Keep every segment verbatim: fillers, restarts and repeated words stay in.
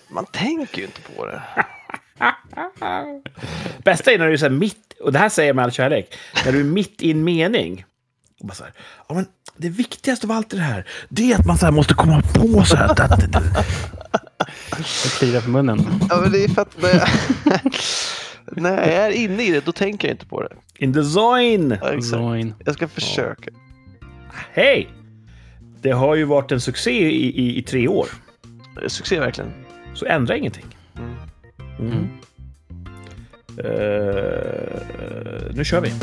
man tänker ju inte på det. Bästa är när du är så här mitt, och det här säger jag med all kärlek, när du är mitt i en mening. Och bara så här, ja, men det viktigaste av allt det här, det är att man så här måste komma på så här. Att, att, att, Det kliar på munnen. Ja, men det är för att när jag, när jag är inne i det, då tänker jag inte på det. in the zone! Ja, exakt. Zoin. Jag ska försöka. Hej! Det har ju varit en succé i, i, i tre år. Succé verkligen. Så ändra ingenting. Mm. Mm. Uh, nu kör vi.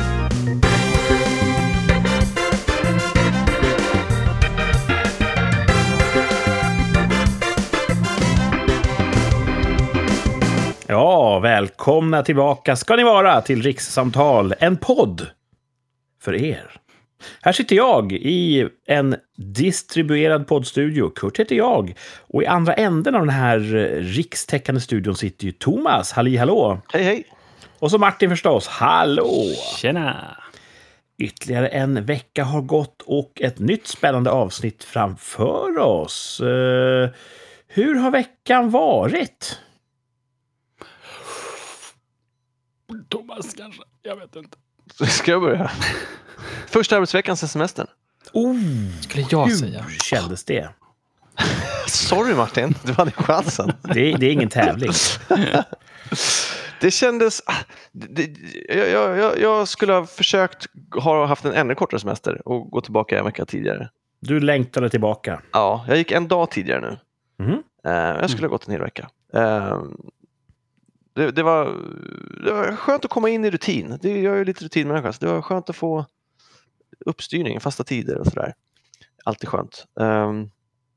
Ja, välkomna tillbaka ska ni vara till Rikssamtal, en podd för er. Här sitter jag i en distribuerad poddstudio. Kurt heter jag. Och i andra änden av den här rikstäckande studion sitter ju Thomas. Halli, hallå. Hej, hej. Och så Martin förstås. Hallå. Tjena! Ytterligare en vecka har gått och ett nytt spännande avsnitt framför oss. Uh, hur har veckan varit? Thomas kanske, jag vet inte. Ska jag börja? Första arbetsveckan sen semestern. Oh, Skulle jag hur säga. kändes det? Sorry Martin, du hade chansen. Det, det är ingen tävling. Det kändes... Det, jag, jag, jag skulle ha försökt ha haft en ännu kortare semester och gå tillbaka en vecka tidigare. Du längtade tillbaka. Ja, jag gick en dag tidigare nu. Mm. Uh, jag skulle ha gått en hel vecka. Uh, det, det, var, det var skönt att komma in i rutin. Det, jag är ju lite rutinmänniska, så det var skönt att få uppstyrning, fasta tider och sådär. Alltid skönt. Um,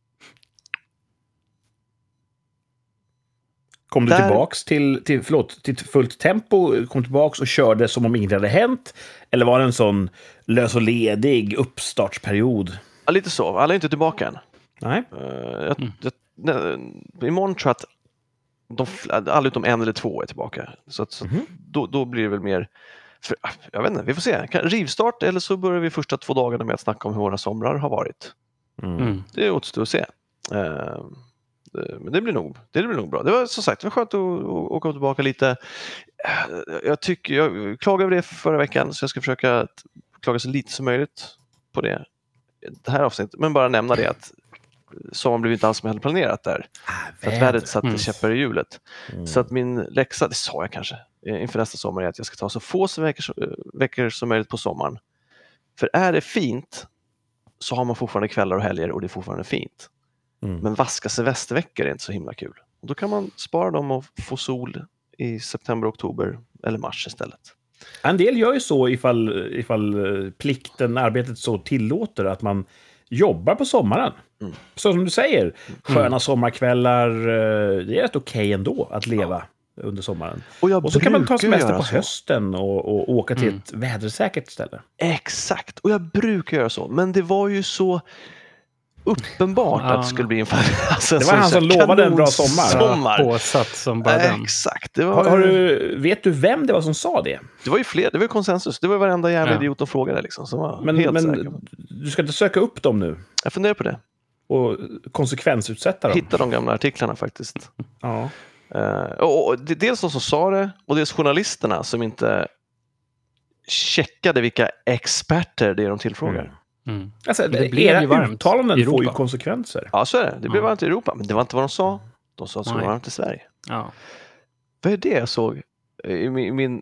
Kom du Där... tillbaks till, till, förlåt, till fullt tempo, kom tillbaks och körde som om inget hade hänt? Eller var det en sån lös och ledig uppstartsperiod? Ja, lite så. Alla är inte tillbaka än. Nej. Uh, jag, mm. jag, nej, imorgon tror jag att de, alla utom en eller två är tillbaka. Så, att, så mm. då, då blir det väl mer... För, jag vet inte, vi får se. Rivstart eller så börjar vi första två dagarna med att snacka om hur våra somrar har varit. Mm. Det återstår att se. Uh, Men det blir nog, det blir nog bra. Det var som sagt, det var skönt att, att åka tillbaka lite. Jag tycker, jag klagade över det förra veckan, så jag ska försöka klaga så lite som möjligt på det. Det här avsnittet, men bara nämna det att sommaren blev inte alls som jag hade planerat där. Ah, för att vädret satte mm. käppar i hjulet. Mm. Så att min läxa, det sa jag kanske inför nästa sommar, är att jag ska ta så få veckor, veckor som möjligt på sommaren. För är det fint så har man fortfarande kvällar och helger och det är fortfarande fint. Mm. Men vaska semesterveckor är inte så himla kul. Och då kan man spara dem och få sol i september, oktober eller mars istället. En del gör ju så ifall, ifall plikten, arbetet så tillåter att man jobbar på sommaren. Mm. Så som du säger, sköna mm. sommarkvällar, det är rätt okej ändå att leva ja. under sommaren. Och, och så kan man ta semester på så. hösten och, och åka till mm. ett vädersäkert ställe. Exakt, och jag brukar göra så. Men det var ju så... uppenbart ja. att det skulle bli en alltså, det var han som lovade en bra sommar. sommar. Påsatt som bara den. Exakt. Det var... har, har du, vet du vem det var som sa det? Det var ju fler, det var ju konsensus. Det var varenda jävla ja. idiot som frågade liksom. Som var men helt men du ska inte söka upp dem nu? Jag funderar på det. Och konsekvensutsätta dem? Hitta de gamla artiklarna faktiskt. Ja. Uh, och, och dels de som sa det, och dels journalisterna som inte checkade vilka experter det är de tillfrågar. Mm. Mm. Alltså, det era ju uttalanden får ju konsekvenser. Ja, så är det. Det blev ja. varmt i Europa. Men det var inte vad de sa. De sa att det var varmt i Sverige. Ja. Vad är det jag såg i min, min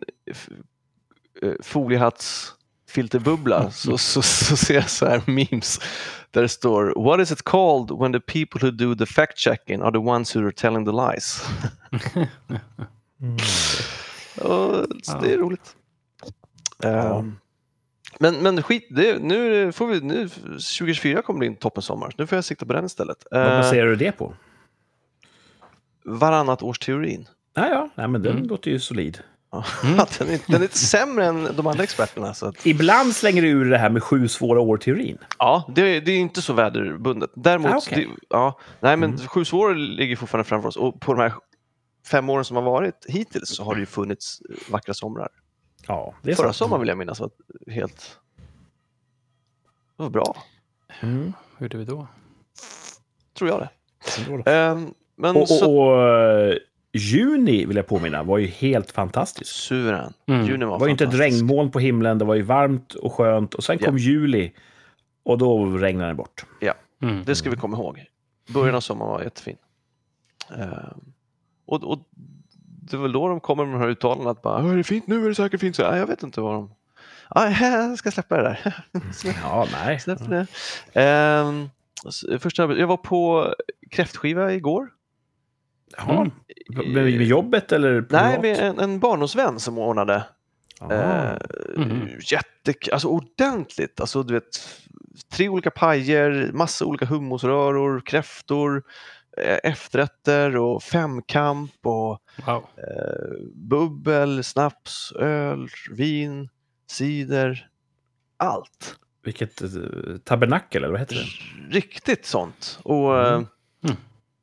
foliehattsfilterbubbla? Mm. Så, så, så ser jag så här memes där det står: What is it called when the people who do the fact-checking are the ones who are telling the lies? mm. Och, så det är roligt. Ja. Um, Men, men skit, det, nu får vi, nu, tjugo tjugofyra kommer bli en toppen sommar. Nu får jag sikta på den istället. Vad baserar du det på? Varannat års teorin. Ja, ja. Nej, men den mm. låter ju solid. Mm. den, är, den är lite sämre än de andra experterna. Så att... Ibland slänger du ur det här med sju svåra år-teorin. Ja, det, det är inte så väderbundet. Däremot, ah, okay. det, ja, nej, men mm. sju svåra ligger fortfarande framför oss. Och på de här fem åren som har varit hittills så har det ju funnits vackra somrar. Ja, det är Förra sant. sommaren vill jag minnas var helt... Det var bra. Mm. Hur gjorde vi då? Tror jag det. Um, men Och, så... och, och juni, vill jag påminna, var ju helt fantastisk. Suverän. Mm. Juni var Det var ju inte ett fantastisk. regnmoln på himlen, det var ju varmt och skönt. Och sen Ja. kom juli och då regnade det bort. Ja, Mm. det ska vi komma ihåg. Början av sommaren var jättefin. Uh, och, och det är väl då de kommer med de här uttalanden att bara, är det fint nu, är det säkert fint? Så, ja, jag vet inte vad de... Ah, jag ska släppa det där. Ja, nej. Släpp det. Um, första, jag var på kräftskiva igår. Jaha. Med, med jobbet eller privat? Nej, med en, en barndomsvän som ordnade. Ja. Eh, Mhm. jätte, alltså ordentligt. Alltså, du vet, tre olika pajer, massa olika hummusröror, kräftor, eh, efterrätter och femkamp och Wow. eh, bubbel, snaps, öl, vin, cider, allt. Vilket eh, tabernakel, eller vad heter det? Riktigt sånt. Och Mm. eh, Mm.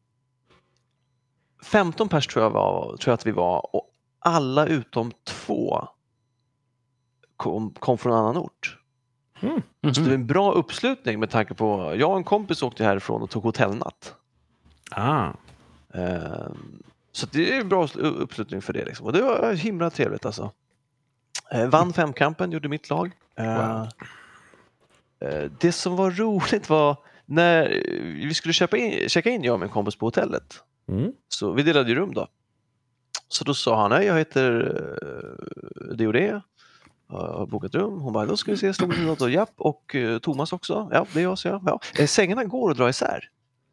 femton pers tror jag, var, tror jag att vi var, och alla utom två kom, kom från en annan ort. Mm. Så det är en bra uppslutning med tanke på, jag och en kompis åkte härifrån och tog hotellnatt. Ah. Ehm, så det är en bra uppslutning för det liksom. Och det var himla trevligt alltså. Ehm, vann femkampen, gjorde mitt lag. Ehm, Wow. eh, det som var roligt var när vi skulle köpa in, checka in, jag och min kompis på hotellet. Mm. Så vi delade ju rum då. Så då sa han, nej jag heter uh, det och det. Jag har bokat rum. Hon bara, då ska vi se, slog vi något och japp. Och uh, Thomas också. Ja, det är jag, så jag. Ja. Eh, sängarna går att dra isär.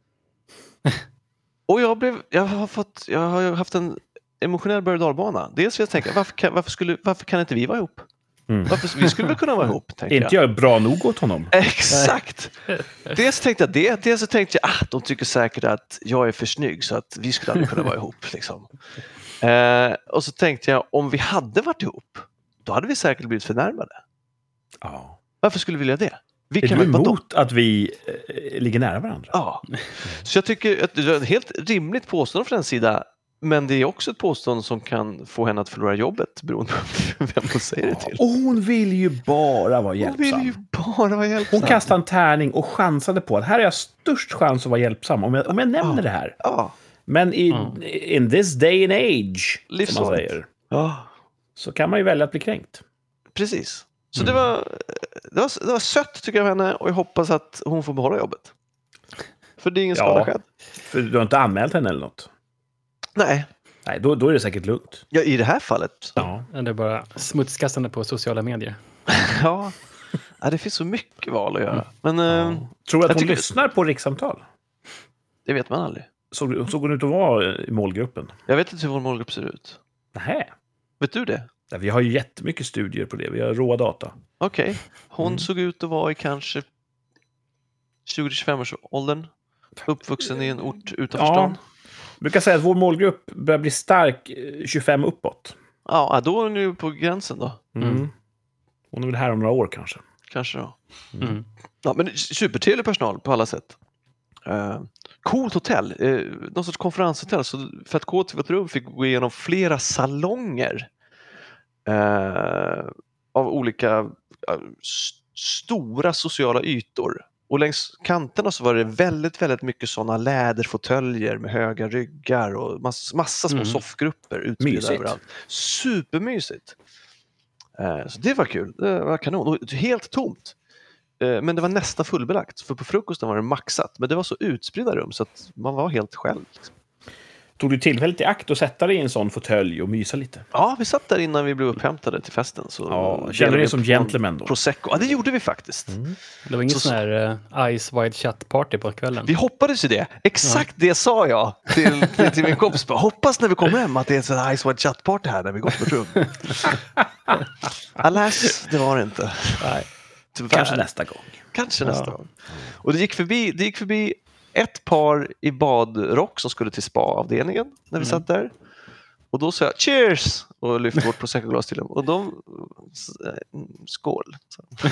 Och jag blev, jag har fått, jag har haft en emotionell berg- och dalbana. Dels vill jag tänka, varför kan, varför, skulle, varför kan inte vi vara ihop? Mm. Varför, vi skulle väl kunna vara ihop, tänkte Inte jag är bra nog åt honom. Exakt! Dels tänkte jag det, dels så tänkte jag att ah, de tycker säkert att jag är för snygg så att vi skulle aldrig kunna vara ihop. Liksom. Eh, och så tänkte jag, om vi hade varit ihop, då hade vi säkert blivit förnärmade. Ja. Varför skulle vi vilja det? Vi Är du väl- vadå? emot att vi eh, ligger nära varandra? Ja. Så jag tycker att det är ett helt rimligt påstående från den sida, men det är också ett påstående som kan få henne att förlora jobbet beroende på vem hon säger det till. Och hon vill ju bara vara Hon hjälpsam. vill ju bara vara hjälpsam. Hon kastade en tärning och chansade på att här är jag störst chans att vara hjälpsam om jag, om jag nämner Ja. det här. Ja. Men i, Mm. in this day and age, som man Livsfarligt. säger, Ja. så kan man ju välja att bli kränkt. Precis. Så Mm. det, var, det, var, det var sött tycker jag av henne och jag hoppas att hon får behålla jobbet. För det är ingen Ja. skada skedd. För du har inte anmält henne eller något? Nej, Nej, då, då är det säkert lugnt. ja, i det här fallet. Ja. Det är bara smutskastande på sociala medier. Ja. Ja, det finns så mycket val att göra. Men eh, Tror du att jag hon tycker- lyssnar på rikssamtal? det vet man aldrig. Såg, såg hon ut att vara i målgruppen? Jag vet inte hur vår målgrupp ser ut. Nej. Vet du det? Ja, vi har ju jättemycket studier på det. Vi har råa data. Okej. Hon Mm. såg ut att vara i kanske tjugo till tjugofem års åldern. Uppvuxen i en ort utanför Ja. stan. Jag brukar säga att vår målgrupp börjar bli stark eh, tjugofem uppåt. Ja, då är hon ju på gränsen då. Mm. Hon är väl här om några år kanske. Kanske då. Mm. Ja, men supertrevlig personal på alla sätt. Uh, coolt hotell, uh, någon sorts konferenshotell. Så för att gå till vårt rum fick vi gå igenom flera salonger uh, av olika uh, st- stora sociala ytor. Och längs kanterna så var det väldigt, väldigt mycket sådana läderfåtöljer med höga ryggar och massa, massa små Mm. soffgrupper utspridda Mysigt. överallt. Supermysigt. Uh, så det var kul, det var kanon. Och helt tomt. Men det var nästan fullbelagt, för på frukosten var det maxat. Men det var så utspridda rum så att man var helt själv. Liksom. Tog du tillfället i akt och sätta dig i en sån fåtölj och mysa lite? Ja, vi satt där innan vi blev upphämtade till festen. Så Ja, känner du dig som gentleman då? Prosecco. Ja, det gjorde vi faktiskt. Mm. Det var inget Så- sån här uh, Ice Wide Chat party på kvällen. Vi hoppades ju det. Exakt det sa jag till, till, till min kompis. Bara, hoppas när vi kommer hem att det är en sån här Ice Wide Chat Party här när vi går på ett rum. Alas, det var det inte. Nej. Tyvärr. Kanske nästa gång. Kanske Ja. nästa gång. Och det gick förbi, det gick förbi ett par i badrock som skulle till spa-avdelningen när vi Mm. satt där. Och då sa jag cheers och lyfte vårt prosecco-glas till dem. Och de, mm, skål. Så.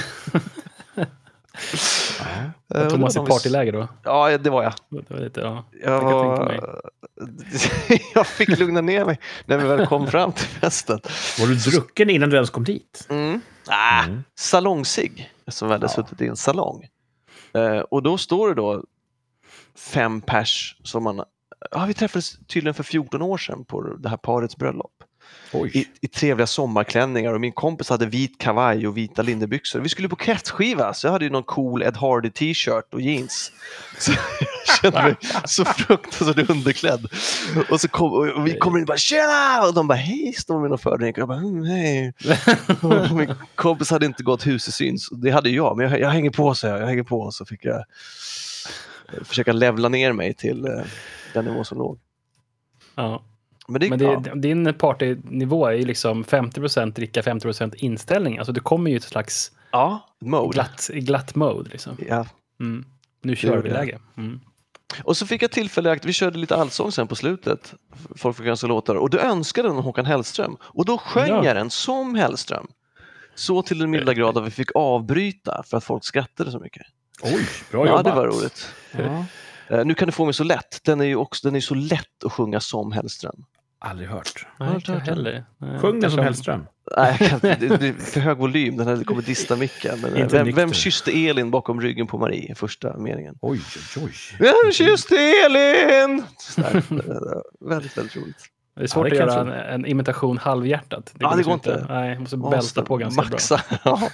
Ja. Eh, Thomas i de- partyläger då. Ja, det var jag. Det var lite, ja. Jag, Jag kan tänka var... jag fick lugna ner mig när vi väl kom fram till festen. Var du drucken innan du ens kom dit? Mm. Ah, Mm. Salongsig, som vi hade Ja. suttit i en salong. Eh, och då står det då fem pers som man ja, vi träffades tydligen för fjorton år sedan på det här parets bröllop. Oj. I, I trevliga sommarklänningar och min kompis hade vit kavaj och vita linnebyxor. Vi skulle på kräftskiva så jag hade ju någon cool Ed Hardy t-shirt och jeans. Så jag kände mig så fruktansvärt underklädd. Och så kom, och vi kommer in och bara tjena! Och de bara hej, står med någon fördrink. Och jag bara mm, hej. Och min kompis hade inte gått hus i syns. Det hade jag, men jag, jag hänger på så jag, jag hänger på. Så fick jag försöka levla ner mig till uh, den nivå som låg. Ja. Men, det, Men det, ja. din partynivå är ju liksom femtio procent dricka, femtio procent inställning. Alltså du kommer ju i ett slags Ja, mode. glatt, glatt mode. Liksom. Ja. Mm. Nu kör vi det. läge. Mm. Och så fick jag tillfälle att vi körde lite allsång sen på slutet. Folk fick ganska låtar. Och då önskade den Håkan Hellström. Och då sjöng Ja. jag den som Hellström. Så till den milda grad att vi fick avbryta för att folk skrattade så mycket. Oj, bra Ja, jobbat. det var roligt. Ja. Uh, nu kan du få mig så lätt. Den är ju också, den är så lätt att sjunga som Hellström. Aldrig hört. Nej, inte jag heller. Nej, Sjung den kanske som om- Hellström. Nej, jag kan inte. Det blir för hög volym. Den här kommer dista micken. Men, uh, Inte vem, nykter. vem kysste Elin bakom ryggen på Marie? Första meningen. Oj, oj, oj. Vem kysste Elin? Så där, det var väldigt, väldigt roligt. Det är svårt Ja, det att kan göra en, en imitation halvhjärtat. Ja, det liksom går inte. Nej, jag måste Man bälta måste på ganska maxa. Ja.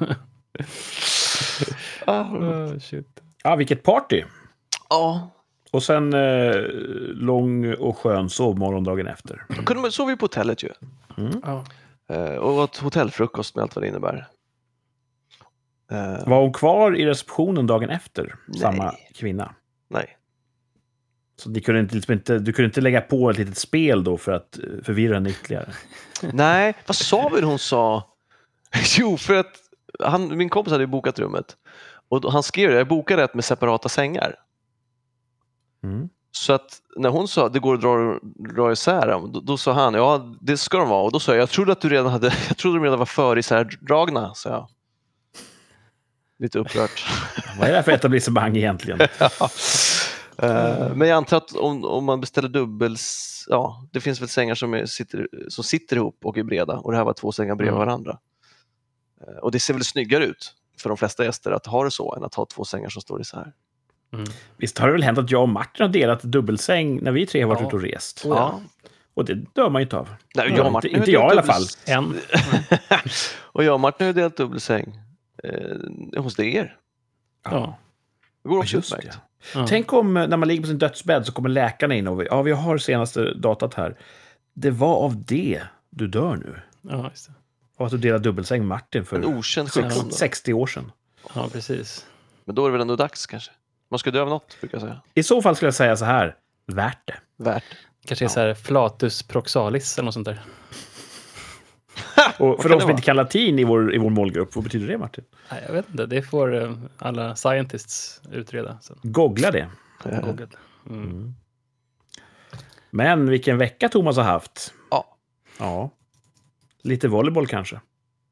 bra. Oh, shit. Ja, vilket party. Ja. Och sen eh, lång och skön sovmorgon dagen efter. Då kunde man, sov vi på hotellet ju. Ja. Eh, och åt hotellfrukost med allt vad det innebär. Eh, Var hon kvar i receptionen dagen efter? Nej. Samma kvinna. nej. Så du kunde, inte, liksom inte, du kunde inte lägga på ett litet spel då för att eh, förvirra henne ytterligare? nej, vad sa vi hon sa? Jo, för att han, min kompis hade ju bokat rummet. Och då, han skrev det, jag bokade ett med separata sängar. Mm. Så att när hon sa det går att dra, dra isär dem, då, då sa han, ja det ska de vara. Och då sa jag, jag trodde att du redan hade, jag trodde de redan var för isärdragna, sa jag. Lite upprört. Vad är det här för etablissemang egentligen? Uh, men jag antar att om, om man beställer dubbels, ja, det finns väl sängar som, är, sitter, som sitter ihop och är breda, och det här var två sängar bredvid Mm. varandra. Uh, och det ser väl snyggare ut för de flesta gäster att ha det så än att ha två sängar som står isär. Mm. Visst har det väl hänt att jag och Martin har delat dubbelsäng när vi tre har varit Ja. ute och rest? Ja. Och det dör man ju inte av. Nej, Ja, jag och Martin inte, har inte jag i alla delat fall. dubbels- En. och jag och Martin har ju delat dubbelsäng eh, hos er. Ja. Det går Ja, också just utmärkt. Ja. Tänk om eh, när man ligger på sin dödsbädd så kommer läkarna in och vi, ja, vi har senaste datat här. Det var av det du dör nu. Ja, just det. Av att du delade dubbelsäng med Martin En för okänd sjukdom. då. sextio år sedan. Ja, precis. Men då är det väl ändå dags kanske. Man ska dö av något, brukar jag säga. I så fall skulle jag säga så här, värt det. Värt. Kanske är så här flatus proxalis eller något sånt där. Och för kan de det som vara? inte kan latin i vår, i vår målgrupp, vad betyder det, Martin? Nej, jag vet inte. Det får eh, alla scientists utreda. Så. Googla det. Eh, Google. Mm. Men vilken vecka Thomas har haft. Ja. Ja. Lite volleyboll kanske.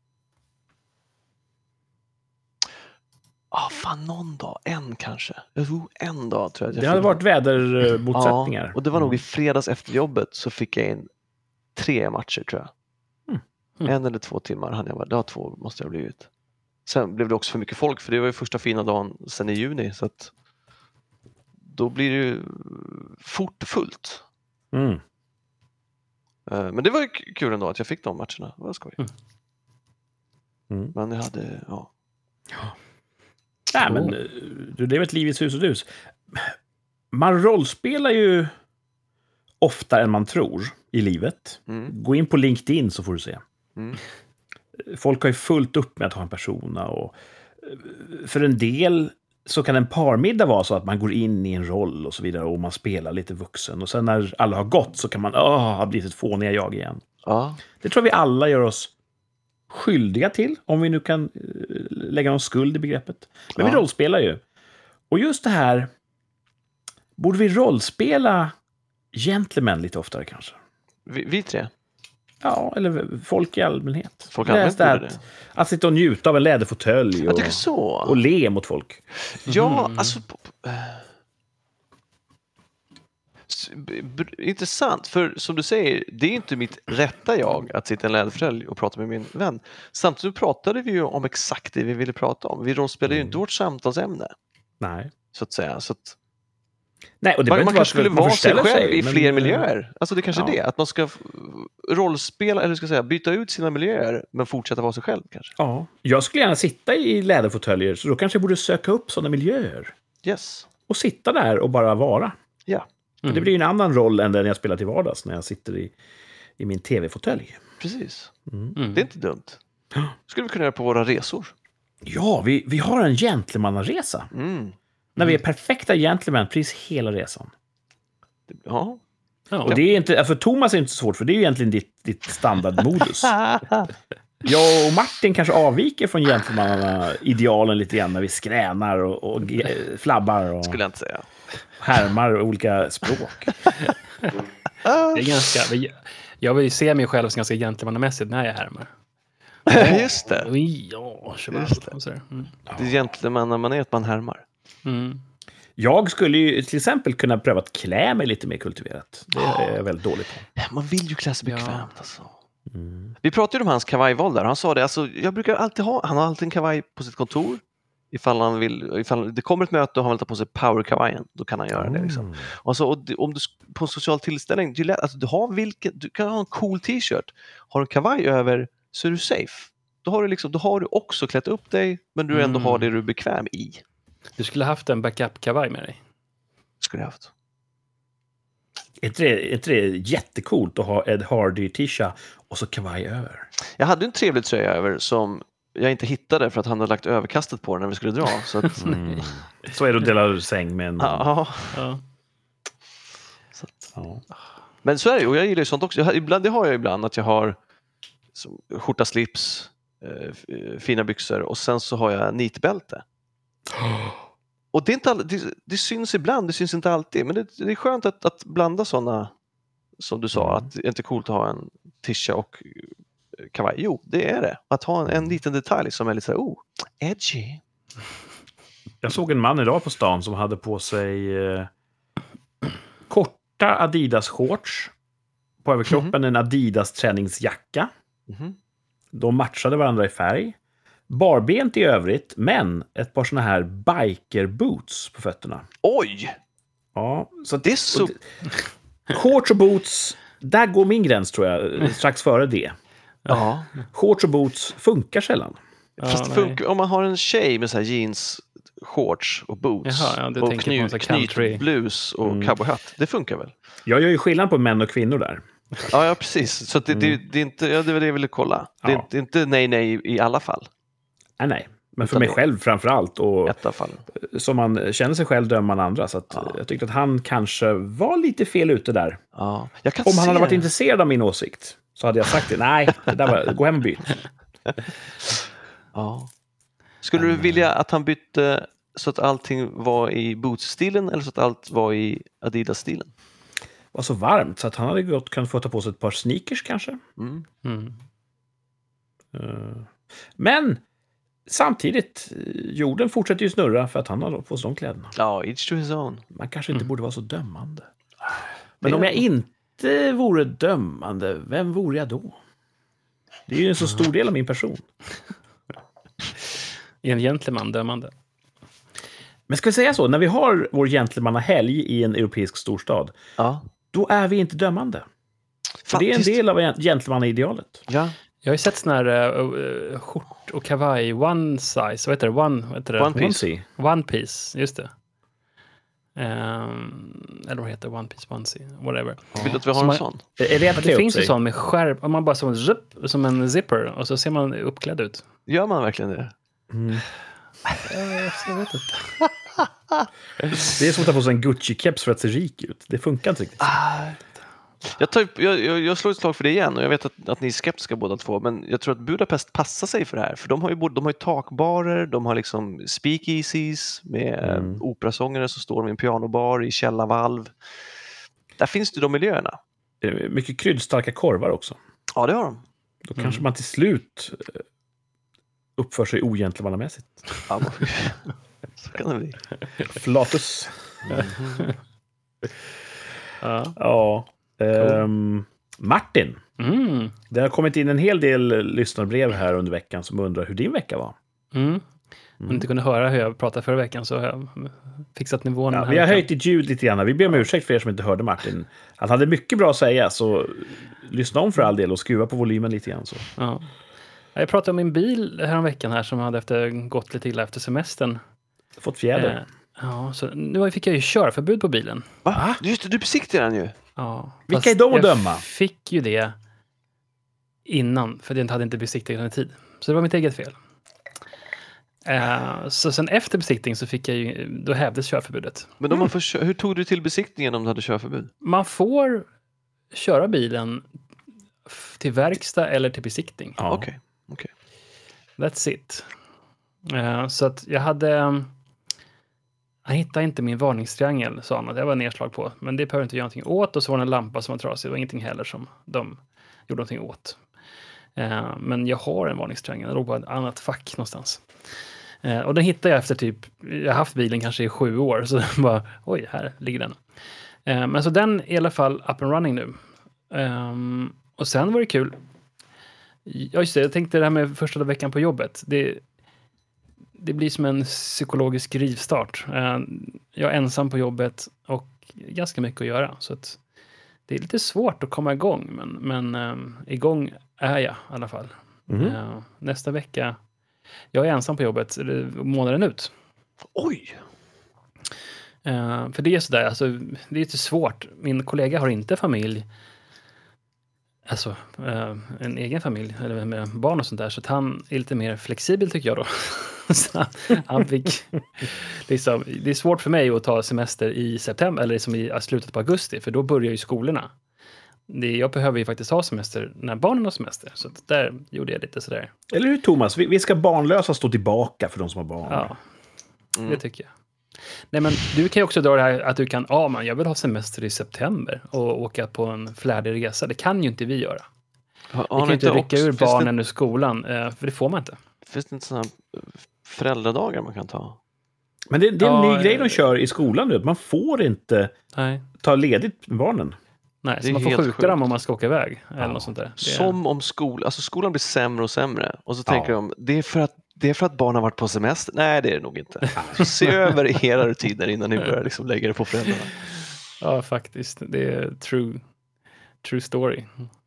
Ah, fan, någon dag. En kanske. Jo, en dag tror jag att jag Det hade fick- varit vädermotsättningar. Ja, och det var nog i fredags efter jobbet så fick jag in tre matcher tror jag. Mm. Mm. En eller två timmar hann jag vara. Ja, två måste jag ha blivit. Sen blev det också för mycket folk för det var ju första fina dagen sen i juni så att då blir det ju fort fullt. Mm. Eh, Men det var ju k- kul ändå att jag fick de matcherna. Det var skoj. Mm. Mm. Men jag hade, ja. Nej, men eh, du lever ett liv i sus och dus. Man rollspelar ju oftare än man tror i livet. Mm. Gå in på LinkedIn så får du se. Mm. Folk har ju fullt upp med att ha en persona. Och eh, för en del så kan en parmiddag vara så att man går in i en roll och så vidare och man spelar lite vuxen. Och sen när alla har gått så kan man åh, ha blivit ett fåniga jag igen. Ja. Det tror jag vi alla gör oss skyldiga till, om vi nu kan eh, lägga någon skuld i begreppet. Men vi Ja. rollspelar ju. Och just det här, borde vi rollspela gentlemen lite oftare kanske? Vi, vi tre. Ja, eller folk i allmänhet. Folk Det är allmänt så där borde att, att sitta och njuta av en läderfåtölj Jag och, tycker så. och le mot folk. Ja, Mm. alltså... p- p- eh. S- b- b- Intressant, för som du säger, det är inte mitt rätta jag att sitta i en läderfåtölj och prata med min vän. Samtidigt pratade vi ju om exakt det vi ville prata om. Vi rollspelade ju inte vårt samtalsämne, Nej. så att säga. Så att Nej, och det Man, behöver man inte kanske vara skulle att man vara sig förställer själv sig, i men, fler eh, miljöer. Alltså det kanske ja. är det, att man ska f- rollspela, eller ska jag säga, byta ut sina miljöer, men fortsätta vara sig själv kanske. Ja, jag skulle gärna sitta i läderfåtöljer, så då kanske jag borde söka upp sådana miljöer. Yes. Och sitta där och bara vara. Ja, För det blir ju en annan roll än den jag spelar till vardags när jag sitter i, i min tv-fåtölj. precis. Mm. Det är inte dumt. Skulle vi kunna göra på våra resor. Ja, vi, vi har en gentlemannaresa. Mm. När vi är perfekta gentlemän precis hela resan. Ja. Ja. Och det är inte, för Thomas är inte så svårt, för det är ju egentligen ditt, ditt standardmodus. Jag och Martin kanske avviker från gentlemannaidealen lite grann när vi skränar och, och ge- flabbar och Skulle jag inte säga. härmar olika språk. Det är ganska, jag vill se mig själv som ganska gentlemannamässigt när jag härmar. Just det. Oj, ja, cheval. Just det. Och så där. Mm. Det är gentlemannamaneret man härmar. Mm. Jag skulle ju till exempel kunna pröva att klä mig lite mer kultiverat. Det är jag väldigt dålig på. Man vill ju klä sig Ja. bekvämt alltså. Vi pratade ju om hans kavajval där. Han sa det, alltså, jag brukar alltid ha, han har alltid en kavaj på sitt kontor. Ifall han vill, ifall det kommer ett möte och han vill ta på sig power-kavajen, då kan han göra det. Liksom. Och så, och det, om du på en social tillställning, du, alltså, du, har vilken, du kan ha en cool t-shirt, har en kavaj över så är du safe. Då har du, liksom, då har du också klätt upp dig, men du ändå Mm. har det du är bekväm i. Du skulle haft en backup-kavaj med dig. Skulle jag haft. Är inte det, är inte det jättecoolt att ha Ed Hardy-tisha och så kavaj över? Jag hade en trevlig tröja över som jag inte hittade för att han hade lagt överkastet på den när vi skulle dra. Så att, Mm. Så är det att dela säng med en... ja, Ja. så att, Ja. men så är det, och jag gillar ju sånt också. Jag, har- ibland, det har jag ibland, att jag har som, skjorta, slips, eh, f- eh, fina byxor och sen så har jag nitbälte. Och det, är inte all, det, det syns ibland, det syns inte alltid, men det, det är skönt att, att blanda sådana, som du sa, Mm. att det är inte coolt att ha en tisha och eh, kavaj. Jo, det är det. Att ha en, en liten detalj som är lite så här, oh, edgy. Jag såg en man idag på stan som hade på sig eh, korta Adidas-shorts. På överkroppen en Adidas-träningsjacka. Mhm. De matchade varandra i färg. Barbent i övrigt, men ett par såna här biker-boots på fötterna. Oj! Ja, så att, Det är så... och det- shorts och boots, där går min gräns tror jag, strax före det. Ja. Shorts och boots funkar sällan. Fast det nej. funkar, om man har en tjej med så här jeans, shorts och boots Jaha, ja, du och tänker på en knyt, sån här country. knytblus och Mm. cowboyhatt, det funkar väl? Jag gör ju skillnad på män och kvinnor där. Ja, ja precis. Så att det, det, det är inte, ja, det var det jag ville kolla. Det är, Ja. inte, det är inte nej, nej i alla fall. Nej, nej. Men för Utan mig det- själv framför allt. Och I ett av fallen. som man känner sig själv dömer man andra. Så att Ja. jag tyckte att han kanske var lite fel ute där. Ja. Jag kan Om han se hade varit det. intresserad av min åsikt så hade jag sagt det. Nej, det där var, gå hem och byt. Ja. Skulle du vilja att han bytte så att allting var i boots-stilen eller så att allt var i Adidas-stilen? Det var så varmt så att han hade gott kunnat få ta på sig ett par sneakers kanske. Mm. Mm. Eh, Men samtidigt, eh, jorden fortsätter ju snurra för att han har på sig de kläderna. Ja, each to his own. Man kanske inte Mm. borde vara så dömande. Men Det- om jag inte vore dömande, vem vore jag då? Det är ju en så stor del av min person. En gentleman dömande. Men ska vi säga så, när vi har vår gentlemannahelg i en europeisk storstad, Ja. då är vi inte dömande. För det är en Faktiskt. del av gentlemannaidealet. Ja. Jag har ju sett såna här uh, skjort och kavaj, one size, vad heter det? One, vad heter det? One piece. Onesie. One piece, just det. Ehm, eller vad heter det? One piece, onesie, whatever. Vill du att vi har Som en man- sån? Är det att Det klä upp finns ju sig? sån med skärp, om man bara som en, zip, som en zipper och så ser man uppklädd ut. Gör man verkligen det? Mm. Uh, jag vet inte. Det är som att ta på sig en Gucci-keps för att se rik ut. Det funkar inte riktigt. Jag, tar, upp- jag, jag, jag slår ett slag för det igen och jag vet att, att ni är skeptiska båda två, men jag tror att Budapest passar sig för det här, för de har ju, både, de har ju takbarer, de har liksom speakeasies med Mm. mm. operasångare som står med en pianobar i källarvalv. Där finns det de miljöerna. Eh, Mycket kryddstarka korvar också. Ja, det har de. Då kanske man till slut eh, uppför sig ogentlemannamässigt. Ja, men- så kan det bli. Flatus. Ja. Ja. Ehm, Martin, Mm. det har kommit in en hel del lyssnarbrev här under veckan som undrar hur din vecka var. Mm. mm. inte kunde höra hur jag pratade förra veckan så har jag fixat nivån. Ja, vi har höjt ditt ljud lite grann. Vi ber om ursäkt för er som inte hörde Martin. Han hade mycket bra att säga, så lyssna om för all del och skruva på volymen lite grann. Så. Ja. Jag pratade om min bil här om veckan här som hade efter, gått lite illa efter semestern. Fått fjäder. Eh, ja, så nu fick jag ju körförbud på bilen. Va? Just det, du besiktigar den ju. Ja, vilka är de att döma? Jag fick ju det innan, för jag hade inte besiktigat den i tid. Så det var mitt eget fel. Uh, så sen efter besiktning så fick jag ju, då hävdes körförbudet. Men om man får, hur tog du till besiktningen om du hade körförbud? Man får köra bilen till verkstad eller till besiktning. Ja, okej. Okay. Okay. That's it. Uh, så att jag hade... Jag hittade inte min varningstriangel, sa han. Det var nedslag på. Men det behöver inte göra någonting åt. Och så var det en lampa som var trasig. Det var ingenting heller som de gjorde någonting åt. Uh, men jag har en varningstriangel. Den låg på ett annat fack någonstans. Uh, och den hittade jag efter typ... Jag har haft bilen kanske i sju år. Så den bara, oj, här ligger den. Uh, men så den är i alla fall up and running nu. Um, och sen var det kul. Ja, just det. Jag tänkte det här med första veckan på jobbet. Det, det blir som en psykologisk rivstart. Uh, jag är ensam på jobbet och ganska mycket att göra. Så att det är lite svårt att komma igång. Men, men um, igång är jag i alla fall. Mm. Uh, nästa vecka... Jag är ensam på jobbet månaden ut. Oj! Uh, för det är sådär, alltså, det är lite svårt. Min kollega har inte familj. Alltså, uh, en egen familj. Eller med barn och sånt där. Så att han är lite mer flexibel tycker jag då. Så han fick... liksom, det är svårt för mig att ta semester i september. Eller liksom i slutet på augusti. För då börjar ju skolorna. Det, jag behöver ju faktiskt ha semester när barnen har semester. Så att där gjorde jag lite sådär. Eller hur, Thomas? Vi, vi ska barnlösa stå tillbaka för de som har barn. Ja, mm. det tycker jag. Nej, men du kan ju också dra det här att du kan, ja man, jag vill ha semester i september och åka på en flärdig resa. Det kan ju inte vi göra. Har, vi kan ju inte rycka ur barnen det, ur skolan, för det får man inte. Finns det inte sådana föräldradagar man kan ta? Men det, det är en ja, ny grej de kör i skolan nu. Man får inte nej. ta ledigt med barnen. Nej, så man får skjuta dem om man ska åka iväg. Ja. Eller något sånt där. Det Som är... om skolan, alltså skolan blir sämre och sämre. Och så ja. tänker de, det är, för att, det är för att barn har varit på semester. Nej, det är det nog inte. Så se över era rutiner innan ni börjar liksom lägga det på föräldrarna. Ja, faktiskt. Det är true, true story.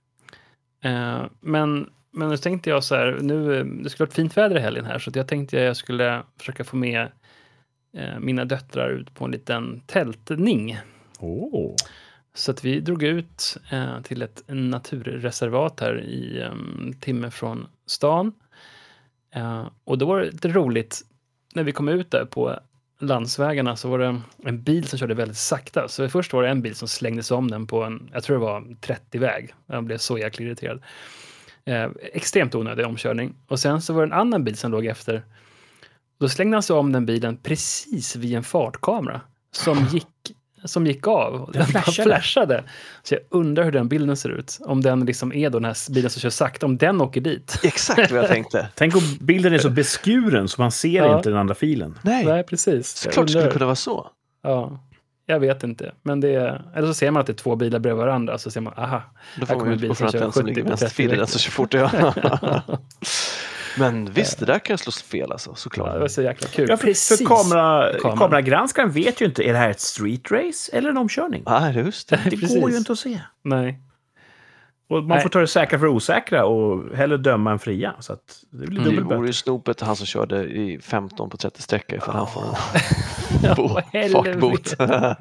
Uh, men, men nu tänkte jag så här, nu, det skulle vara fint väder i helgen här. Så jag tänkte jag skulle försöka få med uh, mina döttrar ut på en liten tältning. Åh. Oh. Så att vi drog ut eh, till ett naturreservat här i en timme från stan. Eh, och då var det lite roligt. När vi kom ut där på landsvägarna så var det en bil som körde väldigt sakta. Så först var det en bil som slängdes om den på en, jag tror det var trettio-väg. Jag blev så jäkla irriterad. Eh, extremt onödig omkörning. Och sen så var det en annan bil som låg efter. Då slängde han sig om den bilen precis vid en fartkamera. Som gick... som gick av. Den, den flashade. flashade. Så jag undrar hur den bilden ser ut. Om den liksom är då den här bilen som kör sakta. Om den åker dit. Exakt vad jag tänkte. Tänk om bilden är så beskuren så man ser ja. inte den andra filen. Nej, Nej precis. Såklart det skulle kunna vara så. Ja, jag vet inte. Men det är, eller så ser man att det är två bilar bredvid varandra. Så ser man, aha. Då får man utgå från att den som ligger vänsterfilen den som kör fort. Ja. Men visst, det där kan slås fel alltså, såklart. Ja, det var så jäkla kul. Ja, för, Precis. för kamera, kameragranskaren vet ju inte, är det här ett street race eller en omkörning? Ja, just det. Det Precis. går ju inte att se. Nej. Och man Nej. får ta det säkra för osäkra och hellre döma än fria. Så att det blir mm. Det vore ju snopet han som körde i femton på trettio sträckor ifall han får en bo- fartbot.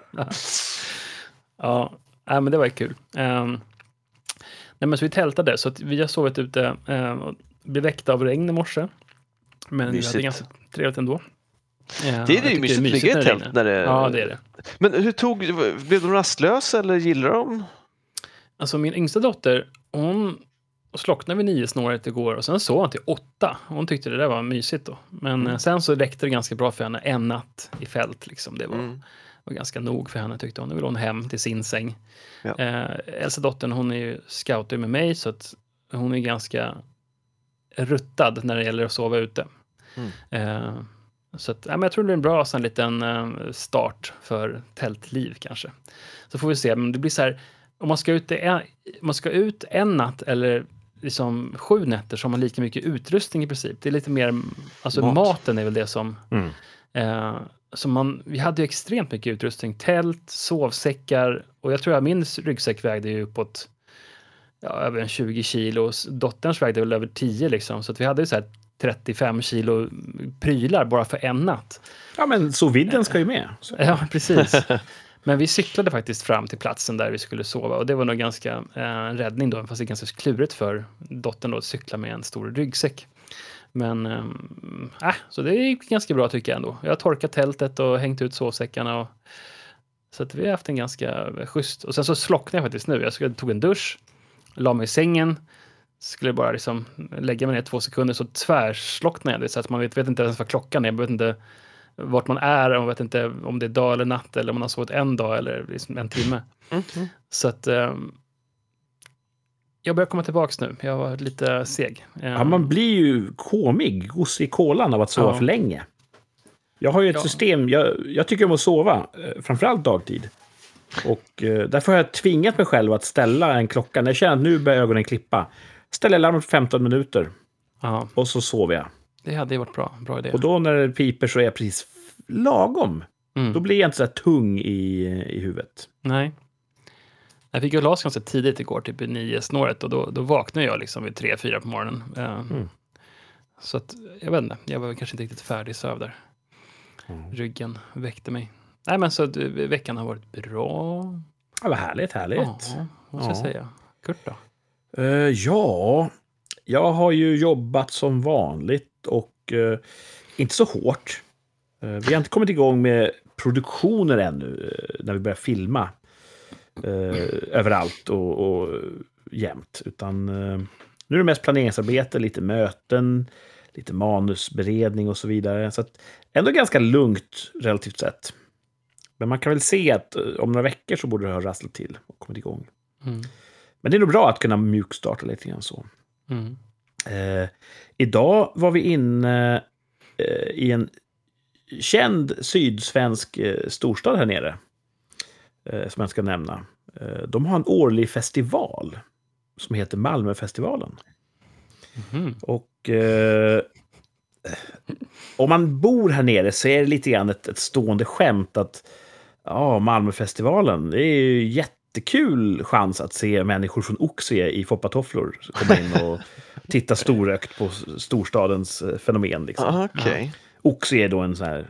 Ja, ja, men det var ju kul. Um, nej, men så vi tältade, så att vi har sovit ute um, och blev väckta av regn i morse. Men mysigt. Vi hade ganska trevligt ändå. Ja, det är det ju mysigt att ligga i tält när det... Ja, det är det. Men hur tog... Blev de rastlösa eller gillar de? Alltså min yngsta dotter, hon slocknade vid nio snåret igår och sen sov hon till åtta. Hon tyckte det där var mysigt då. Men mm. sen så räckte det ganska bra för henne en natt i fält liksom. Det var, mm. var ganska nog för henne tyckte hon. Nu vill hon hem till sin säng. Ja. Eh, äldsta dottern, hon är ju scouter med mig så att hon är ganska ruttad när det gäller att sova ute. Mm. Eh, så att, ja, men jag tror det är en bra sån liten eh, start för tältliv kanske. Så får vi se, men det blir så här, om man ska ut en, man ska ut en natt eller liksom sju nätter så har man lika mycket utrustning i princip. Det är lite mer, alltså Mat. maten är väl det som... Mm. Eh, så man, vi hade ju extremt mycket utrustning. Tält, sovsäckar och jag tror att min ryggsäck vägde ju uppåt ja, över tjugo kilo. Dotterns vägde väl över tio liksom. Så att vi hade ju så här trettiofem kilo prylar bara för en natt. Ja, men så vidden ska ju med. Så. Ja, precis. Men vi cyklade faktiskt fram till platsen där vi skulle sova och det var nog ganska eh, räddning då, fast det är ganska klurigt för dottern då att cykla med en stor ryggsäck. Men äh, så det gick ganska bra tycker jag ändå. Jag har torkat tältet och hängt ut sovsäckarna och så att vi har haft en ganska schysst. Och sen så slocknade jag faktiskt nu. Jag skulle, tog en dusch, la mig i sängen, skulle bara liksom lägga mig ner två sekunder så tvärslocknade jag. Så att man vet, vet inte ens vad klockan är, man vet inte vart man är, man vet inte om det är dag eller natt eller om man har sovit en dag eller liksom en timme. Mm-hmm. Så att um, jag börjar komma tillbaks nu. Jag var lite seg. Um, ja, man blir ju komig hos i kolan av att sova ja. för länge. Jag har ju ett ja. system, jag, jag tycker om att sova, framförallt dagtid. Och eh, därför har jag tvingat mig själv att ställa en klocka. När jag känner att nu börjar ögonen klippa. Ställer larmet för femton minuter. Ja. Och så sover jag. Det hade ju varit bra. Bra idé. Och då när det piper så är jag precis lagom. Mm. Då blir jag inte så här tung i, i huvudet. Nej. Jag fick ju las ganska tidigt igår, typ i nio snåret. Och då, då vaknade jag liksom vid tre, fyra på morgonen. Uh, mm. Så att, jag vet inte. Jag var kanske inte riktigt färdig söv där. Mm. Ryggen väckte mig. Nej, men så du, veckan har varit bra. Ja, vad härligt, härligt. Ja, vad ska ja. jag säga? Kurt då? Uh, ja, jag har ju jobbat som vanligt och uh, inte så hårt. Uh, vi har inte kommit igång med produktioner ännu uh, när vi börjar filma uh, överallt och, och jämt. Utan uh, nu är det mest planeringsarbete, lite möten, lite manusberedning och så vidare. Så att ändå ganska lugnt relativt sett. Men man kan väl se att om några veckor så borde det ha rasslat till och kommit igång. Mm. Men det är nog bra att kunna mjukstarta lite grann så. Mm. Eh, idag var vi inne eh, i en känd sydsvensk eh, storstad här nere. Eh, som jag ska nämna. Eh, de har en årlig festival som heter Malmöfestivalen. Mm. Och eh, om man bor här nere så är det lite grann ett, ett stående skämt att ja, Malmöfestivalen, det är ju jättekul chans att se människor från Oxie i foppatofflor komma in och titta storökt på storstadens fenomen. Liksom. Aha, okay. Ja. Oxie är då en sån här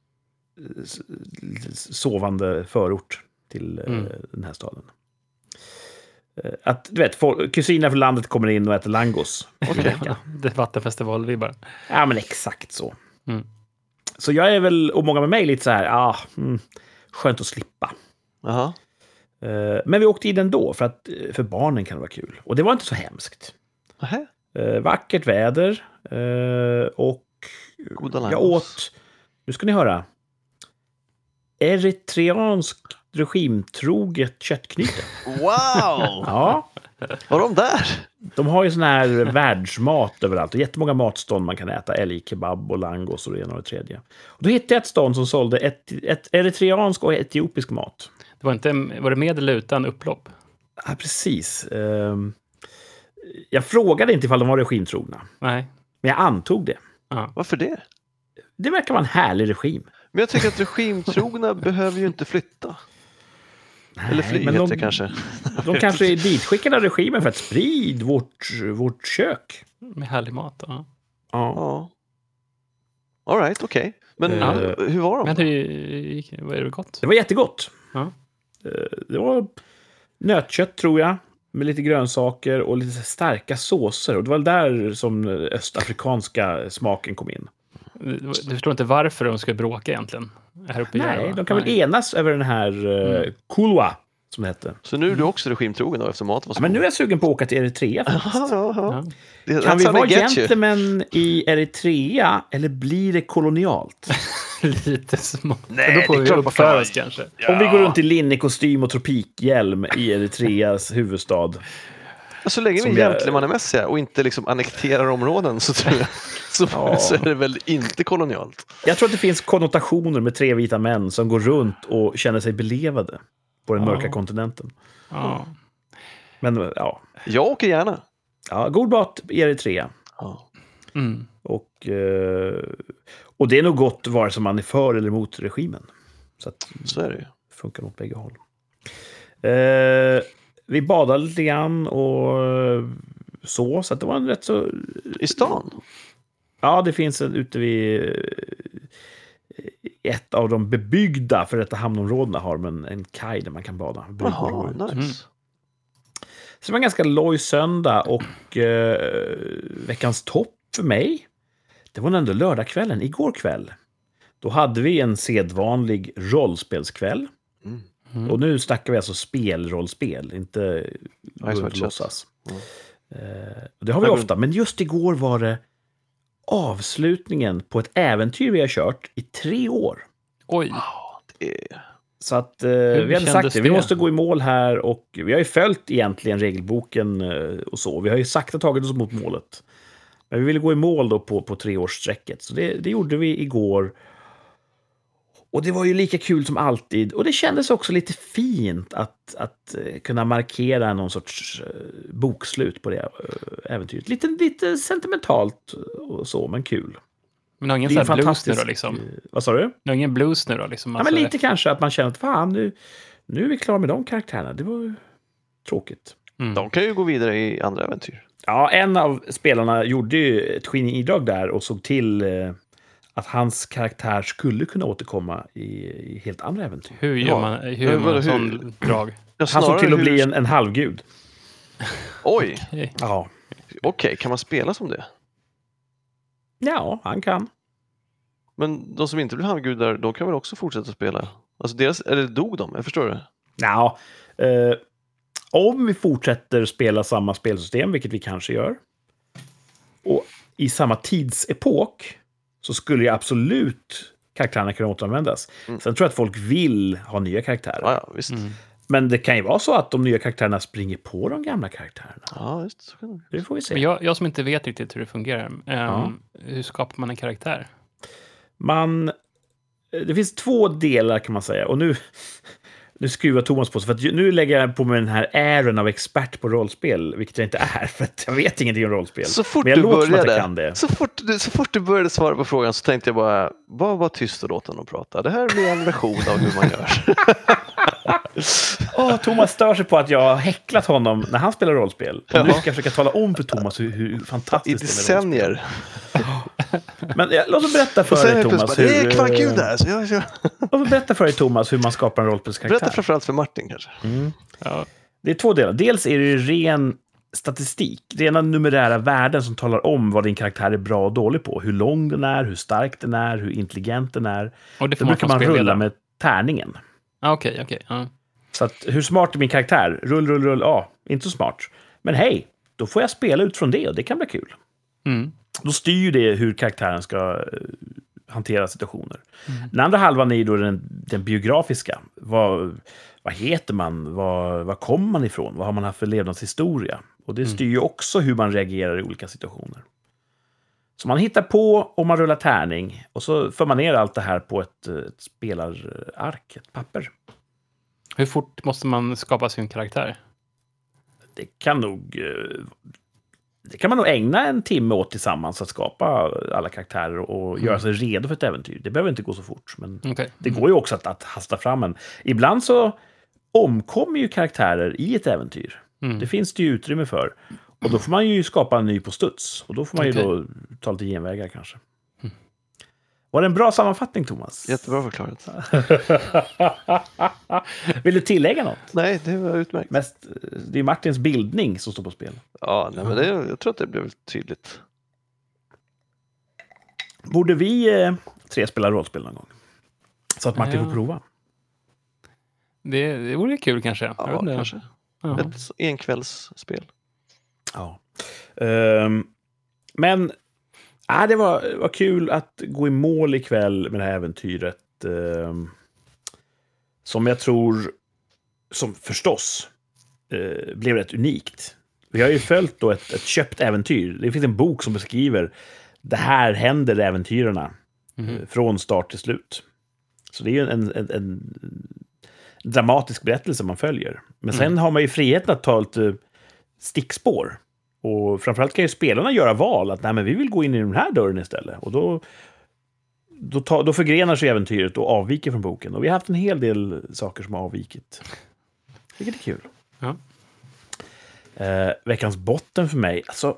sovande förort till mm. den här staden. Att, du vet, folk, kusiner från landet kommer in och äter langos. Okay. Det är vattenfestival, vi bara. Ja, men exakt så. Mm. Så jag är väl, och många med mig, lite så här, ah, mm, skönt att slippa. Uh-huh. Uh, men vi åkte in ändå, för att för barnen kan det vara kul. Och det var inte så hemskt. Uh-huh. Uh, vackert väder. Uh, och jag åt, nu ska ni höra, eritreansk regimtroget köttknyte. Wow! Ja. Var de där? De har ju sån här världsmat överallt och jättemånga matstånd man kan äta. Älgkebab och langos och det ena och det tredje. Och då hittade jag ett stånd som sålde ett, ett eritreansk och etiopisk mat. Det var, inte, var det med eller utan upplopp? Ja, precis. Jag frågade inte ifall de var regimtrogna. Nej. Men jag antog det. Ja. Varför det? Det verkar vara en härlig regim. Men jag tycker att regimtrogna behöver ju inte flytta. Nej, eller fly men heter de, det kanske. De kanske är ditskickade av regimen för att sprida vårt, vårt kök. Med härlig mat, ja. Ja. All right, okej. Okay. Men uh, hur var de? Men hur, var det gott? Det var jättegott. Ja. Det var nötkött, tror jag. Med lite grönsaker och lite starka såser. Och det var där som östafrikanska smaken kom in. Du förstår inte varför de ska bråka egentligen? Här uppe Nej, i de kan Nej. väl enas över den här uh, mm. Kulwa, som det hette. Så nu är du också regimtrogen då, efter maten var så ja, men nu är jag sugen på att åka till Eritrea faktiskt. Ja. Det, kan vi vara gentlemen i Eritrea, eller blir det kolonialt? Lite små. Nej, då får det vi uppföra oss kanske. Ja. Om vi går runt i linnekostym och tropikhjälm i Eritreas huvudstad. Så länge vi är gentlemannamässiga och inte liksom annekterar områden så tror jag så, ja. så är det väl inte kolonialt. Jag tror att det finns konnotationer med tre vita män som går runt och känner sig belevade på den ja. mörka kontinenten. Ja. Men ja. Jag åker gärna. Ja, Godbot ger det tre. Ja. Mm. Och, eh, och det är nog gott vare sig man är för eller emot regimen. Så att Så är det ju. det funkar åt bägge håll. Eh, vi badade lite grann och så, så att det var en rätt så... I stan? Ja, det finns en ute vid ett av de bebyggda för detta hamnområdena har man en kaj där man kan bada. Jaha, nice. Mm. Så det var en ganska loj söndag och eh, veckans topp för mig, det var ändå lördagskvällen, igår kväll. Då hade vi en sedvanlig rollspelskväll. Mm. Mm. Och nu snackar vi alltså spelrollspel, inte White låtsas. Mm. Eh, och det har vi ofta, men just igår var det avslutningen på ett äventyr vi har kört i tre år. Oj. Ja, det är... Så att eh, vi hade kändes sagt det, vi det? måste gå i mål här och vi har ju följt egentligen regelboken eh, och så. Vi har ju sakta tagit oss mot målet. Men vi ville gå i mål då på, på treårssträcket. Så det, det gjorde vi igår. Och det var ju lika kul som alltid. Och det kändes också lite fint att, att eh, kunna markera någon sorts eh, bokslut på det eh, äventyret. Lite, lite sentimentalt och så, men kul. Men har ingen Det är sån här blues nu fantastisk- då liksom? Vad sa du? Det har ingen blues nu då liksom? Ja, Alltså, men lite kanske att man känner att fan, nu, nu är vi klara med de karaktärerna. Det var ju tråkigt. Mm. De kan ju gå vidare i andra äventyr. Ja, en av spelarna gjorde ju ett genidrag där och såg till eh, att hans karaktär skulle kunna återkomma i, i helt andra äventyr. Hur gör Ja. man, hur gör Men man vadå, en hur- sån drag? Ja, Han såg snarare till att hur- bli en, en halvgud. Oj, Okej. Ja. okej, kan man spela som det? Ja, han kan. Men de som inte blir halvgudar, de kan väl också fortsätta spela? Alltså deras, eller dog de? Jag förstår det. Ja, eh, om vi fortsätter spela samma spelsystem, vilket vi kanske gör, och i samma tidsepok, så skulle ju absolut karaktärerna kunna återanvändas. Mm. Sen tror jag att folk vill ha nya karaktärer. Ja, ja visst. Mm. Men det kan ju vara så att de nya karaktärerna springer på de gamla karaktärerna. Ja, visst. Så kan det. Det får vi se. Men jag, jag som inte vet riktigt hur det fungerar, ehm, Ja. hur skapar man en karaktär? Man, det finns två delar kan man säga. Och nu, nu skruvar Thomas på sig. För att nu lägger jag på mig den här ären av expert på rollspel. Vilket jag inte är, för att jag vet ingenting om rollspel. Så fort, Men jag du låter som att jag började, kan det. så, fort, du- så fort du började svara på frågan så tänkte jag bara, bara var tyst och låt honom prata. Det här blir en version av hur man gör. Åh, Thomas stör sig på att jag har häcklat honom när han spelar rollspel. Och nu Ja. ska jag försöka tala om för Thomas hur, hur I fantastiskt det är med rollspel. decennier. Men jag, låt mig berätta Och för sen dig, helt Thomas. plötsligt bara, det är hur, fan kul eh, det här. Så jag, jag, Låt mig berätta för dig, Thomas, hur man skapar en rollspelskaraktär. berätta framförallt för Martin kanske. Mm. Ja. Det är två delar. Dels är det ju ren statistik, rena numerära värden som talar om vad din karaktär är bra och dålig på. Hur lång den är, hur stark den är, hur intelligent den är. Och det får Då man brukar från man rulla spelledaren? med tärningen. Ah, Okej, okej. Ja. Så att, hur smart är min karaktär? Rull, rull, rull. Ja, inte så smart. Men hej, då får jag spela ut från det och det kan bli kul. Mm. Då styr det hur karaktären ska eh, hantera situationer. Mm. Den andra halvan är ju då den, den biografiska. Vad, vad heter man? Vad, vad kommer man ifrån? Vad har man haft för levnadshistoria? Och det styr ju också hur man reagerar i olika situationer. Så man hittar på och man rullar tärning. Och så för man ner allt det här på ett, ett spelarark, ett papper. Hur fort måste man skapa sin karaktär? Det kan nog... eh, Det kan man nog ägna en timme åt tillsammans att skapa alla karaktärer och göra sig redo för ett äventyr. Det behöver inte gå så fort, men Okej. det går ju också att, att hasta fram en. Ibland så omkommer ju karaktärer i ett äventyr. Mm. Det finns det ju utrymme för. Och då får man ju skapa en ny på studs. Och då får man ju Okej. då ta lite genvägar kanske. Var det en bra sammanfattning, Thomas? Jättebra förklarat. Vill du tillägga något? Nej, det var utmärkt. Mest, det är Martins bildning som står på spel. Ja, nej, men det, jag tror att det blev tydligt. Borde vi eh, tre spela rollspel någon gång? Så att Martin Ja. får prova. Det, det vore kul kanske. Jag vet Ja, inte. kanske. Ja. Ett enkvällsspel. Ja. Ehm, men äh, det var, var kul att gå i mål ikväll med det här äventyret. ehm, som jag tror, som förstås, eh, blev rätt unikt. Vi har ju följt då ett, ett köpt äventyr. Det finns en bok som beskriver det här händer äventyrarna eh, från start till slut. Så det är ju en, en, en dramatisk berättelse man följer. Men sen har man ju friheten att ta lite stickspår Och framförallt kan ju spelarna göra val att nej, men vi vill gå in i den här dörren istället. Och då, då, ta, då förgrenar sig äventyret och avviker från boken. Och vi har haft en hel del saker som har avvikit. Vilket är kul. Ja. Eh, veckans botten för mig. Alltså,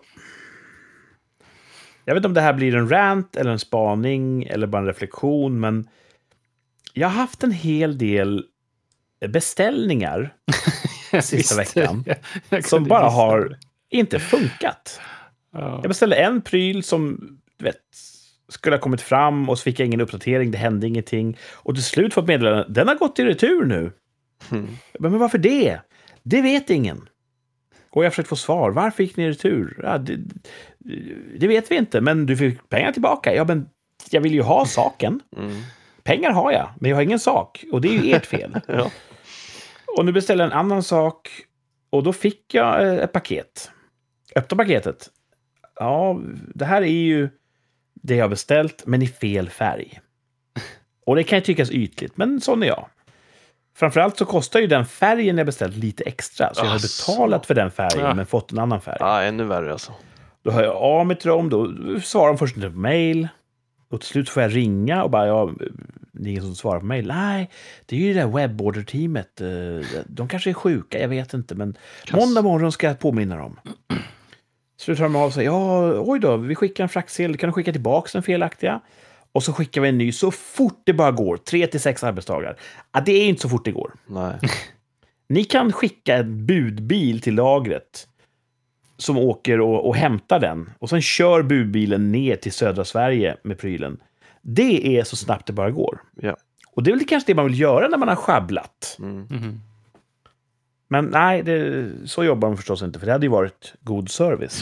jag vet inte om det här blir en rant eller en spaning eller bara en reflektion. Men jag har haft en hel del beställningar sista veckan. jag, jag som bara har inte funkat. Ja. Jag beställde en pryl som du vet, skulle ha kommit fram och så fick jag ingen uppdatering, det hände ingenting. Och till slut fått meddelande, den har gått i retur nu. Mm. Men, men varför det? Det vet ingen. Och jag försökte få svar, varför gick ni i retur? Ja, det, det vet vi inte, men du fick pengar tillbaka. Ja, men jag vill ju ha saken. Mm. Pengar har jag, men jag har ingen sak. Och det är ju ert fel. Ja. Och nu beställde jag en annan sak. Och då fick jag ett paket. Öppna paketet. Ja, det här är ju det jag har beställt, men i fel färg. Och det kan ju tyckas ytligt, men sån är jag. Framförallt så kostar ju den färgen jag beställt lite extra. Så jag har betalat för den färgen, ja. Men fått en annan färg. Ja, ännu värre alltså. Då hör jag av mig till dem, då svarar de först inte på mail. Och till slut får jag ringa och bara, ja, det är ingen som svarar på mail. Nej, det är ju det där webborder-teamet. De kanske är sjuka, jag vet inte. Men Kass. Måndag morgon ska jag påminna dem. Slut har de av sig, ja, oj då, vi skickar en fraktsedel. Kan du skicka tillbaka den felaktiga? Och så skickar vi en ny så fort det bara går. Tre till sex arbetsdagar. Ja, det är inte så fort det går. Nej. Ni kan skicka en budbil till lagret som åker och, och hämtar den. Och sen kör budbilen ner till södra Sverige med prylen. Det är så snabbt det bara går. Ja. Och det är väl kanske det man vill göra när man har schabblat. Mm. Mm-hmm. Men nej, det, så jobbar man förstås inte. För det hade ju varit god service.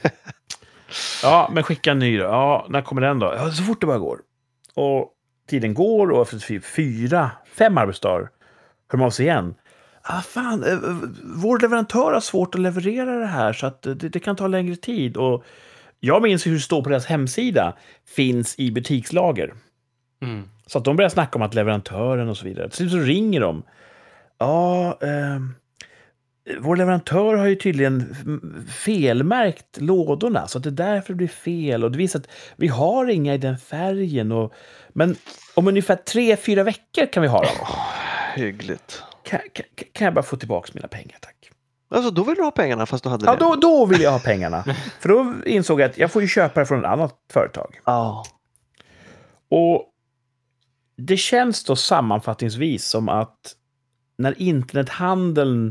Ja, men skicka en ny då. Ja, när kommer den då? Ja, så fort det bara går. Och tiden går och efter fyra, fem arbetsdagar hör man oss igen. Ah, fan, eh, vår leverantör har svårt att leverera det här så att det, det kan ta längre tid. Och jag minns hur det står på deras hemsida finns i butikslager. Mm. Så att de börjar snacka om att leverantören och så vidare. Till slut så ringer de. Ja, eh, vår leverantör har ju tydligen felmärkt lådorna så att det är därför det blir fel. Och det visar att vi har inga i den färgen. Och, men om ungefär tre, fyra veckor kan vi ha dem. Oh, hyggligt. Kan, kan, kan jag bara få tillbaka mina pengar, tack? Alltså, då vill du ha pengarna fast du hade ja, det? Ja, då, då vill jag ha pengarna. För då insåg jag att jag får ju köpa det från ett annat företag. Ja. Oh. Och det känns då sammanfattningsvis som att när internethandeln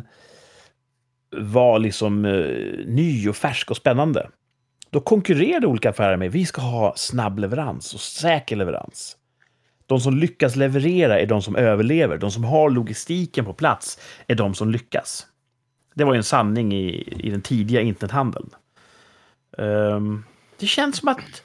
var liksom eh, ny och färsk och spännande, då konkurrerade olika affärer med vi ska ha snabb leverans och säker leverans. De som lyckas leverera är de som överlever. De som har logistiken på plats är de som lyckas. Det var ju en sanning i, i den tidiga internethandeln. Um, det känns som att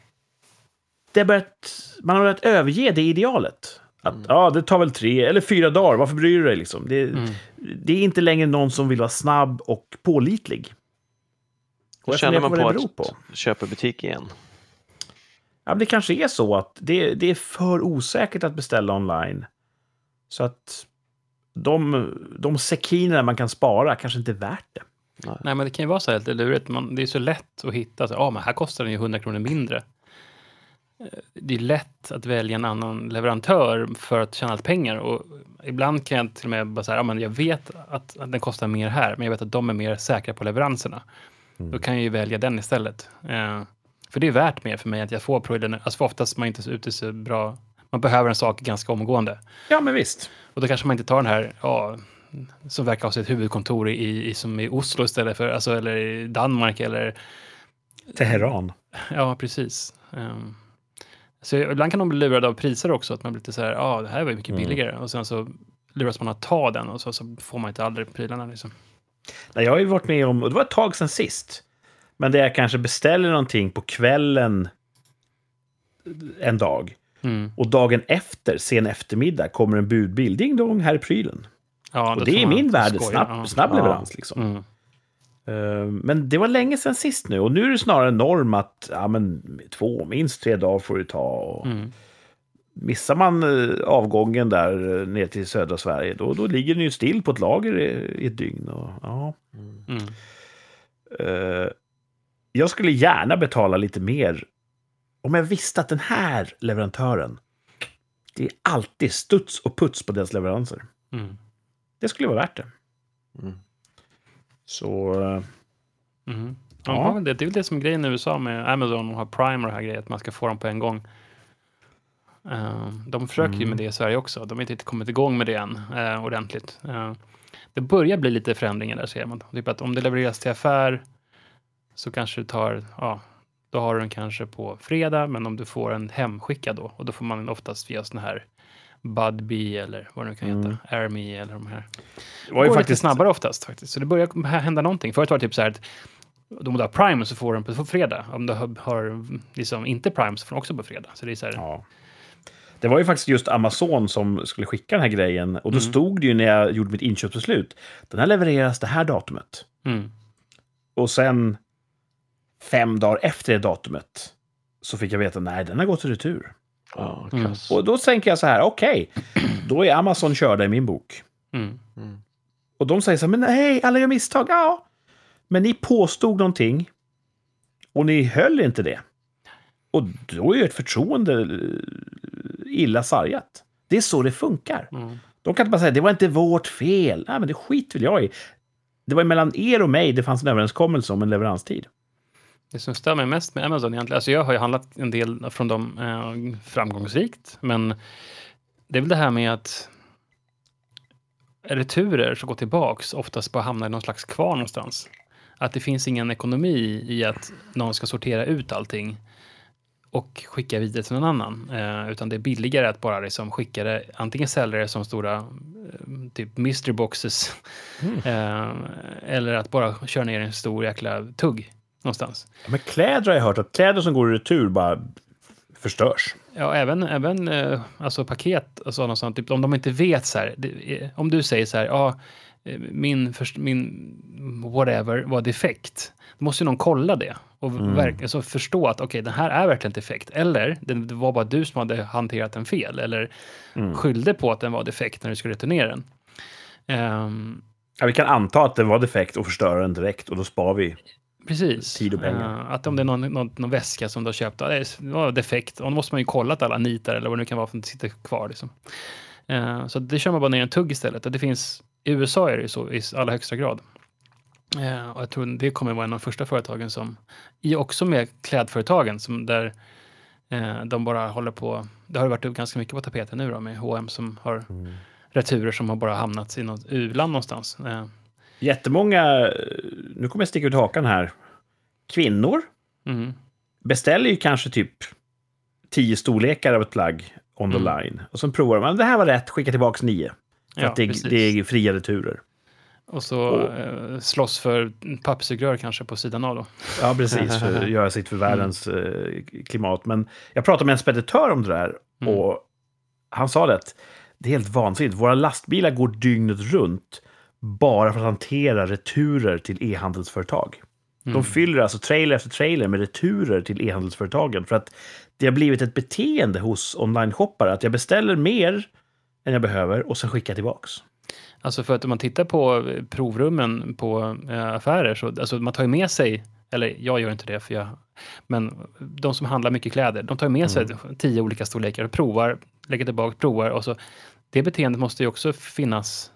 det börjat, man har börjat överge det idealet. Att mm. ja, det tar väl tre eller fyra dagar. Varför bryr du dig liksom? Det, mm. det är inte längre någon som vill vara snabb och pålitlig. Och jag känner man på, på att på. köpa butik igen. Ja, det kanske är så att det, det är för osäkert att beställa online. Så att de, de sekiner man kan spara kanske inte är värt det. Nej, Nej men det kan ju vara så här lite lurigt. Man, det är så lätt att hitta. Ja, ah, men här kostar den ju hundra kronor mindre. Det är lätt att välja en annan leverantör för att tjäna pengar. Och ibland kan jag till och med bara säga, ja, men jag vet att, att den kostar mer här, men jag vet att de är mer säkra på leveranserna. Mm. Då kan jag ju välja den istället. Eh, för det är värt mer för mig att jag får prylen. Alltså för oftast man inte så ute så bra. Man behöver en sak ganska omgående. Ja, men visst. Och då kanske man inte tar den här, ja, som verkar ha sitt huvudkontor i, i, som i Oslo istället för, alltså, eller i Danmark eller... Teheran. Ja, precis. Um, Så ibland kan de bli lurade av priser också. Att man blir lite så här, ja, ah, det här var ju mycket mm. billigare. Och sen så luras man att ta den. Och så, så får man inte aldrig prylarna liksom. Nej, jag har ju varit med om, och det var ett tag sedan sist. Men där jag kanske beställer någonting på kvällen en dag. Mm. Och dagen efter, sen eftermiddag, kommer en budbil. Ding dong, här är prylen. Ja, och det är min värld, snabb, ja. snabb leverans liksom. Mm. Men det var länge sedan sist nu. Och nu är det snarare norm att ja, men, två, minst tre dagar får du ta. Och mm. missar man avgången där ner till södra Sverige, då, då ligger den ju still på ett lager i, i ett dygn. Och, ja. Mm. Uh, jag skulle gärna betala lite mer om jag visste att den här leverantören, det är alltid studs och puts på deras leveranser. Mm. Det skulle vara värt det. Mm. Så... Mm. Ja. De har väl det. Det är väl det som är grejen i U S A med Amazon och har Prime och det här grejen, att man ska få dem på en gång. Uh, de försöker ju Mm. med det i Sverige också. De har inte kommit igång med det än uh, ordentligt. Uh, det börjar bli lite förändringar där, ser man. Typ att om det levereras till affär så kanske det tar, ja, då har du den kanske på fredag, men om du får en hemskickad då, och då får man oftast via sån här Budbee eller vad det nu kan heta, Mm. AirMe eller de här. Det var ju går faktiskt lite snabbare oftast faktiskt. Så det börjar hända någonting. Förut var det typ så här att om du har Prime så får du den på fredag. Om du har liksom inte Prime så får du också på fredag. Så det är så här... Ja. Det var ju faktiskt just Amazon som skulle skicka den här grejen. Och då Mm. stod det ju när jag gjorde mitt inköpsbeslut. Den här levereras det här datumet. Mm. Och sen fem dagar efter det datumet så fick jag veta, nej, den har gått i retur. Ja, Mm. kass. Och då tänker jag så här, okej, då är Amazon körda i min bok. Mm. Mm. Och de säger så här, men nej, alla gör misstag. Ja, men ni påstod någonting och ni höll inte det. Och då är ju ett förtroende illa sargat. Det är så det funkar. Mm. De kan inte bara säga, det var inte vårt fel. Nej, men det skit vill jag i. Det var mellan er och mig, det fanns en överenskommelse om en leveranstid. Det som stör mig mest med Amazon egentligen, alltså jag har ju handlat en del från dem eh, framgångsrikt, men det är väl det här med att returer som går tillbaks oftast bara hamnar i någon slags kvar någonstans. Att det finns ingen ekonomi i att någon ska sortera ut allting och skicka vidare till någon annan. Eh, utan det är billigare att bara liksom skicka det, antingen sälja det som stora eh, typ mystery boxes Mm. eh, eller att bara köra ner en stor jäkla tugg någonstans. Men kläder har jag hört att kläder som går i retur bara förstörs. Ja, även, även eh, alltså paket och sådana sånt. Typ, om de inte vet så här, det, eh, om du säger så här, ja, eh, min, först, min whatever var defekt. Då måste ju någon kolla det och Mm. verk, alltså förstå att okej, okay, den här är verkligen defekt. Eller det, det var bara du som hade hanterat den fel. Eller Mm. skyllde på att den var defekt när du skulle returnera den. Um, Ja, vi kan anta att den var defekt och förstöra den direkt och då spar vi. Precis. Tid och pengar. Uh, att om det är någon, någon, någon väska som du har köpt, ja, det var defekt. Och då måste man ju kolla att alla nitar eller vad det nu kan vara för att det sitter kvar. Liksom. Uh, så det kör man bara ner en tugg istället. Och det finns, i U S A är det så i allra högsta grad. Uh, och jag tror det kommer vara en av de första företagen som, i också med klädföretagen, som där uh, de bara håller på, det har varit ganska mycket på tapeten nu då, med H och M som har Mm. returer som har bara hamnat i något u-land någonstans. Uh, Jättemånga, nu kommer jag sticka ut hakan här, kvinnor mm. beställer ju kanske typ tio storlekar av ett plagg on the Mm. line. Och sen provar man, det här var rätt, skicka tillbaka nio. För Ja, att det, precis. det är fria returer. Och så Och- eh, slåss för papperssugrör kanske på sidan av då. Ja, precis, för att göra sitt för världens eh, klimat. Men jag pratade med en speditör om det där Mm. och han sa det att det är helt vansinnigt. Våra lastbilar går dygnet runt bara för att hantera returer till e-handelsföretag. Mm. De fyller alltså trailer efter trailer med returer till e-handelsföretagen för att det har blivit ett beteende hos online-shoppare att jag beställer mer än jag behöver och sen skickar jag tillbaks. Alltså för att om man tittar på eh, provrummen på eh, affärer så alltså man tar ju med sig, eller jag gör inte det för jag, men de som handlar mycket kläder, de tar ju med sig Mm. tio olika storlekar och provar, lägger tillbaka, provar och så det beteendet måste ju också finnas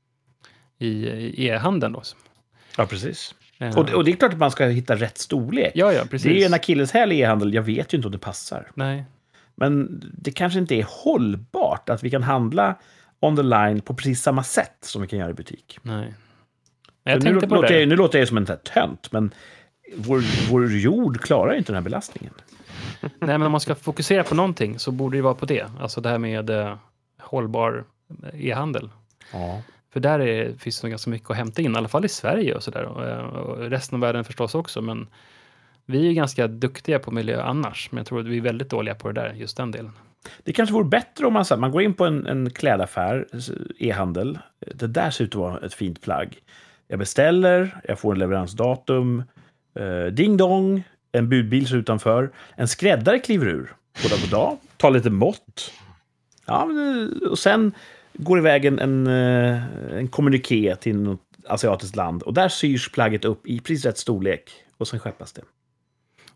i, i e-handeln då. Ja, precis. Eh, Och, och det är klart att man ska hitta rätt storlek. ja, ja, precis. Det är ju en akilleshäl i e-handel. Jag vet ju inte om det passar. Nej. Men det kanske inte är hållbart att vi kan handla on the line på precis samma sätt som vi kan göra i butik. Nej. Jag nu, tänkte på låter det. jag, nu låter jag som en sån här tönt, men vår, vår jord klarar ju inte den här belastningen. Nej, men om man ska fokusera på någonting så borde det vara på det. Alltså det här med eh, hållbar e-handel. Ja. För där är, finns det nog ganska mycket att hämta in, i alla fall i Sverige och sådär. Och, eh, och resten av världen förstås också, men vi är ganska duktiga på miljö annars. Men jag tror att vi är väldigt dåliga på det där, just den delen. Det kanske vore bättre om man, så här, man går in på en, en klädaffär, e-handel. Det där ser ut att vara ett fint plagg. Jag beställer, jag får en leveransdatum, eh, ding dong, en budbil ser utanför. En skräddare kliver ur, goddag goddag, tar lite mått. Ja, men, och sen går iväg en, en, eh, en kommuniké till något asiatiskt land. Och där syrs plagget upp i precis rätt storlek. Och sen skeppas det.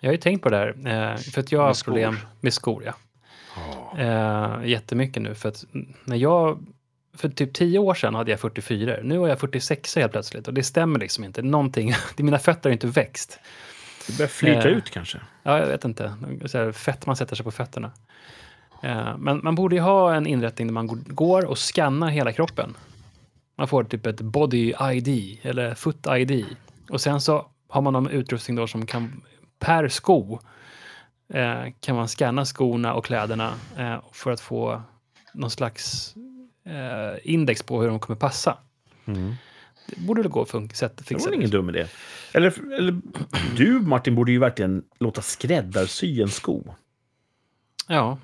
Jag har ju tänkt på det här, eh, för att jag har Med skor. problem med skor. Ja. Ja. Eh, jättemycket nu, för att när jag... För typ tio år sedan hade jag fyrtiofyra. Nu har jag fyrtiosex helt plötsligt. Och det stämmer liksom inte. Någonting, mina fötter har inte växt. Det börjar flyta Eh. ut kanske. Ja, jag vet inte. Så här, fett man sätter sig på fötterna. Eh, men man borde ju ha en inrättning där man går och skannar hela kroppen. Man får typ ett body I D eller foot I D. Och sen så har man någon utrustning då som kan per sko eh, kan man scanna skorna och kläderna eh, för att få någon slags eh, index på hur de kommer passa. Mm. Det borde väl gå att funka, sätt att Det fixa var det. ingen dum idé. Eller, eller du, Martin, borde ju verkligen låta skräddarsy en sko. Ja,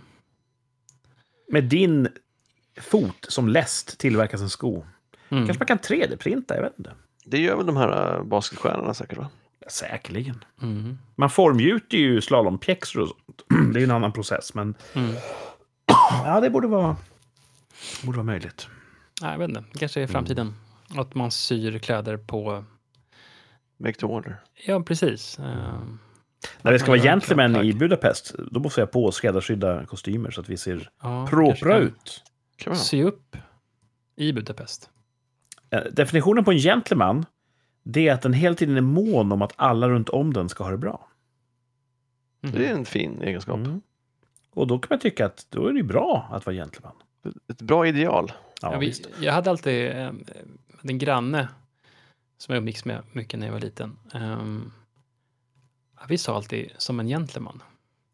Med din fot som läst tillverkas en sko. mm. Kanske man kan tre D-printa, jag vet inte. Det gör väl de här äh, basketstjärnorna säkert, va? Säkerligen. Mm. Man formgjuter ju slalompjäxor och sånt. Det är ju en annan process, men Mm. ja, det borde vara, borde vara möjligt. Nej, jag vet inte. Kanske i framtiden. Att man syr kläder på... Make to order. Ja, precis. Uh, När det ska vara Ja, gentlemen tack. i Budapest, då måste jag på skräddarsydda kostymer så att vi ser ja, propra kanske kan ut. Kan vi ha. sy upp i Budapest. Eh, Definitionen på en gentleman, det är att den hela tiden är mån om att alla runt om den ska ha det bra. Mm. Det är en fin egenskap. Mm. Och då kan man tycka att då är det ju bra att vara gentleman. Ett bra ideal. Ja, Ja, vi, visst. jag hade alltid eh, en granne som jag umgicks med mycket när jag var liten. Um, ja, vi sa alltid som en gentleman.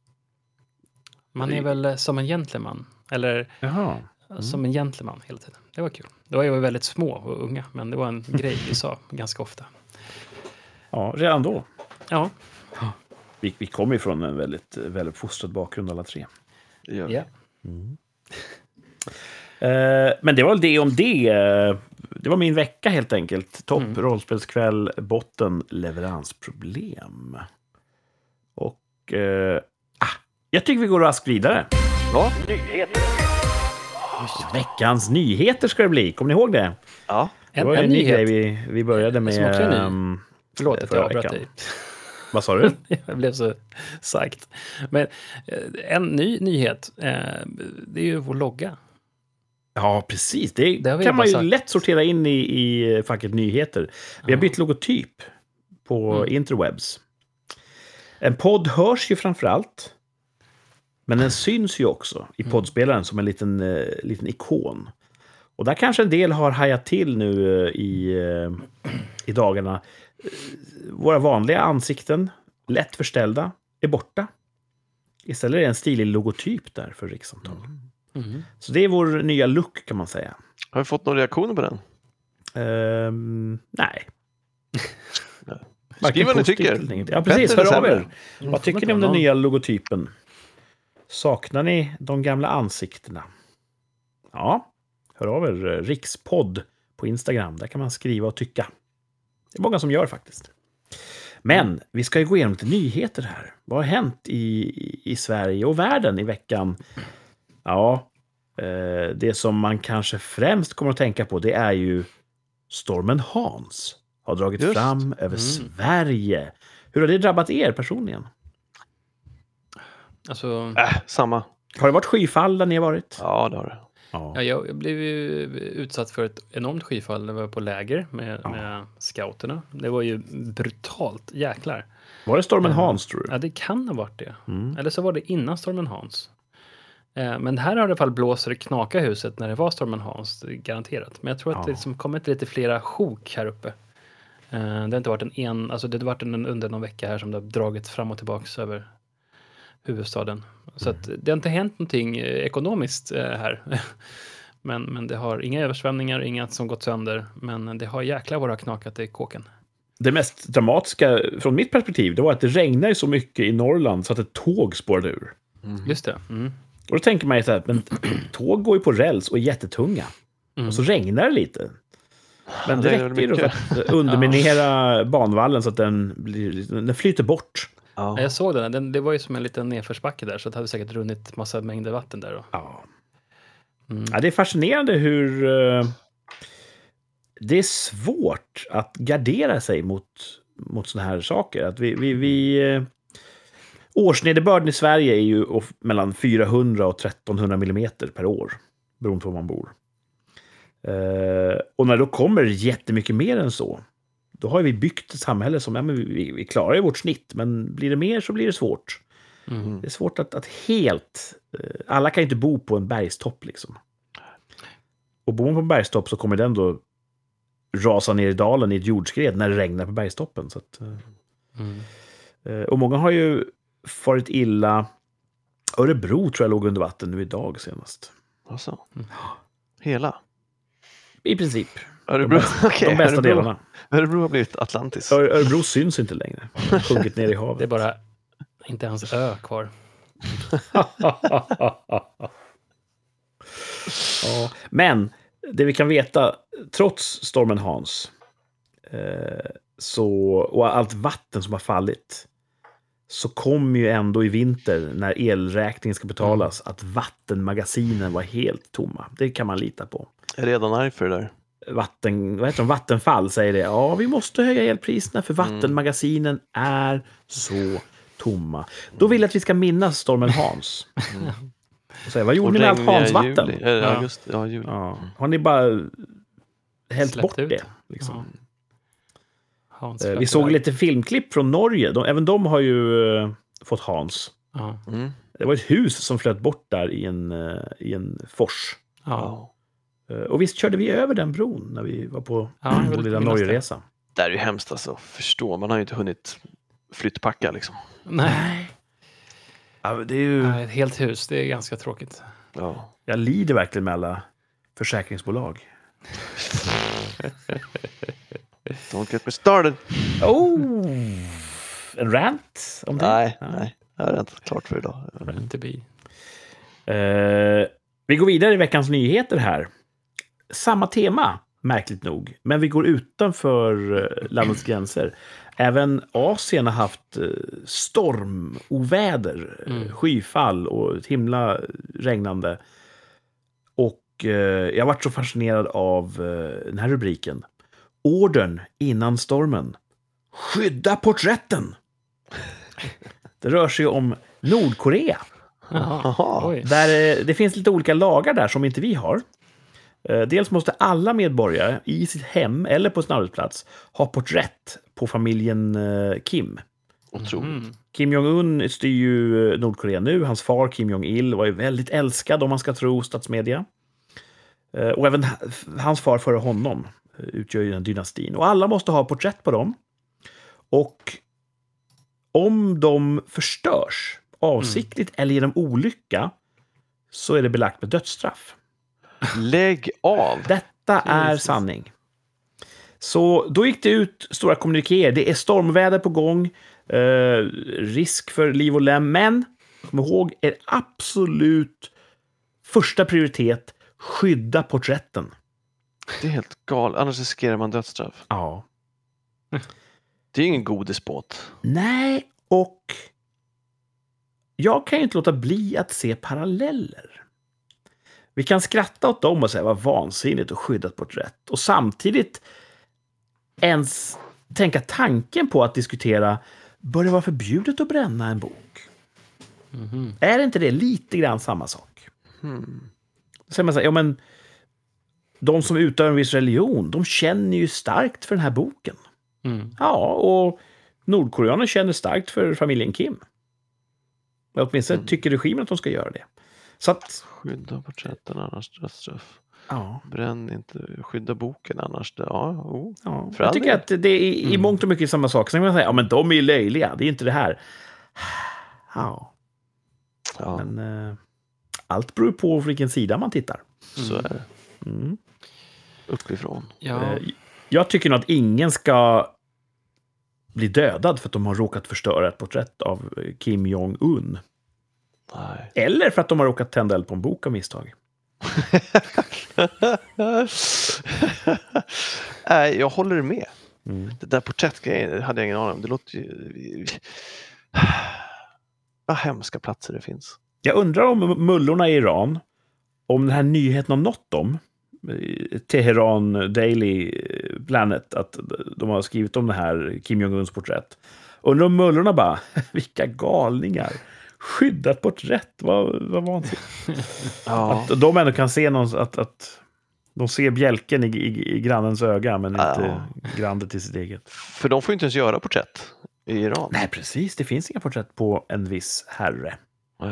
Man är väl eh, som en gentleman. Eller Jaha. mm. som en gentleman hela tiden. Det var kul. Det var ju väldigt små och unga, men det var en grej vi sa ganska ofta. Ja, redan då. Ja. Vi, vi kommer ju från en väldigt väluppfostrad bakgrund alla tre. Det gör vi. Ja. Eh, men det var väl det om det. Eh, Det var min vecka helt enkelt. Topp, Mm. rollspelskväll, botten, leveransproblem. Och eh, ah, jag tycker vi går raskt vidare. Ja. Veckans nyheter ska det bli. Kommer ni ihåg det? Ja. Det En, var en en ny nyhet. grej vi, vi började med. Som också är ny. ehm, Förlåt att förra jag avbröt veckan. dig. Vad sa du? Jag blev så sagt. Men eh, en ny nyhet, eh, det är ju vår logga. Ja, precis. Det, Det har vi kan man ju bara sagt. lätt sortera in i, i facket nyheter. Vi har Ja. bytt logotyp på Mm. interwebs. En podd hörs ju framför allt. Men den syns ju också i Mm. poddspelaren som en liten, eh, liten ikon. Och där kanske en del har hajat till nu eh, i, eh, i dagarna. Eh, Våra vanliga ansikten, lätt förställda, är borta. Istället är det en stilig logotyp där för rikssamtal. Mm. Så det är vår nya look kan man säga. Har vi fått några reaktioner på den? Ehm, nej. Skriv vad ni positivt tycker. eller inget. Ja, precis. Bättre eller Hör av sämre? er. Vad tycker ni om den nya logotypen? Saknar ni de gamla ansiktena? Ja, hör av er. eh, Rikspodd på Instagram. Där kan man skriva och tycka. Det är många som gör faktiskt. Men vi ska ju gå igenom lite nyheter här. Vad har hänt i, i Sverige och världen i veckan? Ja, eh, det som man kanske främst kommer att tänka på det är ju stormen Hans har dragit Just. fram över Mm. Sverige. Hur har det drabbat er personligen? Alltså, Äh, samma. Har det varit skyfall där ni har varit? Ja, det har det. Ja. ja, jag blev ju utsatt för ett enormt skyfall när jag var på läger med, Ja. med scouterna. Det var ju brutalt, jäklar. Var det stormen Ja. Hans tror du? Ja, det kan ha varit det. Mm. Eller så var det innan stormen Hans. Eh, Men här har det i alla fall blåst så det knaka i huset när det var stormen Hans, det är garanterat. Men jag tror att Ja. det liksom kommit lite flera sjok här uppe. Eh, Det har inte varit en en, alltså det har varit en under någon vecka här som det har dragit fram och tillbaks över huvudstaden. Så att det har inte hänt någonting eh, ekonomiskt eh, här. Men, men det har inga översvämningar, inga som gått sönder. Men det har jäklar vad det har knakat i kåken. Det mest dramatiska från mitt perspektiv det var att det regnade så mycket i Norrland så att ett tåg spårade ur. Just det. Mm. Och då tänker man ju så här, men tåg går ju på räls och är jättetunga. Mm. Och så regnar det lite. Men det det är räcker ju då för mycket. att underminera banvallen så att den, blir, den flyter bort. Ja, Ja. jag såg den, den. Det var ju som en liten nedförsbacke där. Så det hade säkert runnit massa mängder vatten där. Då. Ja. Mm. Ja, det är fascinerande hur eh, det är svårt att gardera sig mot, mot såna här saker. Att vi, vi, vi, eh, Årsnederbörden i Sverige är ju of- mellan fyrahundra och trettonhundra millimeter per år, beroende på var man bor. Eh, och när då kommer jättemycket mer än så, då har vi byggt ett samhälle som, ja, men vi, vi klarar ju vårt snitt, men blir det mer så blir det svårt. Mm. Det är svårt att, att helt... Eh, alla kan ju inte bo på en bergstopp liksom. Och bor man på en bergstopp så kommer den då rasa ner i dalen i ett jordskred när det regnar på bergstoppen. Så att, eh, Mm. eh, och många har ju farit illa. Örebro tror jag låg under vatten nu idag senast. Alltså. Mm. Hela? I princip. Örebro, De okej, bästa Örebro, delarna. Örebro har blivit Atlantis. Ö- Örebro syns inte längre. Sjunkit ner i Det är havet. bara inte hans ö kvar. Ja, men det vi kan veta, trots stormen Hans eh, så, och allt vatten som har fallit, så kommer ju ändå i vinter, när elräkningen ska betalas, att vattenmagasinen var helt tomma. Det kan man lita på. Jag är redan arg för det där. Vatten, vad heter de? Vattenfall säger det. Ja, vi måste höja elpriserna för vattenmagasinen är så tomma. Då vill jag att vi ska minnas stormen Hans. Och säga, vad gjorde ni med allt Hansvatten? Juli, äh, augusti, ja, juli. Ja. Har ni bara hällt Släppt bort ut. det? Liksom? Ja. Hans Eh, Vi flöt såg iväg. lite filmklipp från Norge. De, även de har ju eh, fått Hans. Ja. Mm. Det var ett hus som flöt bort där i en, eh, i en fors. Ja. Ja. Eh, och visst körde vi över den bron när vi var på Ja, jag vill vår lilla minnas det. Norgeresa. Det är ju hemskt alltså. Förstå, man har ju inte hunnit flyttpacka liksom. Nej. Ja, det är ju, Nej, ett helt hus, det är ganska tråkigt. Ja. jag lider verkligen med alla försäkringsbolag. Don't get me started. Oh! En rant om det? Nej, Ja. nej. Det är inte klart för idag. To be. Eh, vi går vidare i veckans nyheter här. Samma tema, märkligt nog. Men vi går utanför eh, landets gränser. Även Asien har haft eh, storm, oväder, eh, Mm. skyfall och ett himla regnande. Och eh, jag har varit så fascinerad av eh, den här rubriken. Ordern innan stormen. Skydda porträtten! Det rör sig om Nordkorea. Jaha. Jaha. Oj. Där, eh, det finns lite olika lagar där som inte vi har. Eh, Dels måste alla medborgare i sitt hem eller på sin arbetsplats ha porträtt på familjen eh, Kim. Otroligt. Mm. Kim Jong-Un styr ju eh, Nordkorea nu. Hans far Kim Jong-Il var ju väldigt älskad om man ska tro statsmedia. Eh, Och även ha- hans far före honom eh, utgör ju den dynastin. Och alla måste ha porträtt på dem. Och om de förstörs avsiktligt eller genom olycka så är det belagt med dödsstraff. Lägg av. Detta är Jesus. sanning. Så då gick det ut stora kommunikéer. Det är stormväder på gång. Eh, risk för liv och lem. Men kom ihåg, er absolut första prioritet, skydda porträtten. Det är helt galet. Annars riskerar man dödsstraff. Ja. Det är ingen godisbåt. Nej, och jag kan ju inte låta bli att se paralleller. Vi kan skratta åt dem och säga vad vansinnigt och skyddat porträtt. Och samtidigt ens tänka tanken på att diskutera, bör det vara förbjudet att bränna en bok? Mhm. Är inte det lite grann samma sak? Hmm. Så säger man så här, ja men de som utövar en viss religion, de känner ju starkt för den här boken. Mm. Ja, och nordkoreaner känner starkt för familjen Kim. Men åtminstone Mm. tycker regimen att de ska göra det. Så att, Skydda porträtten annars dödsstraff. ja, Bränn inte. Skydda boken annars. Det, ja, oh. ja. För Jag all tycker del. att det är i Mm. mångt och mycket samma sak. Sen kan man säga, ja men de är ju löjliga, det är inte det här. Ja, Ja, men eh, allt beror på vilken sida man tittar. så är det. Mm. Uppifrån. Ja. Eh, Jag tycker nog att ingen ska bli dödad för att de har råkat förstöra ett porträtt av eh, Kim Jong-Un. Nej. Eller för att de har råkat tända eld på en bok av misstag. Nej, jag håller med. Mm. Det där porträttgrejen hade jag ingen aning om. Det låter ju... Vad hemska platser det finns. Jag undrar om mullorna i Iran, om den här nyheten har nått dem, Teheran Daily Planet att de har skrivit om det här Kim Jong-Uns porträtt. Undrar om mullorna bara, vilka galningar. Skyddat porträtt, vad, vad var det? Ja. Att de ändå kan se någon, att, att de ser bjälken i, i, i grannens öga, men Ja. inte grandet i sitt eget. För de får ju inte ens göra porträtt i Iran. Nej, precis. Det finns inga porträtt på en viss herre. Nej.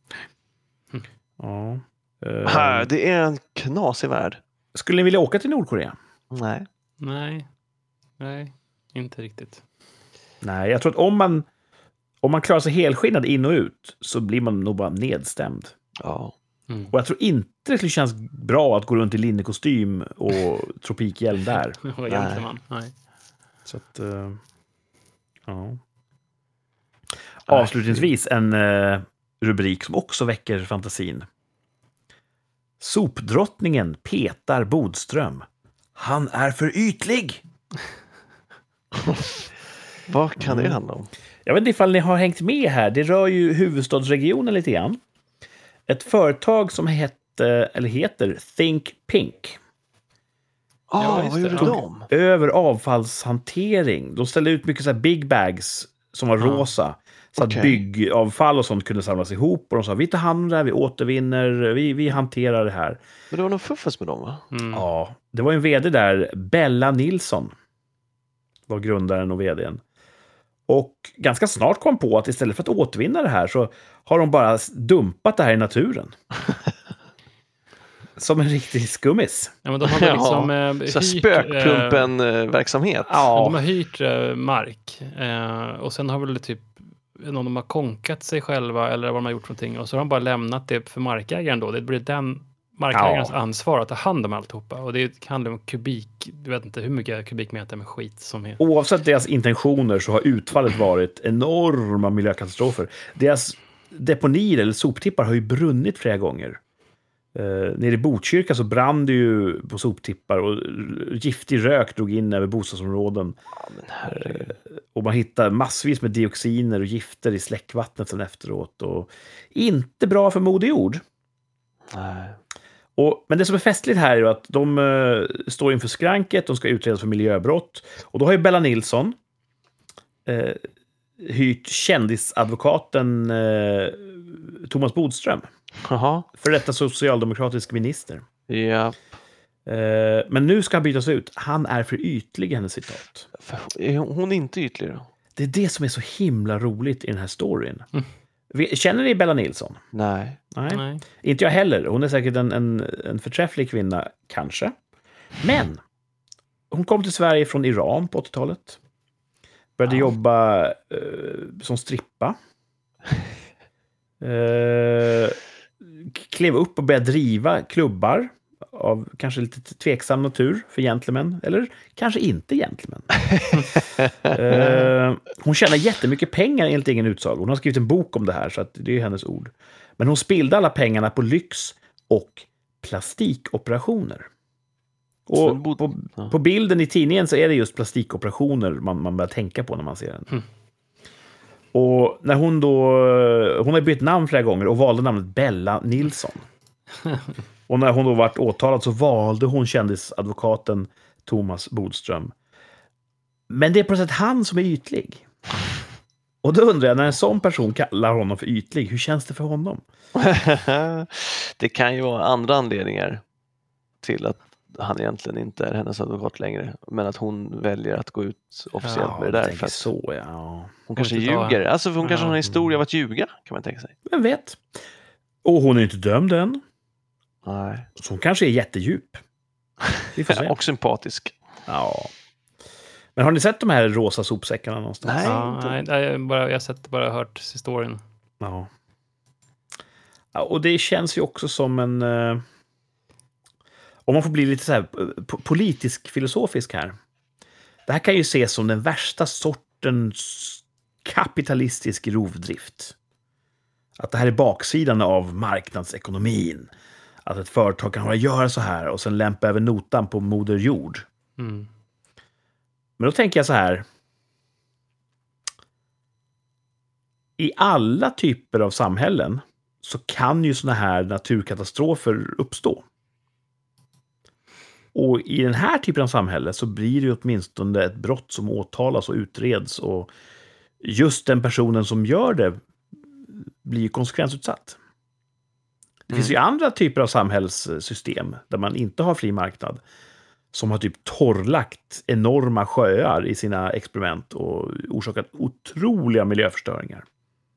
Ja. Här, Uh, det är en knasig värld. skulle ni vilja åka till Nordkorea? Nej. Nej, nej, inte riktigt. Nej, jag tror att om man, om man klarar sig helskinnad in och ut så blir man nog bara nedstämd. Ja. Mm. Och jag tror inte det skulle kännas bra att gå runt i linnekostym och tropikhjälm där. Vad egentligen man? Nej. Så att, uh, ja. Avslutningsvis en uh, rubrik som också väcker fantasin. Sopdrottningen petar Bodström. Han är för ytlig. Vad kan Mm. det handla om? Jag vet inte ifall ni har hängt med här. Det rör ju huvudstadsregionen lite grann. Ett företag som hette, eller heter Think Pink. Ah, Ja, just vad det. gjorde Ja. de? Över avfallshantering. De ställde ut mycket så här big bags som var Ja. rosa. Så Okej. att byggavfall och sånt kunde samlas ihop. Och de sa, vi tar hand om det här, vi återvinner, vi, vi hanterar det här. Men det var någon fuffens med dem, va? Mm. Ja, det var en vd där, Bella Nilsson, var grundaren och vdn. Och ganska snart kom på att istället för att återvinna det här så har de bara dumpat det här i naturen. Som en riktig skummis. Ja, men de har väl liksom Ja, eh, Så hyrt, spökplumpen-verksamhet. eh, de Ja, har hyrt eh, mark eh, och sen har väl typ någon de har konkat sig själva eller vad de har gjort för någonting och så har de bara lämnat det för markägaren då. Det blir den markägarens Ja. ansvar att ta hand om alltihopa. Och det handlar om kubik, du vet inte hur mycket kubikmeter med skit som är. oavsett deras intentioner så har utfallet varit enorma miljökatastrofer. Deras deponier eller soptippar har ju brunnit flera gånger. Uh, nere i Botkyrka så brann det ju på soptippar och giftig rök drog in över bostadsområden. Ja, men herregud. Och man hittar massvis med dioxiner och gifter i släckvattnet sen efteråt. Och inte bra för Moder Jord. Nej. Och, men det som är festligt här är ju att de uh, står inför skranket, de ska utredas för miljöbrott. Och då har ju Bella Nilsson uh, hyrt kändisadvokaten uh, Thomas Bodström. Jaha. För detta socialdemokratisk minister. Ja. Uh, men nu ska han bytas ut. Han är för ytlig, hennes citat. För är hon inte ytlig då? Det är det som är så himla roligt i den här storyn. Mm. Vi- Känner ni Bella Nilsson? Nej. Nej. Nej. Inte jag heller. Hon är säkert en, en, en förträfflig kvinna, kanske. Men hon kom till Sverige från Iran på åttiotalet. Började Ja. jobba eh, som strippa. Eh, klev upp och började driva klubbar av kanske lite tveksam natur för gentlemän. Eller kanske inte gentlemän. eh, hon tjänar jättemycket pengar enligt egen utsago. Hon har skrivit en bok om det här, så att det är hennes ord. Men hon spillde alla pengarna på lyx och plastikoperationer. Så Och bod- på, ja. på bilden i tidningen så är det just plastikoperationer man, man börjar tänka på när man ser den. Mm. Och när hon då... Hon har bytt namn flera gånger och valde namnet Bella Nilsson. Och när hon då vart åtalad så valde hon kändisadvokaten Thomas Bodström. Men det är på något sätt han som är ytlig. Och då undrar jag, när en sån person kallar honom för ytlig, hur känns det för honom? Det kan ju vara andra anledningar till att han egentligen inte är hennes advokat längre. Men att hon väljer att gå ut officiellt med det där. För att så, ja. hon kanske inte ta- ljuger. Alltså för hon Ja. kanske har en historia av att ljuga, kan man tänka sig. Vem vet? Och hon är inte dömd än. Nej. Så hon kanske är jättedjup. Vi får se. Och sympatisk. Ja. Men har ni sett de här rosa sopsäckarna någonstans? Nej. Ja, inte. nej, nej, jag bara, jag har sett, bara hört historien. Ja. Ja, och det känns ju också som en... Eh, om man får bli lite så här p- politisk filosofisk här. Det här kan ju ses som den värsta sortens kapitalistisk rovdrift. Att det här är baksidan av marknadsekonomin. Att ett företag kan bara göra så här och sen lämpa över notan på Moder Jord. Mm. Men då tänker jag så här. I alla typer av samhällen så kan ju såna här naturkatastrofer uppstå. Och i den här typen av samhälle så blir det åtminstone ett brott som åtalas och utreds. Och just den personen som gör det blir konsekvensutsatt. Det mm. finns ju andra typer av samhällssystem där man inte har fri marknad. Som har typ torrlagt enorma sjöar i sina experiment och orsakat otroliga miljöförstöringar.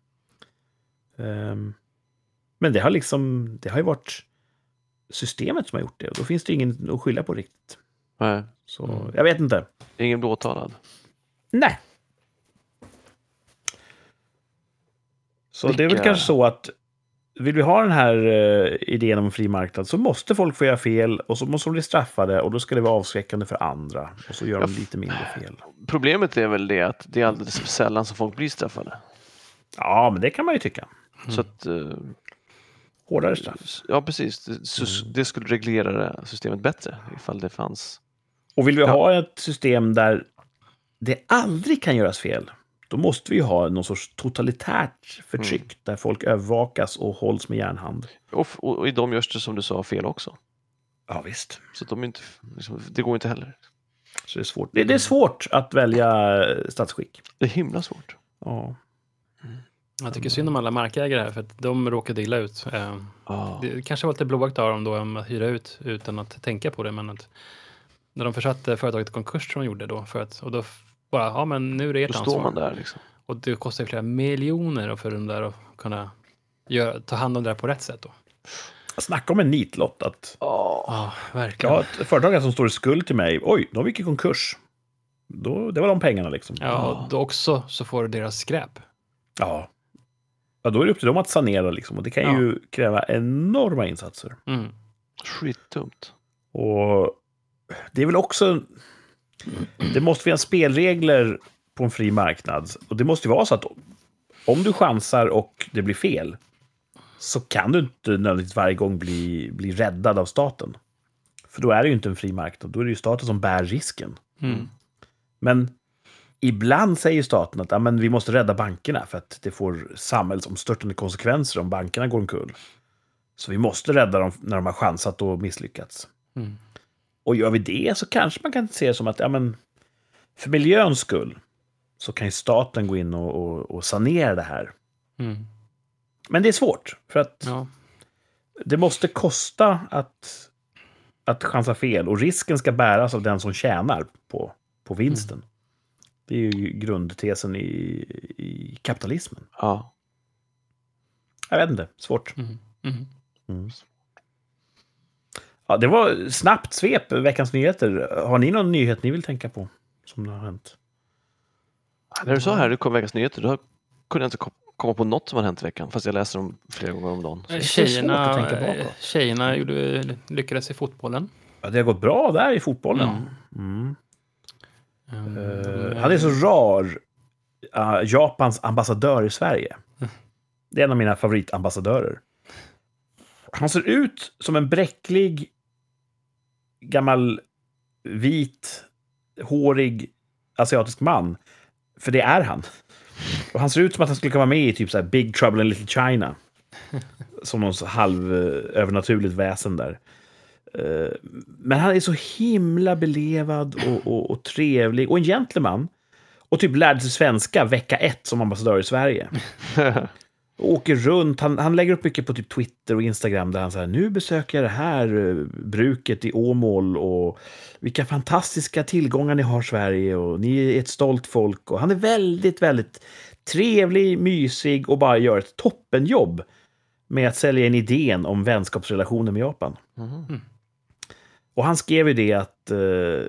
Um, men det har liksom, det har ju varit systemet som har gjort det. Och då finns det ingen att skylla på riktigt. Nej. Så mm. jag vet inte. Ingen blir åtalad. Nej. Så Vilka... det är väl kanske så att vill vi ha den här uh, idén om fri marknad så måste folk få göra fel och så måste de bli straffade och då ska det vara avskräckande för andra och så gör de ja, lite mindre fel. Problemet är väl det att det är alldeles för sällan som folk blir straffade. Ja, men det kan man ju tycka. Mm. Så att... Uh, hårdare straff. Ja, precis. Det, så, mm. det skulle reglera systemet bättre ifall det fanns. Och vill vi ja. ha ett system där det aldrig kan göras fel, då måste vi ha någon sorts totalitärt förtryck mm. där folk övervakas och hålls med järnhand. Och, och, och i dem görs det som du sa fel också. Ja, visst. Så de är inte, liksom, det går inte heller. Så det är svårt. Det, det är svårt att välja statsskick. Det är himla svårt. Ja. Mm. Jag tycker synd om alla markägare här för att de råkade illa ut. Oh. Det kanske var lite blåvakt av dem då att hyra ut utan att tänka på det, men att när de försatte företaget i konkurs som de gjorde då för att, och då bara, ja men nu är det ert ansvar. Då står man där liksom. Och det kostar flera miljoner för dem där att kunna göra, ta hand om det där på rätt sätt då. Snacka om en nitlott att oh. oh, verkligen. Ja, ett företag som står i skuld till mig, oj, de gick i konkurs. Då, det var de pengarna liksom. Ja, och då också så får du deras skräp. Ja. Ja, då är det upp till dem att sanera liksom. Och det kan ja. ju kräva enorma insatser. Mm. Skitdumt. Och det är väl också... Det måste finnas spelregler på en fri marknad. Och det måste ju vara så att om du chansar och det blir fel så kan du inte nödvändigtvis varje gång bli, bli räddad av staten. För då är det ju inte en fri marknad. Då är det ju staten som bär risken. Mm. Men... Ibland säger staten att ja, men vi måste rädda bankerna för att det får samhällsomstörtande konsekvenser om bankerna går omkull. Så vi måste rädda dem när de har chansat och misslyckats. Mm. Och gör vi det så kanske man kan se det som att ja, men för miljöns skull så kan ju staten gå in och, och, och sanera det här. Mm. Men det är svårt för att ja. det måste kosta att, att chansa fel och risken ska bäras av den som tjänar på, på vinsten. Mm. Det är ju grundtesen i, i kapitalismen. Ja. Jag vet inte. Svårt. Mm. Mm. Mm. Ja, det var snabbt svep, veckans nyheter. Har ni någon nyhet ni vill tänka på som har hänt? Ja, när du sa här, det kom veckans nyheter, då kunde jag inte komma på något som har hänt i veckan. Fast jag läser dem flera gånger om dagen. Så tjejerna, tjejerna gjorde, lyckades i fotbollen. Ja, det har gått bra där i fotbollen. Mm. Mm. Mm. Uh, han är så rar uh, Japans ambassadör i Sverige. Mm. Det är en av mina favoritambassadörer. Han ser ut som en bräcklig gammal vit hårig asiatisk man. För det är han. Och han ser ut som att han skulle kunna vara med i typ så här Big Trouble in Little China. Som någon halv övernaturligt väsen där. Men han är så himla belevad och, och, och trevlig. Och en gentleman. Och typ lärde sig svenska vecka ett som ambassadör i Sverige. Och åker runt. Han, han lägger upp mycket på typ Twitter och Instagram. Där han säger, nu besöker jag det här bruket i Åmål. Och vilka fantastiska tillgångar ni har i Sverige. Och ni är ett stolt folk. Och han är väldigt, väldigt trevlig, mysig. Och bara gör ett toppenjobb med att sälja in idén om vänskapsrelationer med Japan. Mm. Och han skrev ju det att eh,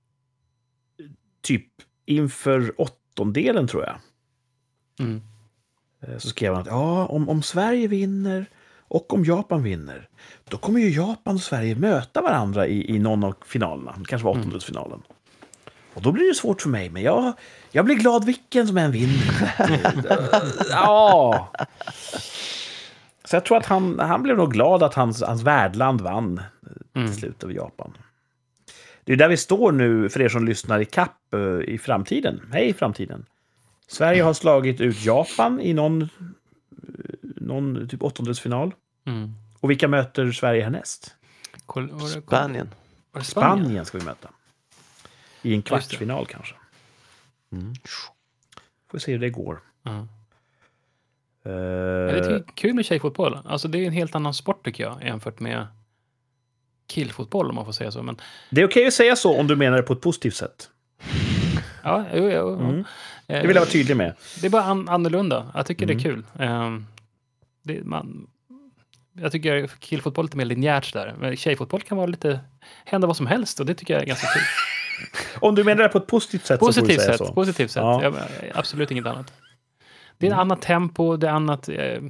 typ inför åttondelen tror jag. Mm. Eh, så skrev han att ja, om, om Sverige vinner och om Japan vinner, då kommer ju Japan och Sverige möta varandra i, i någon av finalerna. Det kanske var åttondelsfinalen. Mm. Och då blir det svårt för mig, men jag, jag blir glad vilken som än vinner. Ja. Så jag tror att han, han blev nog glad att hans, hans värdland vann mm. till slut över Japan. Det är där vi står nu för er som lyssnar i kapp uh, i framtiden. Hej i framtiden. Sverige har slagit ut Japan i någon, någon typ åttondelsfinal. Mm. Och vilka möter Sverige härnäst? Spanien. Var det Spanien? Spanien ska vi möta. I en kvartsfinal kanske. Mm. Får se hur det går. Uh-huh. Uh, Ja, det är kul med tjejfotboll. Alltså det är en helt annan sport tycker jag jämfört med killfotboll om man får säga så. Men... Det är okej att säga så om du menar det på ett positivt sätt. Ja, jo, jo, jo. Mm. Det vill jag vara tydlig med. Det är bara an- annorlunda. Jag tycker Mm. det är kul. Um, det, man, jag tycker killfotboll är lite mer linjärt där. Men tjejfotboll kan vara lite hända vad som helst och det tycker jag är ganska kul. Om du menar det på ett positivt sätt Positivt så får du säga sätt, så. positivt sätt. Ja. Jag, absolut inget annat. Det är ett Mm. annat tempo, det är annat... Eh,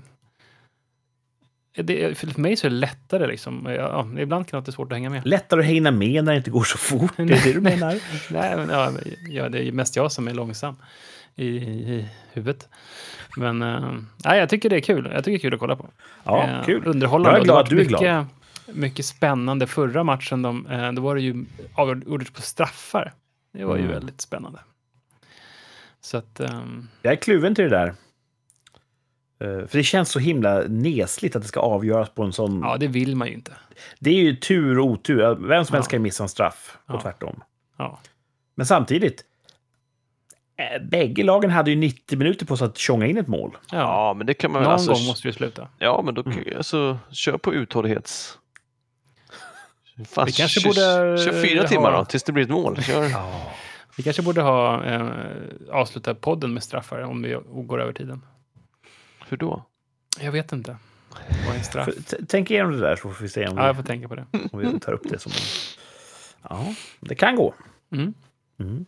det, för mig så är det lättare liksom. Ja, ibland kan det vara svårt att hänga med. Lättare att hänga med när det inte går så fort. Det är det du menar? Nej, men, ja, ja, det är mest jag som är långsam i, i huvudet. Men äh, nej, jag tycker det är kul. Jag tycker det är kul att kolla på. Ja, eh, kul. Underhållande. Jag är glad Det att du är mycket, glad. mycket spännande förra matchen. De, eh, då var det ju avgjort på straffar. Det var ju Mm. väldigt spännande. Så att... Um, Jag är kluven till det där. Uh, för det känns så himla nesligt att det ska avgöras på en sån... ja, det vill man ju inte. Det är ju tur och otur. Vem som helst Ja. kan missa en straff. Och Ja. tvärtom. Ja. Men samtidigt. eh, Bägge lagen hade ju nittio minuter på sig att tjonga in ett mål. Ja. Ja, men det kan man väl... Någon Alltså, gång måste det sluta. Ja, men då Mm. alltså, kör på uthållighets... Fan, Vi kanske kör, borde, kör fyra ha- timmar då, tills det blir ett mål. Kör. Ja. Vi kanske borde ha eh, avsluta podden med straffar om vi går över tiden. Hur då? Jag vet inte. Vad är en straff? Tänk igenom det där så får vi se om vi, Ja, jag får tänka på det. om vi tar upp det som en... Ja, det kan gå. Mm. Mm.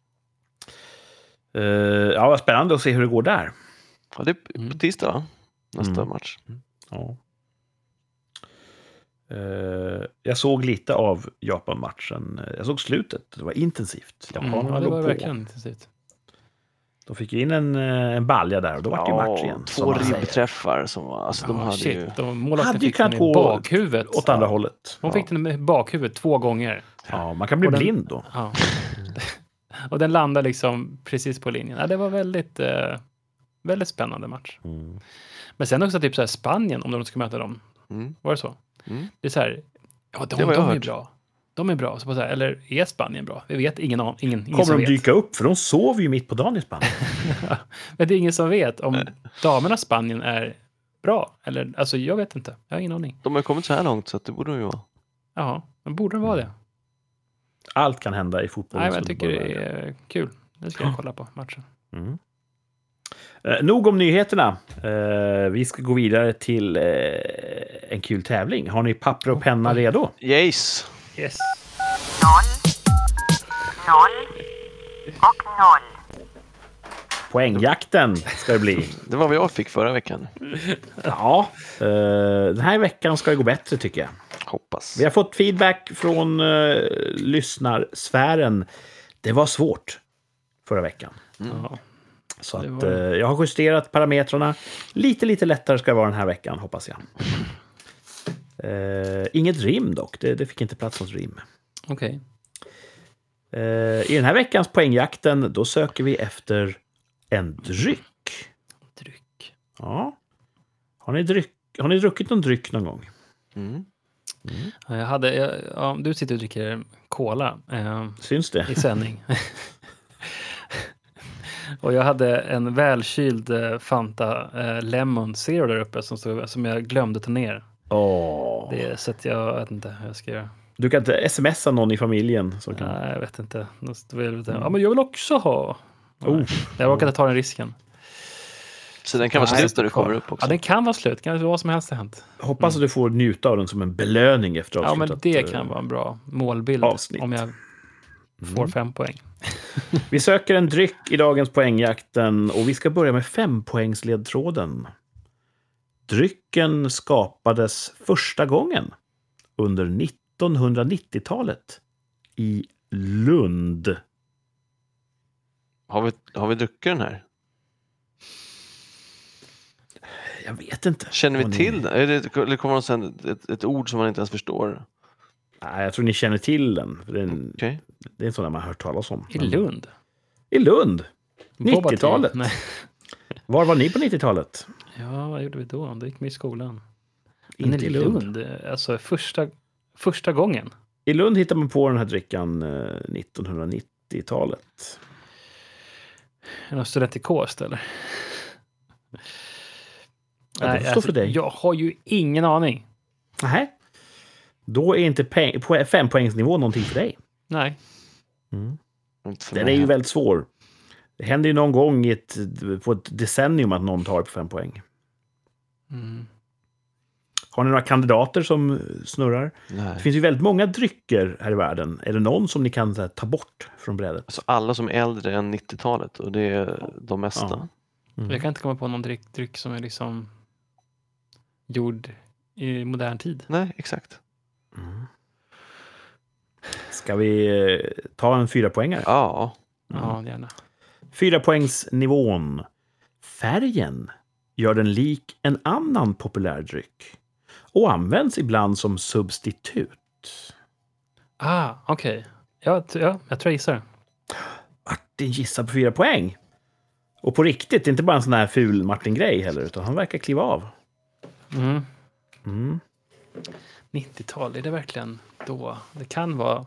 Uh, ja, vad spännande att se hur det går där. Ja, det är på Mm. tisdag, va? Nästa Mm. match. Ja. Uh, jag såg lite av Japan-matchen. Jag såg slutet. Det var intensivt. Mm, Japanerna ja, det låg var på. verkligen intensivt. De fick ju in en, eh, en balja där och då var det ju match igen. två som man säger. ribbträffar som var... Alltså, de Ja, hade shit. ju... De målvakten Hade ju fick den kunnat i gå bakhuvudet. Åt andra hållet. Hon Ja. fick den i bakhuvudet två gånger. Ja, man kan bli Och den- blind då. Ja. Och den landade liksom precis på linjen. Ja, det var väldigt, eh, väldigt spännande match. Mm. Men sen också typ så här Spanien, om de ska möta dem. Mm. Var det så? Mm. Det är så här, ja, de, Det var jag de är hört. bra. De är bra. Så på så här, eller är Spanien bra? Vi vet ingen, an- ingen, ingen Kommer som de vet. dyka upp? För de sov ju mitt på dagen i Spanien. Men det är ingen som vet om damernas Spanien är bra. Eller, alltså jag vet inte. Jag har ingen aning. De har ju kommit så här långt så att det borde de ju vara. Jaha, men borde de vara det? Allt kan hända i fotbollen. Nej, men jag som tycker bara det är kul. Nu ska jag kolla på matchen. Mm. Eh, nog om nyheterna. Eh, vi ska gå vidare till eh, en kul tävling. Har ni papper och penna redo? Yes! Yes. Noll, noll och noll. Poängjakten ska det bli. Det var vad jag fick förra veckan. Ja, eh, den här veckan ska det gå bättre tycker jag. Hoppas. Vi har fått feedback från eh, lyssnarsfären. Det var svårt förra veckan. Ja. Så Det att, var- eh, jag har justerat parametrarna. Lite, lite lättare ska det vara den här veckan, hoppas jag. Eh, inget rim dock. Det, det fick inte plats något rim. Okej. Eh, I den här veckans poängjakten, då söker vi efter en dryck. Dryck. Ja. Har ni, dryck, har ni druckit någon dryck någon gång? Mm. Ja, jag hade, jag, ja, du sitter och dricker cola eh, Syns det? i sändning. Och jag hade en välkyld eh, Fanta eh, Lemon Zero där uppe som, stod, som jag glömde ta ner. Åh. Det, så att jag vet inte hur jag ska göra. Du kan inte smsa någon i familjen som kan... Nej, jag vet inte. De stod väl lite, Ja, men jag vill också ha. Oh. Jag vågar inte ta den risken. Så den kan vara Nej, slut när du kommer upp också. Ja, den kan vara slut. Kan vad som helst ha hänt. Hoppas att du får njuta av den som en belöning efter Ja, men avslutat. det eh, kan vara en bra målbild avsnitt. om jag får fem poäng. Vi söker en dryck i dagens poängjakten och vi ska börja med fempoängsledtråden. Drycken skapades första gången under nittonhundranittiotalet i Lund. Har vi, har vi druckit den här? Jag vet inte. Känner vi Vad ni- till den? Är det, eller kommer det sen ett, ett ord som man inte ens förstår? Nej, jag tror ni känner till den. För det, är en, Okej. det är en sån där man har hört talas om. I Lund? I Lund. Boba nittiotalet. Tea. Nej. Var var ni på nittiotalet? Ja, vad gjorde vi då? Då gick vi i skolan. Men Inte i i Lund. Lund, alltså första, första gången. I Lund hittar man på den här drickan eh, nittonhundranittiotalet. Är det studentikost eller? Ja, det får stå för dig. Jag har ju ingen aning. Nej. Då är inte peng- på fempoängsnivå någonting för dig. Nej. Mm. Inte för Den är mig. ju väldigt svår. Det händer ju någon gång i ett, på ett decennium att någon tar på fem poäng. Mm. Har ni några kandidater som snurrar? Nej. Det finns ju väldigt många drycker här i världen. Är det någon som ni kan så här, ta bort från brädet? Alltså alla som är äldre än nittiotalet och det är de mesta. Ja. Mm. Jag kan inte komma på någon dryck, dryck som är liksom gjord i modern tid. Nej, exakt. Mm. Ska vi eh, ta en fyra poängare? Ja. Ja, gärna. Fyra poängsnivån. Färgen gör den lik en annan populär dryck och används ibland som substitut. Ah, okej. Okay. Ja, t- ja, jag tror jag gissar. Martin gissar på fyra poäng. Och på riktigt, det är inte bara en sån här ful Martin-grej heller, utan han verkar kliva av. Mm. Mm. nittiotal, är det verkligen då? Det kan vara...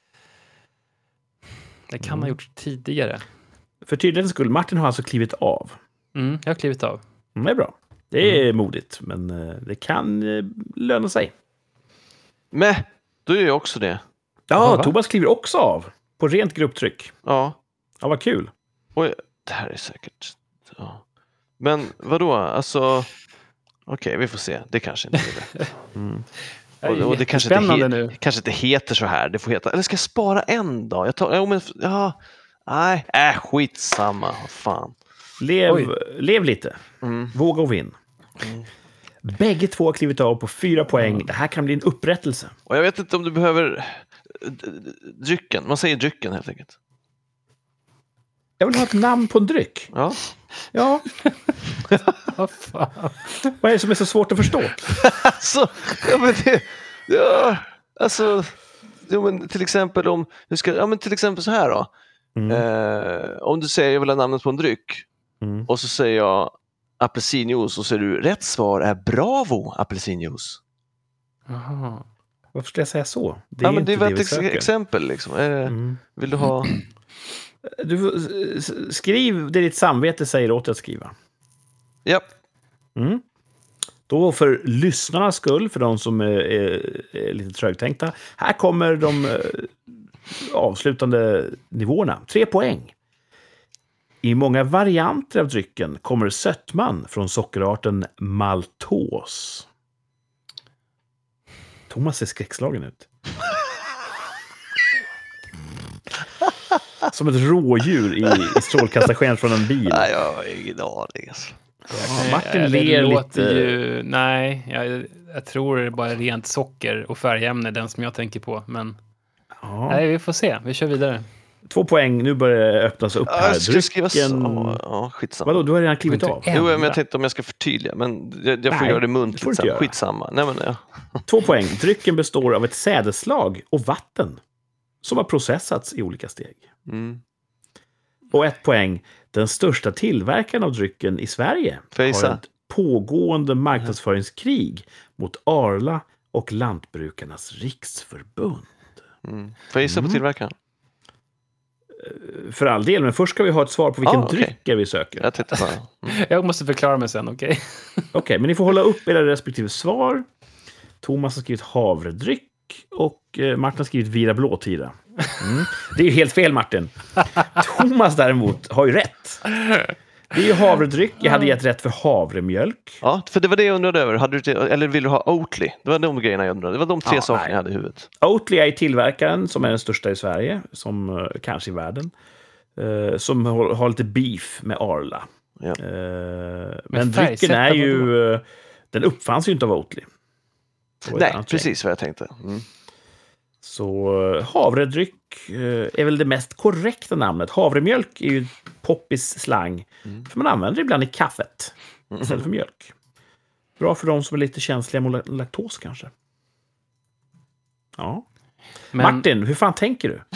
Det kan Mm. ha gjorts tidigare. För tydlighetens skull, Martin har alltså klivit av. Mm, jag har klivit av. Mm, det är bra. Det är modigt, men eh, det kan eh, löna sig. Men då gör jag också det. Ja, va? Tobias kliver också av. På rent grupptryck. Ja. Ja, vad kul. Oj, det här är säkert... Ja. Men vadå? Alltså... Okej, vi får se. Det kanske inte är det. Mm. Det är Och, och det kanske inte, jättespännande he- nu. kanske inte heter så här. Det får heta... Eller ska jag spara en dag? Jag tar... Ja, men... Ja. Nej, äh, skitsamma. Vad fan. Lev, Oj. lev lite. Mm. Våga och vinn. Mm. Bägge två har klivit av på fyra poäng. Det här kan bli en upprättelse. Och jag vet inte om du behöver... d- d- Drycken. Man säger drycken helt enkelt. Jag vill ha ett namn på en dryck. Ja. Ja, Vad fan? vad är det som är så svårt att förstå? Alltså, ja men det... Ja, alltså... Ja, men till exempel om... Hur ska, ja, men till exempel så här då. Mm. Eh, om du säger jag vill ha namnet på en dryck Mm. och så säger jag apelsinjuice och så säger du rätt svar är Bravo apelsinjuice. Jaha. Varför skulle jag säga så? Det Ja, är men inte det är väl det vi ett ex- söker. exempel liksom. Är det, Mm. Vill du ha... Du får, s- skriv det ditt samvete säger åt dig att skriva. Ja. Mm. Då för lyssnarnas skull, för de som är, är, är lite trögtänkta. Här kommer de eh, avslutande nivåerna. Tre poäng. I många varianter av drycken kommer sötman från sockerarten maltos. Thomas ser skräckslagen ut. Som ett rådjur i, i strålkastarsken från en bil. Nej, jag har ingen aning. Alltså. Ja, Martin Eh, det ler låter lite. Ju, nej, jag, jag tror det är bara rent socker och färgämne, den som jag tänker på. Men Ja. nej, vi får se. Vi kör vidare. Två poäng, nu börjar det öppnas upp Ja, här. jag ska skriva så. Drycken... Ja, ja, skitsamma. Vadå, du har redan klivit Men av. du- Jo, men ändra. jag tänkte om jag ska förtydliga, men jag, jag får Nej, göra det det får du muntligt inte sen. göra. Skitsamma. Nej, men, ja. Två poäng. Drycken består av ett sädeslag och vatten som har processats i olika steg. Mm. Och ett poäng. Den största tillverkaren av drycken i Sverige Får jag har gissa? ett pågående marknadsföringskrig mot Arla och Lantbrukarnas riksförbund. Mm. Får jag gissa Mm. på tillverkaren? För all del, men först ska vi ha ett svar på vilken Ah, okej. dryck är vi söker. Jag tänkte bara... Mm. Jag måste förklara mig sen, okej? Okej, men ni får hålla upp era respektive svar. Thomas har skrivit havredryck och eh, Martin har skrivit Vira blåtira. Mm. Det är ju helt fel, Martin. Thomas däremot har ju rätt. Det är ju havredryck. Jag hade gett rätt för havremjölk. Ja, för det var det jag undrade över. Hade du, eller vill du ha Oatly? Det var de grejerna jag undrade. Det var de tre Ja, sakerna nej. jag hade i huvudet. Oatly är tillverkaren som är den största i Sverige, som eh, kanske i världen. Eh, som har, har lite beef med Arla. Ja. Eh, men Men drycken färgsätta är vadå? ju... Eh, den uppfanns ju inte av Oatly. Det var ett Nej, annat gäng. precis vad jag tänkte. Mm. Så eh, havredryck eh, är väl det mest korrekta namnet. Havremjölk är ju poppis slang. Mm. För man använder det ibland i kaffet Mm. istället för mjölk. Bra för de som är lite känsliga mot laktos kanske. Ja. Men Martin, hur fan tänker du?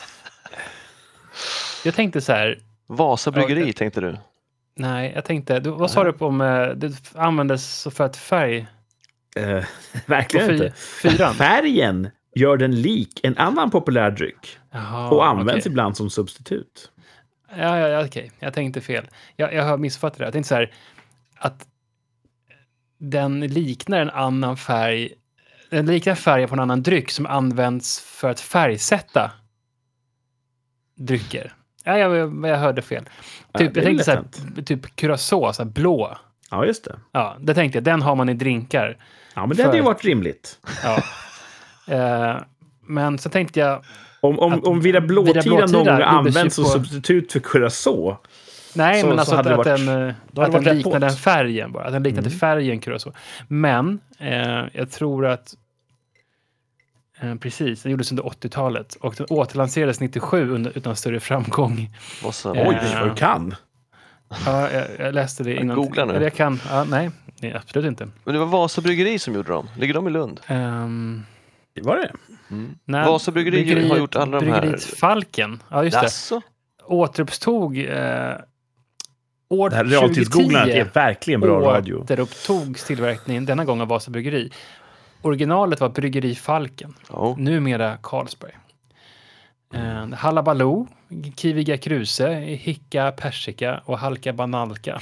jag tänkte så här. Vasa bryggeri Ja, tänkte du? Nej, jag tänkte, du, vad sa du på om eh, det användes för att färg? Eh, verkligen På fy- inte. fyran? Färgen gör den lik en annan populär dryck Jaha, och används okej. ibland som substitut. Ja, ja, ja, okej. Jag tänkte fel. Jag, jag har missfattat det. Jag tänkte så här att den liknar en annan färg. Den liknar färgen på en annan dryck som används för att färgsätta drycker. Ja, jag, jag, jag hörde fel. Ja, Typ, det är jag tänkte så här, lätt. typ curacao, så här blå. Ja, just det. Ja, det tänkte jag. Den har man i drinkar. Ja, men det hade ju För- varit rimligt. Ja. Eh, men så tänkte jag, Om, om, Att om Vira Blåtira Vira Blåtira någon gång gjordes används ju som på- substitut för curacao. nej, Så- men så alltså att, hade det att varit- den, eh, då hade att det den varit rätt liknar båt. den färgen bara. Att den liknar Mm. till färgen curacao. Men eh, jag tror att eh, precis, den gjordes under åttiotalet och den återlanserades nittiosju under, utan större framgång. Och så, Eh, Oj, vad du kan. Ja, jag, jag läste det innan. googlar nu. Eller jag kan. Ja, nej, nej, absolut inte. Men det var Vasa Bryggeri som gjorde dem. Ligger de i Lund? Um, Var det? nej, Vasa Bryggeri har gjort alla de här- Bryggeriet Falken. Ja, just det. Jaså? Återuppstod eh, år Det här realtidsgooglandet är verkligen bra radio. återupptogs tillverkningen denna gång av Vasa Bryggeri. Originalet var Bryggeri Falken, Ja. numera Carlsberg. Eh, Hallabaloo, Kiviga Kruse, Hicka Persika och Halka Banalka.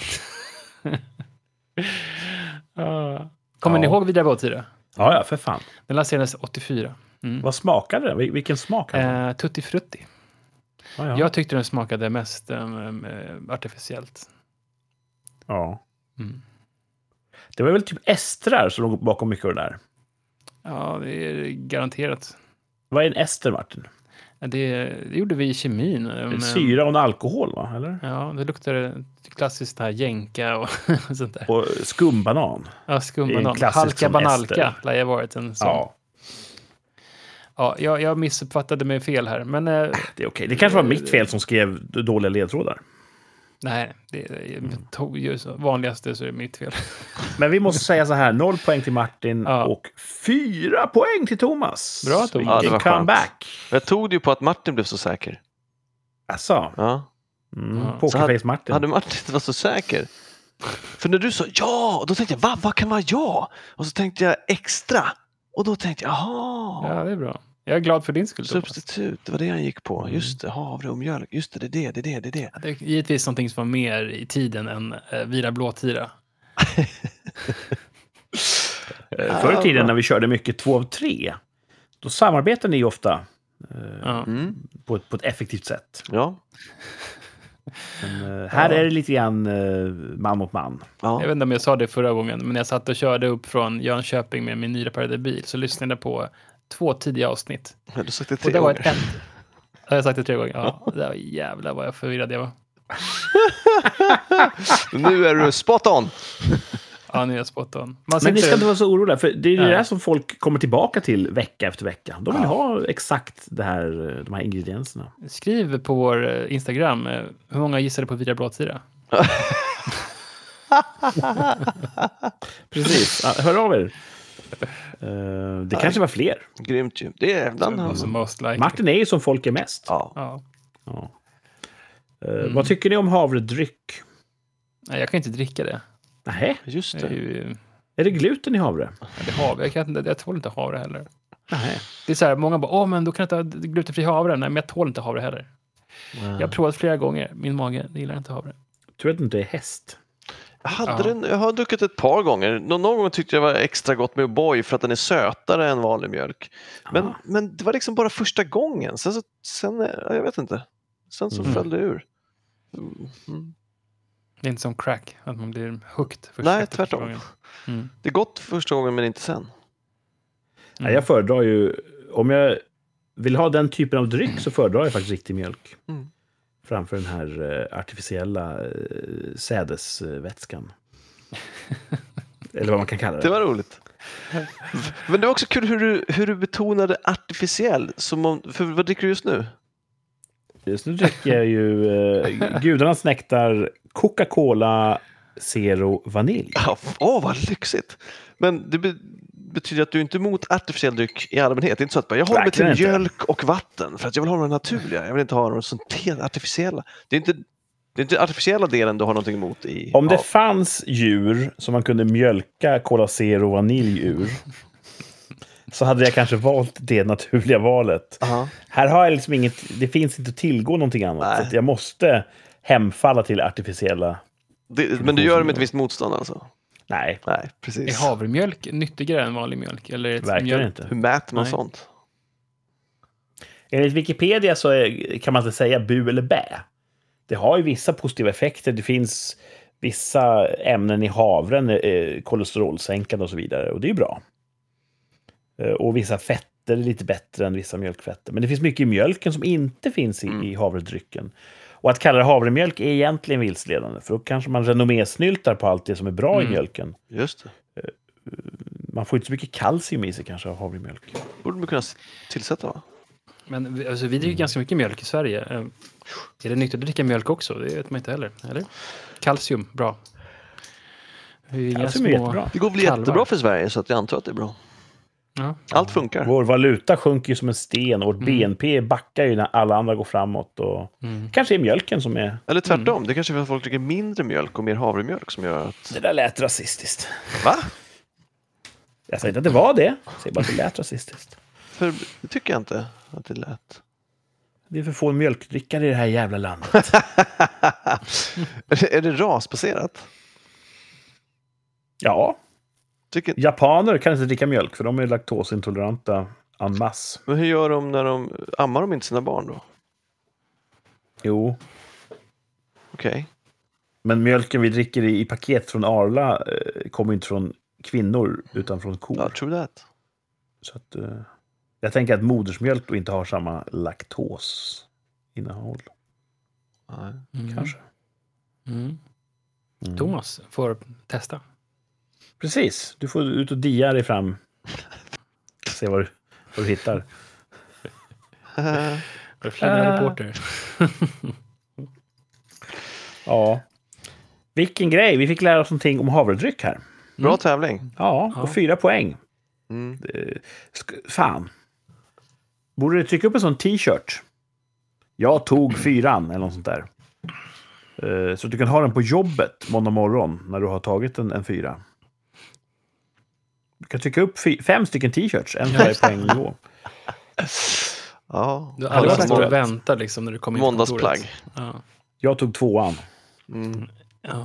Ah. Kommer ni Ja. ihåg Vidare Båtira? Ja, ja, för fan. Den lanserades åttiofyra. Mm. Vad smakade den? Vil- Vilken smak hade den? Eh, Tutti Frutti. Ja, ja. Jag tyckte den smakade mest um, artificiellt. ja. Mm. Det var väl typ estrar som låg bakom mycket av det där. Ja, det är garanterat. Vad är en ester, Martin? Ja, Det, det gjorde vi i kemin. En Men- syra och en alkohol, va? Eller? Ja, det luktar klassiskt här jänka och sånt där. Och skumbanan. Ja, det är en skumbanan. klassisk Halka som banalka ester. lär ju ha varit en sån. Ja. Ja, jag, jag missuppfattade mig fel här, men eh, det är okej. Det kanske var mitt fel som skrev dåliga ledtrådar. nej, det är tog ju så vanligaste så är det mitt fel. Men vi måste säga så här, noll poäng till Martin Ja. och fyra poäng till Thomas. Bra, Thomas. Ja, det Vilken var skönt. comeback. Jag tog det ju på att Martin blev så säker. Alltså, Ja. mm, Ja. Pokerface Martin. Hade Martin inte varit så säker? För när du sa ja, då tänkte jag, va, vad kan vara ja? Och så tänkte jag extra. Och då tänkte jag, jaha. Ja, det är bra. Jag är glad för din skull, Thomas. Substitut, det var det han gick på. Just det, havre och mjölk. Just det, det är det, det är det, det är det. Det är givetvis någonting som var mer i tiden än eh, Vira Blåtira. Eh, Förr i tiden när vi körde mycket två av tre, då samarbetade ni ofta eh, Ja. Mm. på, ett, på ett effektivt sätt. Ja. Men, eh, här Ja. är det lite grann eh, man mot man. Ja. Jag vet inte om jag sa det förra gången, men jag satt och körde upp från Jönköping med min nyreparerade bil så lyssnade jag på två tidiga avsnitt. Du har sagt det Och tre det var gånger. ett... ett har jag sagt det tre gånger? Ja, det var jävlar vad jag förvirrad jag var. Nu är du spot on. Ja, nu är jag spot on. Man Men ni sitter- ska inte vara så oroliga, för det är det Nej. där som folk kommer tillbaka till vecka efter vecka. De vill Ja. ha exakt det här, de här ingredienserna. Skriv på vår eh, Instagram eh, hur många gissade på Vira Blåtira. Precis, ja, hör av er. Eh, det kanske var fler. Grymt ju. Det är bland Alltså annat. most likely. Martin är ju som folk är mest. Ja. Ja. Ja. Eh, Vad tycker ni om havredryck? Nej, jag kan inte dricka det. Nej, Just Det är, det. ju, är det gluten i havre? ja, det havre. Jag, kan, inte- jag tål inte havre heller. Nej. Det är så här, många bara, åh men då kan jag inte ha glutenfri havre. Nej, men jag tål inte havre heller. Jag har provat flera gånger. Min mage gillar inte havre. Tror att det inte är häst. Jag, hade Ja. den, jag har druckit ett par gånger. Någon, någon gång tyckte jag det var extra gott med O'boy för att den är sötare än vanlig mjölk. Men, Ah. men det var liksom bara första gången. Sen, så, sen ja, jag vet inte. Sen så Mm. föll det ur. Mm. Det är inte som crack, att man blir hooked. Första, Nej, efter första tvärtom. gången. Mm. Det är gott första gången men inte sen. Nej, jag föredrar ju, om jag vill ha den typen av dryck så föredrar jag faktiskt riktig mjölk. Mm. Framför den här eh, artificiella eh, sädesvätskan. Eller vad man kan kalla det. Det var roligt. Men det var också kul hur du, hur du betonade artificiell. Som om, för vad dricker du just nu? Just nu dricker jag ju eh, gudarnas nektar Coca-Cola Zero Vanilj. Ja, åh, vad lyxigt! Men det be- betyder att du inte är emot artificiell dryck i allmänhet. Det är inte så att bara, jag håller mig till Verkligen inte. mjölk och vatten för att jag vill ha de naturliga. Jag vill inte ha de syntet artificiella. Det är inte det är inte artificiella delen du har någonting emot i. Om det ja. fanns djur som man kunde mjölka Cola Zero Vanilj ur, så hade jag kanske valt det naturliga valet. Aha. Här har jag liksom inget, det finns inte att tillgå någonting annat. Nej. Så att jag måste hemfalla till artificiella... Det, men du gör det med ett visst motstånd alltså? Nej, Nej, Är precis. havremjölk nyttigare än vanlig mjölk? Eller är det ett verkligen mjölk? inte. Hur mäter man Nej. sånt? Enligt Wikipedia så är, kan man inte säga bu eller bä. Det har ju vissa positiva effekter. Det finns vissa ämnen i havren, eh, kolesterolsänkande och så vidare. Och det är ju bra. Eh, och vissa fetter är lite bättre än vissa mjölkfetter. Men det finns mycket i mjölken som inte finns i, Mm. i havredrycken. Och att kalla det havremjölk är egentligen vilseledande. För då kanske man renommésnyltar på allt det som är bra Mm. i mjölken. Just det. Man får inte så mycket kalcium i sig kanske av havremjölk. Borde man kunna tillsätta, va? Men vi- alltså, vi dricker ganska mycket mjölk i Sverige. Eh, Är det nyttigt att dricka mjölk också? Det vet man inte heller. Eller? Kalcium, bra. Vi är inga Kalcium är små jättebra. Det går väl kalvar. jättebra för Sverige, så att jag antar att det är bra. Ja. Allt funkar. Vår valuta sjunker ju som en sten och vårt B N P backar ju när alla andra går framåt. Och Mm. kanske är mjölken som är... Eller tvärtom, det kanske är för att folk dricker mindre mjölk och mer havremjölk som gör att... Det där lät rasistiskt. Va? Jag säger inte att det var det. Jag säger bara att det lät rasistiskt. För det tycker jag inte att det lät. Det är för få mjölkdrickare i det här jävla landet. är, det, är det rasbaserat? Ja, Tycker... japaner kan inte dricka mjölk för de är laktosintoleranta en masse. Men hur gör de när de... Ammar de inte sina barn då? Jo, Okej. men mjölken vi dricker i, i paket från Arla eh, kommer inte från kvinnor utan från kor. Ja, true that. Så att, eh, jag tänker att modersmjölk då inte har samma laktosinnehåll. Nej. Mm. Kanske. Mm. Mm. Thomas får testa. Precis, du får ut och dia dig fram. Se vad du, vad du hittar. Flimmiga Äh. reporter. Ja. Vilken grej, vi fick lära oss någonting om havredryck här. Bra tävling. Ja, Ja. och fyra poäng. Mm. Eh, sk- fan. Borde du trycka upp en sån t-shirt? Jag tog fyran eller något sånt där. Eh, så att du kan ha den på jobbet måndag morgon när du har tagit en, en fyra. Du kan trycka upp fy- fem stycken t-shirts, en på varje poängnivå. Ja. Du, det alla var står rätt. och väntar liksom när du kommer in på Måndagsplagg. kontoret. Ja. Jag tog tvåan. Mm. Ja.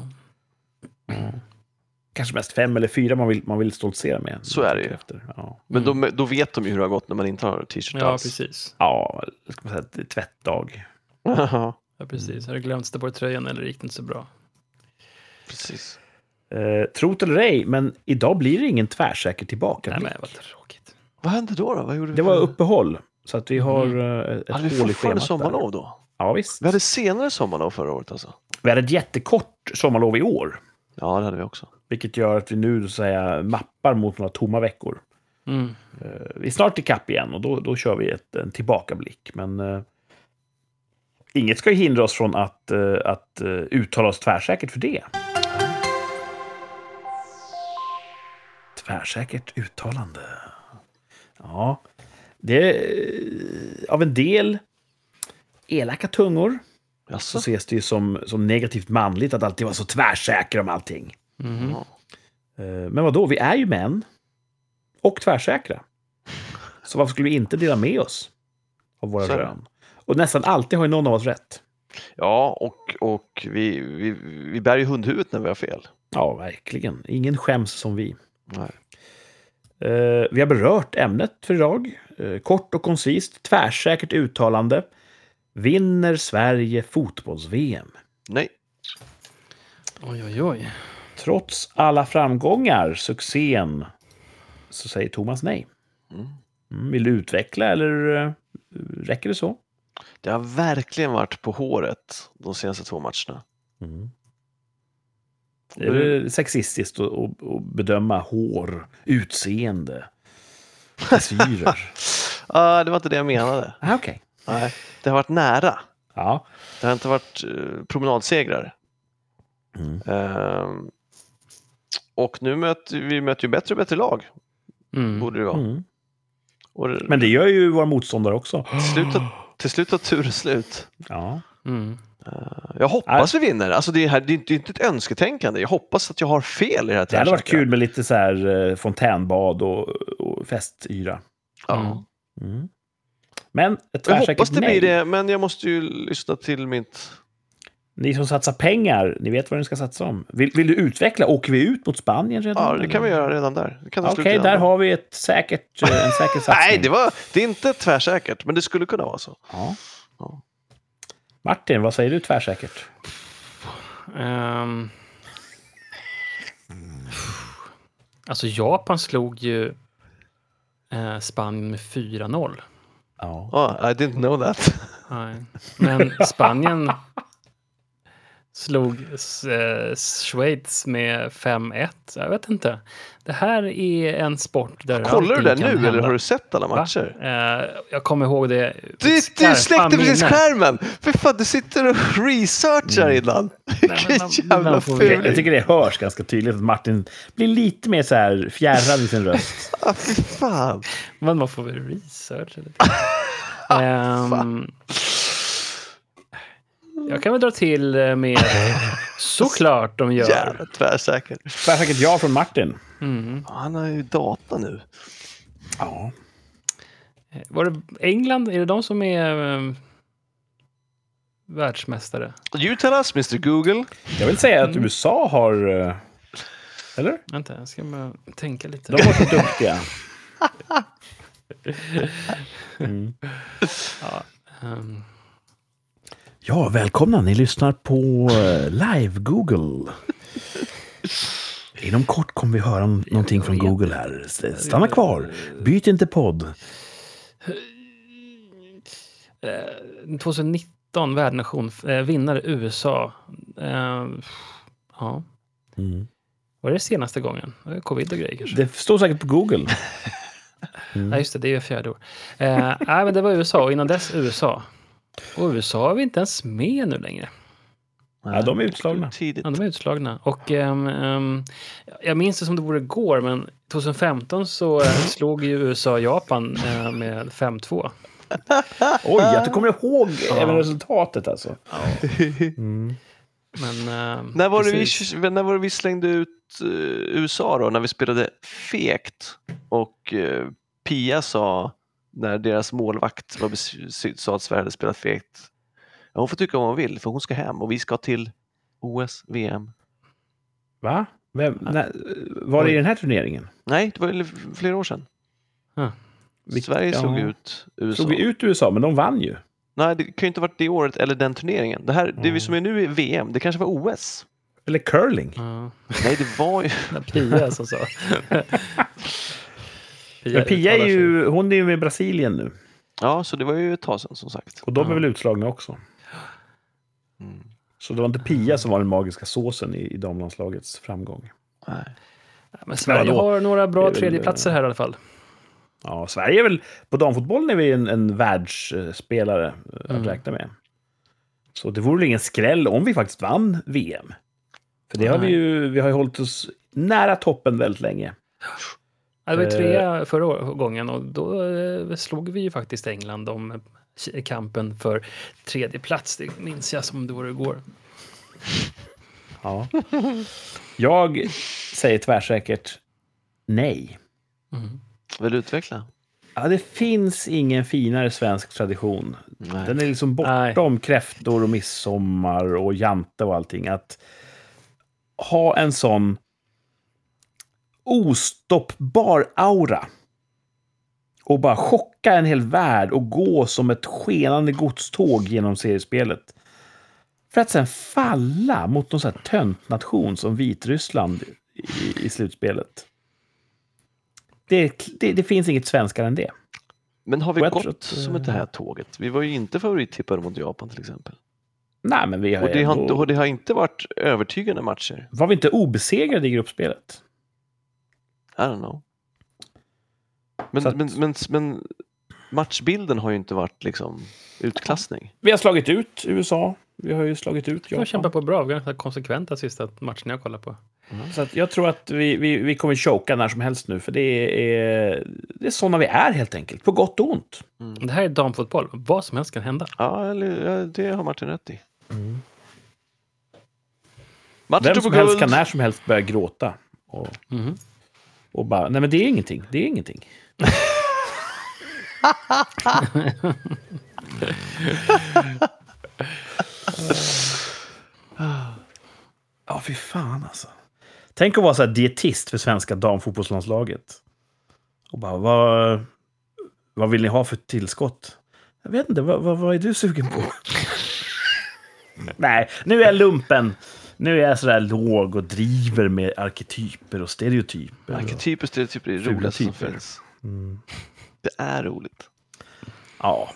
Kanske mest fem eller fyra man vill, man vill stoltsera med. Så är det ju. Efter. Ja, Men då, då vet de ju hur det har gått när man inte har t-shirt ja, alls. precis. ja ska man säga, det är tvättdag. Ja, Ja, precis. Har du glömt stå på tröjan eller gick det inte så bra? precis. Eh, trot eller ej, men idag blir det ingen tvärsäker tillbaka. Nej, men vad tråkigt. Vad hände då? då? Vad gjorde vi Det var för- uppehåll, så att vi har Mm. eh, ett Hade vi hål i fortfarande schemat där. sommarlov då? Ja, visst. Vi hade senare sommarlov förra året alltså. Vi hade ett jättekort sommarlov i år, Ja, det hade vi också. vilket gör att vi nu så att säga, mappar mot några tomma veckor. Mm. Eh, vi är snart ikapp igen och då, då kör vi ett, en tillbakablick. Men eh, inget ska ju hindra oss från att, eh, att eh, uttala oss tvärsäkert för det. Tvärsäkert uttalande. Ja, det är av en del elaka tungor så Jaså? ses det ju som, som negativt manligt att alltid vara så tvärsäker om allting. Mhm. Ja. Eh, Men vad då? Vi är ju män och tvärsäkra. Så varför skulle vi inte dela med oss av våra Så är det. rön? Och nästan alltid har ju någon av oss rätt. Ja, och, och vi, vi, vi bär ju hundhuvudet när vi har fel. Ja, verkligen. Ingen skäms som vi. Nej. Eh, vi har berört ämnet för idag. Eh, kort och koncist, tvärsäkert uttalande. Vinner Sverige fotbolls-V M? Nej. Oj, oj, oj. Trots alla framgångar, succén, så säger Thomas nej. Mm. Mm, vill du utveckla eller eh, räcker det så? Det har verkligen varit på håret de senaste två matcherna. Mm. Är det sexistiskt att, att, att bedöma hår, utseende, frisyrer? Ah, det var inte det jag menade. ah, Okej. Okay. Nej, det har varit nära. Ja. Det har inte varit uh, promenadsegrar. Mm. Ehm, och nu möter vi möter ju bättre och bättre lag. Mm. Borde det vara. Mm. Och det, Men det gör ju våra motståndare också. till slut har- till slut har turen slut. Ja. Mm. Jag hoppas vi vinner. Alltså det, är här, det är inte det är inte ett önsketänkande. Jag hoppas att jag har fel i det här. Det hade varit tvärsäkra. kul med lite så här eh, fontänbad och, och festyra. Ja. Mm. Men ett Jag tvärsäkert hoppas det nej. blir det, men jag måste ju lyssna till mitt... Ni som satsar pengar, ni vet vad ni ska satsa om. Vill, vill du utveckla? Åker vi ut mot Spanien redan? Ja, det kan vi göra redan där. Det kan ta Okej, slut redan där då. har vi ett säkert, eh, en säker satsning. Nej, det, var, det är inte tvärsäkert, men det skulle kunna vara så. Ja. Ja. Martin, vad säger du tvärsäkert? Um, alltså Japan slog ju eh, Spanien med fyra noll. Ja. Oh, I didn't know that. Nej. Men Spanien slog eh, Schweiz med fem ett. Jag vet inte. Det här är en sport där Kollar du det allting kan nu hända. eller har du sett alla Va? matcher? Eh, jag kommer ihåg det. Du, du Skarpa släckte precis minne. skärmen! För fan, du sitter och researchar innan. Vilken man- jävla ibland får vi- Jag fuling. tycker det hörs ganska tydligt att Martin blir lite mer så här fjärrad i sin röst. Ah, fy fan. Men man får väl research lite. um, jag kan väl dra till med såklart de gör. Jävla tvärsäker. Tvärsäkert ja från Martin. Mm. Han har ju data nu. Ja. Var det England? Är det de som är um, världsmästare? You tell us, mister Google. Jag vill säga att Mm. U S A har... eh, Eller? Vänta, jag ska bara tänka lite. De var så duktiga. Mm. Ja, um, Ja, välkomna. Ni lyssnar på eh, Live Google. Inom kort kommer vi höra om någonting från Google här. Stanna kvar. Byt inte podd. eh, tjugonitton värdnation, eh, vinnare U S A. Eh, ja, Mm. var det senaste gången? Det är covid och grejer kanske. Det står säkert på Google. Nej, just det, det är ju fjärde år. Eh, nej, men det var U S A och innan dess U S A. Och U S A är vi inte ens med nu längre. Ja, de är utslagna. Tidigt. Ja, de är utslagna. Och ehm, ehm, jag minns det som det vore igår, men tjugohundrafemton så eh, slog ju U S A Japan eh, med fem två. Oj, att du kommer ihåg Ja. även resultatet alltså. Mm. Men, ehm, När var, det precis. vi, när var det vi slängde ut uh, U S A då? När vi spelade fegt och uh, Pia sa när deras målvakt var bes- sa att Sverige hade spelat fegt. Ja, hon får tycka vad hon vill för hon ska hem och vi ska till O S, V M. Va? Vem, när, var det i den här turneringen? Nej, det var ju flera år sedan. Ja. Vi- Sverige ja. slog ut U S A. Slog vi ut U S A, men de vann ju. Nej, det kan ju inte ha varit det året eller den turneringen. Det, här, det vi som är nu är V M. Det kanske var O S. Eller curling. Ja, Nej, det var ju... Pia som sa. Men Pia är uttalar sig. ju, hon är ju med Brasilien nu. Ja, så det var ju ett tag sedan som sagt. Och de Ja. är väl utslagna också. Mm. Så det var inte Pia som var den magiska såsen i, i damlandslagets framgång. Nej. Men Sverige Vadå? har några Det är bra väl, tredjeplatser här i alla fall. Ja, Sverige är väl, på damfotbollen är vi en, en världsspelare att Mm. räkna med. Så det vore väl ingen skräll om vi faktiskt vann V M. För det har vi Nej. ju, vi har ju hållit oss nära toppen väldigt länge. Ja, det var ju Eh. trea förra år- gången och då eh, slog vi ju faktiskt England om eh, kampen för tredje plats. Det minns jag som det var igår. Ja. Jag säger tvärsäkert nej. Mm. Vill du utveckla? Ja, det finns ingen finare svensk tradition. Nej. Den är liksom bortom kräftor och midsommar och jante och allting. Att ha en sån ostoppbar aura och bara chocka en hel värld och gå som ett skenande godståg genom seriespelet. För att sen falla mot någon sån här töntnation som Vitryssland i, i slutspelet. Det, det, det finns inget svenskare än det. Men har vi Och jag gått tror att, som det här tåget? Vi var ju inte favorittippade mot Japan till exempel. Nej, men vi har Och det, har, ändå- inte- och det har inte varit övertygande matcher. Var vi inte obesegrade i gruppspelet? I don't know. Men, Så att- men, men, men matchbilden har ju inte varit liksom utklassning. Vi har slagit ut U S A. Vi har ju slagit ut Jag kämpar Japan. på bra, ganska konsekvent de sista matcherna jag kollar på. Så att jag tror att vi, vi, vi kommer choka när som helst nu. För det är, det är sådana vi är helt enkelt. På gott och ont. Det här är damfotboll, vad som helst kan hända. Ja, eller, ja, det har Martin rätt i. Mm. Matchen Vem tog som på helst guld. kan när som helst börja gråta. Och Mhm. Och bara, nej men det är ingenting, det är ingenting. Ja, fy fan alltså. Tänk att vara så här dietist för svenska damfotbollslandslaget. Och bara, vad, vad vill ni ha för tillskott? Jag vet inte, vad, vad, vad är du sugen på? Nej, nu är jag lumpen. Nu är jag sådär låg och driver med arketyper och stereotyper. Arketyper och stereotyper är Fula roligt som typer. finns. Mm. Det är roligt. Ja.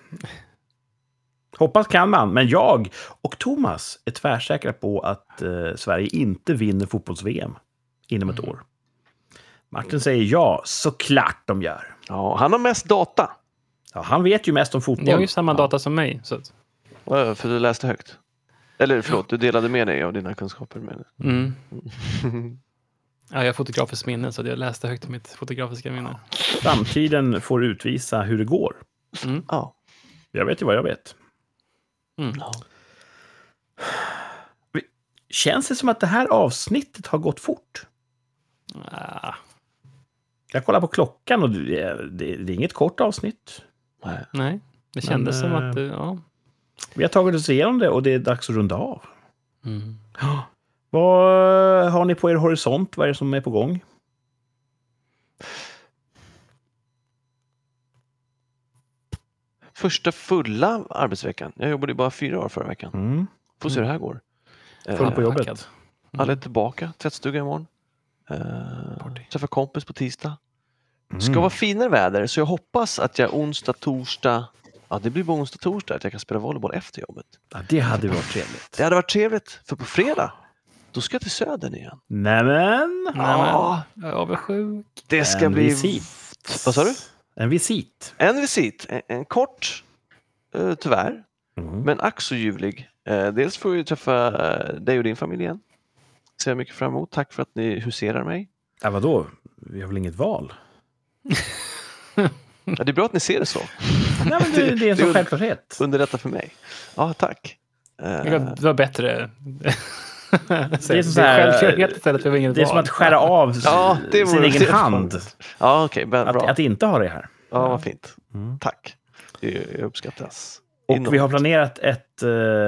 Hoppas kan man, men jag och Thomas är tvärsäkra på att eh, Sverige inte vinner fotbolls-V M inom ett år. Martin säger ja, såklart de gör. Ja, han har mest data. Ja, han vet ju mest om fotboll. Ni har ju samma Ja. data som mig. Så att, Ja, för du läste högt. Eller förlåt, du delade med dig av dina kunskaper med det. mm. Ja, jag har fotografiskt minne, så jag läste högt mitt fotografiska minne. Framtiden får utvisa hur det går. Mm. Ja. Jag vet ju vad jag vet. Mm. Ja. Känns det som att det här avsnittet har gått fort? Ah, Jag kollar på klockan och det är, det är inget kort avsnitt. Nej. nej, det kändes Men, som eh, att... eh, Ja. Vi har tagit oss igenom det och det är dags att runda av. Mm. Vad har ni på er horisont? Vad är det som är på gång? Första fulla arbetsveckan. Jag jobbade ju bara fyra år förra veckan. Mm. Får se hur det här går. Full på Eh, jobbet. Hackad. Alla är tillbaka. Tvättstuga imorgon. Eh, träffa kompis på tisdag. Mm. Ska vara finare väder, så jag hoppas att jag onsdag, torsdag... Ja, det blir bara onsdag, torsdag att jag kan spela volleyboll efter jobbet. Ja, det hade varit trevligt. Det hade varit trevligt, för på fredag, då ska jag till Södern igen. Nämen! Nej, Ja, men, jag är avundsjuk. det ska En bli... visit. Vad sa du? En visit. En visit. En, en kort, eh, tyvärr, Mm. men ack så ljuvlig. Eh, dels får jag träffa eh, dig och din familj igen. Ser jag mycket fram emot. Tack för att ni huserar mig. Ja, vadå? Vi har väl inget val? Ja, det är bra att ni ser det så. Nej, men det, det är en Det- sån det- självklarhet. Underlätta för mig. Ja, tack. Eh, Det var, det var bättre. det är är så här- självklarhet istället för inget Det är som val. att skära av Ja, det sin vore- egen det- hand. ja, okej. Okay, Att, bra. att inte ha det här. Ja, vad fint. Mm. Tack. Det det uppskattas. Och Enormt. vi har planerat ett,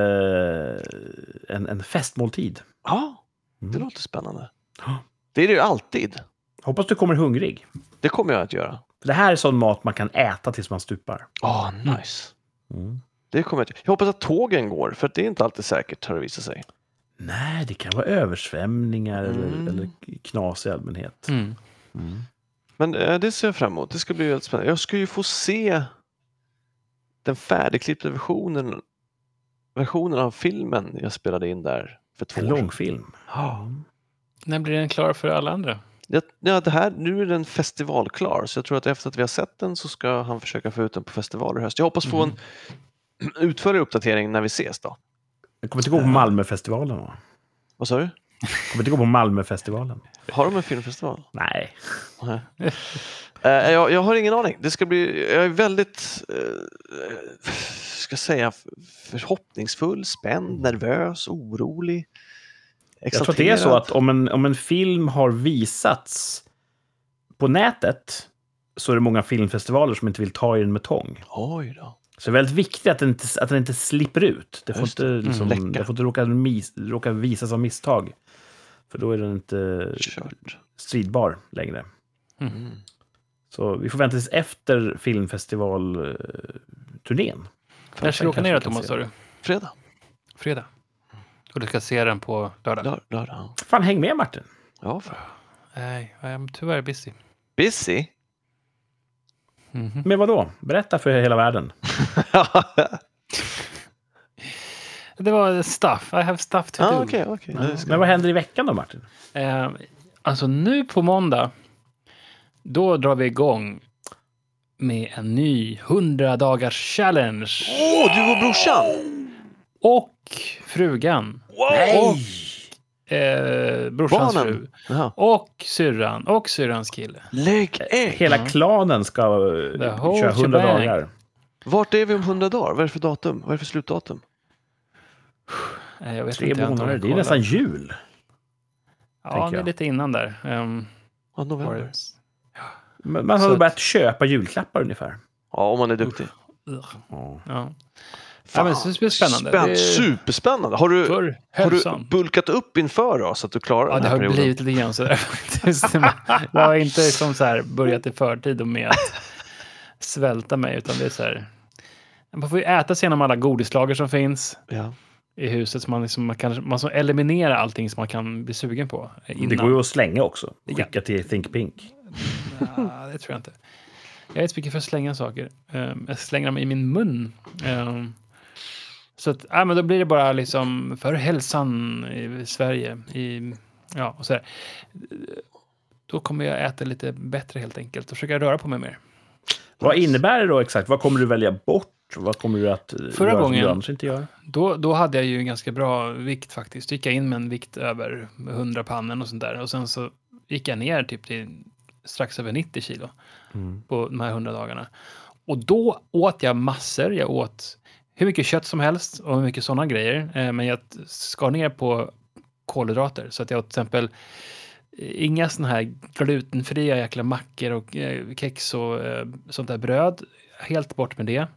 eh, en, en festmåltid. Ja, det Mm. låter spännande. Ja. Det är det ju alltid. Hoppas du kommer hungrig. Det kommer jag att göra. För det här är sån mat man kan äta tills man stupar. Ja, nice. Mm. Det kommer jag att... Jag hoppas att tågen går, för att det är inte alltid säkert, har det visat sig. Nej, det kan vara översvämningar Mm. eller, eller knas i allmänhet. Mm. Mm. Men eh, det ser jag fram emot. Det ska bli väldigt spännande. Jag ska ju få se den färdigklippta versionen, versionen av filmen jag spelade in där för två En år sedan. långfilm. Ja. När blir den klar för alla andra? Ja, ja, det här, nu är den festivalklar, så jag tror att efter att vi har sett den så ska han försöka få ut den på festivaler i höst. Jag hoppas få en utförligare uppdatering när vi ses då. Jag kommer inte gå på Malmöfestivalen. Va? Vad sa du? Jag kommer inte gå på Malmöfestivalen. Har de en filmfestival? Nej. Nej. Eh, jag, jag har ingen aning. Det ska bli, jag är väldigt, uh, ska säga, förhoppningsfull, spänd, nervös, orolig. Jag tror att det är så att om en, om en film har visats på nätet så är det många filmfestivaler som inte vill ta i den med tång. Oj då. Så det är väldigt viktigt att den inte, att den inte slipper ut. Det får Just inte, det. liksom, Mm, läcka. det får inte råka, mis, råka visas av misstag. För då är den inte Kört. stridbar längre. Mm. Så vi får vänta tills efter filmfestivalturnén. När ska du åka ner då, Thomas, sa du? Fredag. Fredag. Och du ska se den på lördag? Lör, lördag. Fan, häng med Martin. Ja, för. Nej, jag är tyvärr busy. Busy? Mhm. Men vad då? Berätta för hela världen. Det var stuff. I have stuff to Ja, do. okej, okej. Det ska- Men vad händer i veckan då, Martin? Eh, alltså nu på måndag, då drar vi igång med en ny hundra dagars challenge. Åh, du och brorsan! Och frugan. Nej! Eh, brorsans Barnen. fru. Jaha. Och syrran. Och syrrans kille. Lägg ägg! Hela Ja. klanen ska The eh, whole köra hundra shebang. dagar. Vart är vi om hundra dagar? Vad är det för datum? Vad är det för slutdatum? Eh, jag vet Tre inte. jag har inte månader, det är kollat. nästan jul. Ja, tänker det är jag. lite innan där. Um, Ja, november. Var- Men man har Så väl att- börjat köpa julklappar ungefär. Ja, om man är duktig. Ugh. Ja. Ja. Ja, men det blir spännande. Spänn, Det är- Superspännande. Har du, För har du hälsan. bulkat upp inför då, så att du klarar Ja, den det här har perioden? blivit lite grann sådär faktiskt. Jag har inte som så här börjat i förtid och med att svälta mig, utan det är så här. Man får ju äta sig igenom alla godislager som finns Ja. i huset, så man, liksom, man kan man så eliminera allting som man kan bli sugen på innan. Det går ju att slänga också. Ja. Skicka till Think Pink. Ja, det tror jag inte. Jag är inte så mycket för att slänga saker. Um, jag slänger dem i min mun. Um, så att, ja, men då blir det bara liksom för hälsan i Sverige. I, ja, och så där. Då kommer jag äta lite bättre helt enkelt och försöka röra på mig mer. Vad innebär det då exakt? Vad kommer du välja bort? Vad kommer du att Förra göra gången- som du annars inte gör? Då, då hade jag ju en ganska bra vikt faktiskt. Då gick jag in med en vikt över hundra pannor och sånt där. Och sen så gick jag ner typ till strax över nittio kilo Mm. på de här hundra dagarna. Och då åt jag massor. Jag åt hur mycket kött som helst och hur mycket sådana grejer. Eh, men jag skar ner på kolhydrater. Så att jag åt till exempel eh, inga såna här glutenfria jäkla mackor och eh, kex och eh, sånt där bröd. Helt bort med det.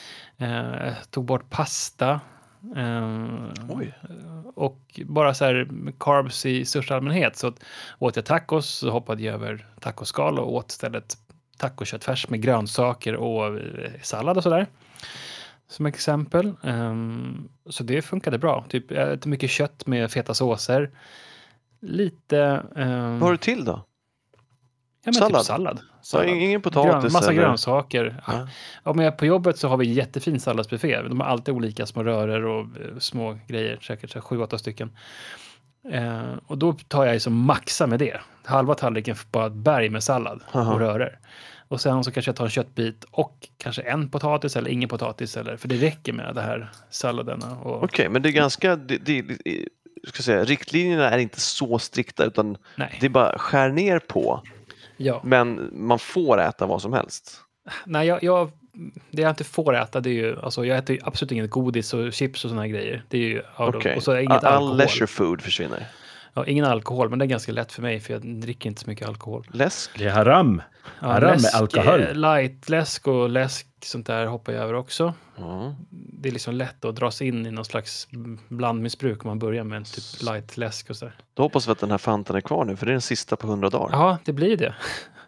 Eh, tog bort pasta. Eh, Oj. och bara så här carbs i största allmänhet. Så att, åt jag tacos så hoppade jag över tacoskal och åt istället tacoköttfärs med grönsaker och eh, sallad och sådär. Som exempel. Um, så det funkade bra. Typ, jag äter mycket kött med feta såser. Lite... Um, Vad har du till då? ja, men sallad? Typ sallad. Så sallad. ingen Grön, potatis? massa eller? grönsaker. Ja. Ja. Ja, men på jobbet så har vi jättefin salladsbuffé. De har alltid olika små röror och eh, små grejer. Säkert så här sju, åtta stycken. Eh, och då tar jag ju som maxa med det. Halva tallriken får bara ett berg med sallad Aha. och röror. Och sen så kanske jag tar en köttbit och kanske en potatis eller ingen potatis. Eller, för det räcker med det här salladerna. Och, Okej, men det är ganska... Det, det, det, ska säga, riktlinjerna är inte så strikta, utan nej. det är bara skär ner på. Ja. Men man får äta vad som helst. Nej, jag, jag, det jag inte får äta, det är ju, alltså jag äter ju absolut inget godis och chips och såna här grejer. Det är ju, out of- Okej. och så är inget All alkohol. leisure food försvinner. Ja, ingen alkohol, men det är ganska lätt för mig för jag dricker inte så mycket alkohol. Läsk? Det är haram. Ja, Haram med läsk, alkohol. eh, Light-läsk och läsk, sånt där hoppar jag över också. Mm. Det är liksom lätt att dras in i någon slags blandmissbruk om man börjar med en typ light-läsk och sådär. Då hoppas vi att den här fantan är kvar nu, för det är den sista på hundra dagar. Ja, det blir det.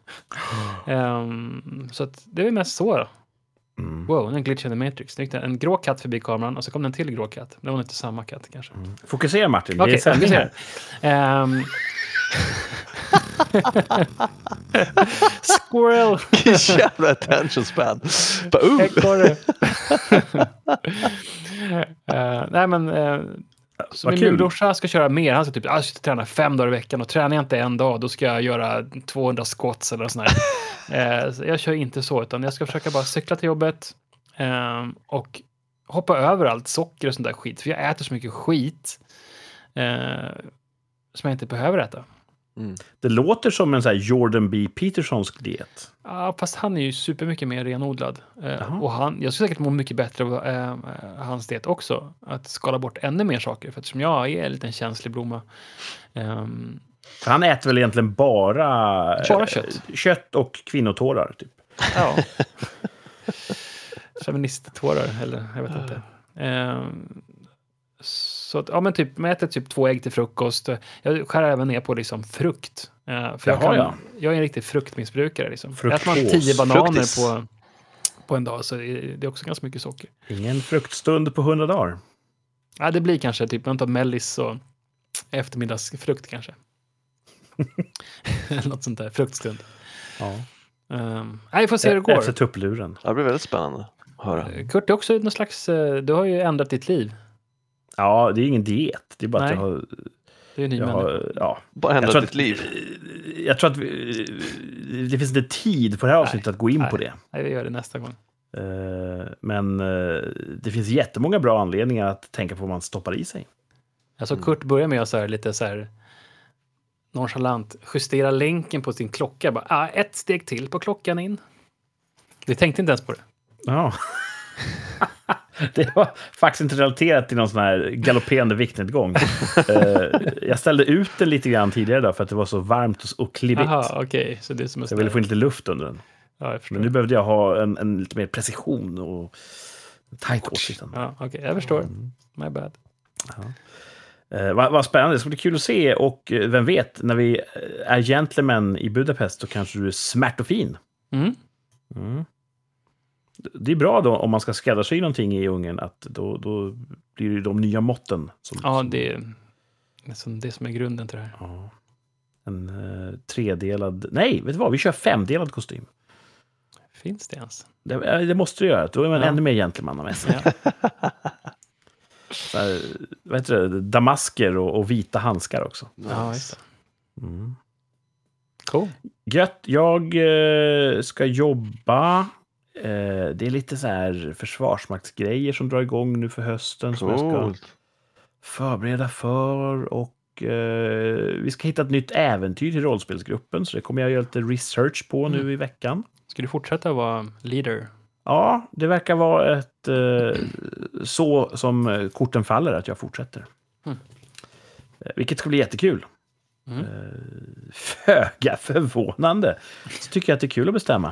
um, så att det är väl mest så då. Mm. Wow, en glitch in the Matrix. Det gick en grå katt förbi kameran och så kom det en till grå katt. Det var inte samma katt kanske. Fokusera Martin, det Okej, är sändning här. um, Squirrel! Vilken jävla attention span. Bara, uh. Ekorre! uh, nej men, uh, så Vad min kul. brorsa ska köra mer. Han ska typ, jag ska träna fem dagar i veckan och tränar jag inte en dag, då ska jag göra tvåhundra squats eller sånt där. uh, så jag kör inte så, utan jag ska försöka bara cykla till jobbet um, och hoppa över allt socker och sånt där skit. För jag äter så mycket skit uh, som jag inte behöver äta. Mm. Det låter som en sån här Jordan B. Petersonsk diet. Ja, fast han är ju supermycket mer renodlad. Eh, Jaha. och han, jag skulle säkert må mycket bättre av eh, hans det också. Att skala bort ännu mer saker. För eftersom jag är en liten känslig blomma. Ehm, För han äter väl egentligen bara, Bara eh, kött. kött och kvinnotårar. Typ. ja. Feministtårar, eller jag vet inte. Ehm, så att, ja men typ, man äter typ två ägg till frukost. Jag skär även ner på liksom frukt. Eh, för jag, Jaha, kan, ja. jag är en riktig fruktmissbrukare. Liksom. Fruktos. Äter man tio bananer Fruktis. på, på en dag så är det också ganska mycket socker. Ingen fruktstund på hundra dagar. Ja, det blir kanske typ man tar mellis och eftermiddagsfrukt kanske. Eller något sånt där, fruktstund. Ja. Um, nej, vi får se hur det går. Efter tuppluren. Det blir väldigt spännande att höra. Kurt, det är också någon slags, eh, du har ju ändrat ditt liv. Ja, det är ingen diet. Det är bara Nej. att jag har... Du är en ny Jag människa. har ja. Bara Jag ändra tror ditt att- liv. Jag tror att vi, det finns inte tid på det här avsnittet att gå in Nej. på det. Nej, vi gör det nästa gång. Eh, Men eh, det finns jättemånga bra anledningar att tänka på vad man stoppar i sig. Jag såg Kurt börja med att så här, lite så här nonchalant justera länken på sin klocka. Bara, ah, ett steg till på klockan in. Vi tänkte inte ens på det. Ja. Det var faktiskt inte relaterat till någon sån här galopperande viktnedgång. uh, jag ställde ut den lite grann tidigare då för att det var så varmt och klibbigt. Jaha, okej. Okay. Så det är som så jag ville få in lite luft under den. Ja, jag förstår. Men nu behövde jag ha en, en lite mer precision och tajt åsikt. Ja, okej. Okay. Jag förstår. Mm. My bad. Ja. Uh, vad, vad spännande. Det ska bli kul att se. Och uh, vem vet, när vi är gentlemen i Budapest så kanske du är smärtofin. Mm. Mm. Det är bra då om man ska skräddarsy någonting i Ungern att då, då blir det de nya måtten. Som, ja, som, det är som det som är grunden till det här. Ja. En uh, tredelad... Nej, vet du vad? Vi kör femdelad kostym. Finns det ens? Det, det måste det göra. Då är man ja. ännu mer gentlemannamässig. Ja. Så här, vad heter det? Damasker och, och vita handskar också. Nice. Ja, just det. Mm. Cool. Gött. Jag uh, ska jobba... Det är lite så här försvarsmaktsgrejer som drar igång nu för hösten som jag ska förbereda för och eh, vi ska hitta ett nytt äventyr till rollspelsgruppen så det kommer jag göra lite research på nu mm. i veckan. Ska du fortsätta vara leader? Ja, det verkar vara ett eh, så som korten faller att jag fortsätter. Mm. Vilket ska bli jättekul. Mm. Eh, föga förvånande så tycker jag att det är kul att bestämma.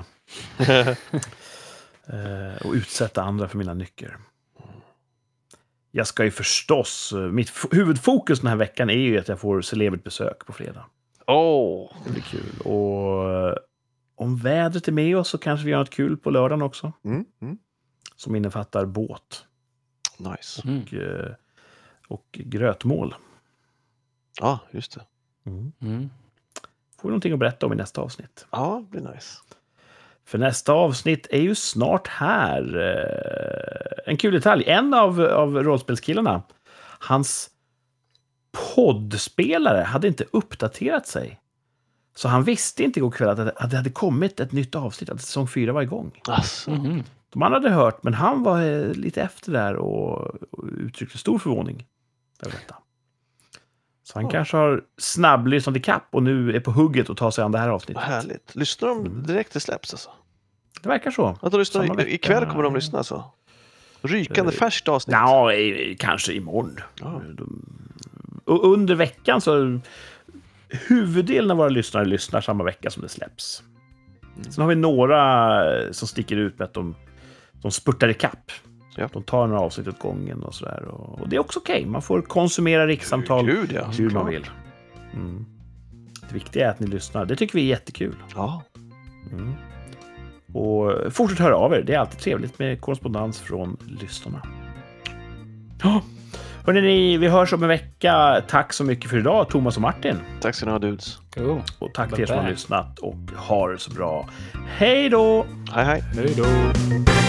och utsätta andra för mina nycker. Jag ska ju förstås... Mitt huvudfokus den här veckan är ju att jag får celebert besök på fredag. Åh! Oh. Det blir kul. Och om vädret är med oss så kanske vi gör något kul på lördagen också. Mm. Mm. Som innefattar båt. Nice. Och, mm. och grötmål. Ja, ah, just det. Mm. Mm. Får vi någonting att berätta om i nästa avsnitt. Ja, det blir nice. För nästa avsnitt är ju snart här. En kul detalj. En av, av rollspelskillarna, hans poddspelare hade inte uppdaterat sig. Så han visste inte igår kväll att det hade kommit ett nytt avsnitt, att säsong fyra var igång. Alltså. Mm-hmm. De andra hade hört, men han var lite efter där och, och uttryckte stor förvåning över detta. Så han oh. kanske har snabblyssnat i kapp och nu är på hugget och tar sig an det här avsnittet. Vad härligt. Lyssnar de direkt det släpps alltså? Det verkar så. Att de lyssnar, ikväll kommer de lyssna alltså? Rykande uh, färskt avsnitt? Ja, i, kanske imorgon. Oh. De, och under veckan så huvuddelen av våra lyssnare lyssnar samma vecka som det släpps. Mm. Sen har vi några som sticker ut med att de, de spurtar i kapp. Ja. De tar några avsnitt åt gången och sådär. Och, och det är också okej. Okay. Man får konsumera rikssamtal Gud, ja, hur man vill. Mm. Det viktiga är att ni lyssnar. Det tycker vi är jättekul. Ja. Mm. Och fortsätt höra av er. Det är alltid trevligt med korrespondens från lyssnarna. Oh. Hörrni, vi hörs om en vecka. Tack så mycket för idag, Thomas och Martin. Tack så ni ha, dudes. Cool. Och tack till er som har lyssnat och ha det så bra. Hej då! Hej, hej. Hej då!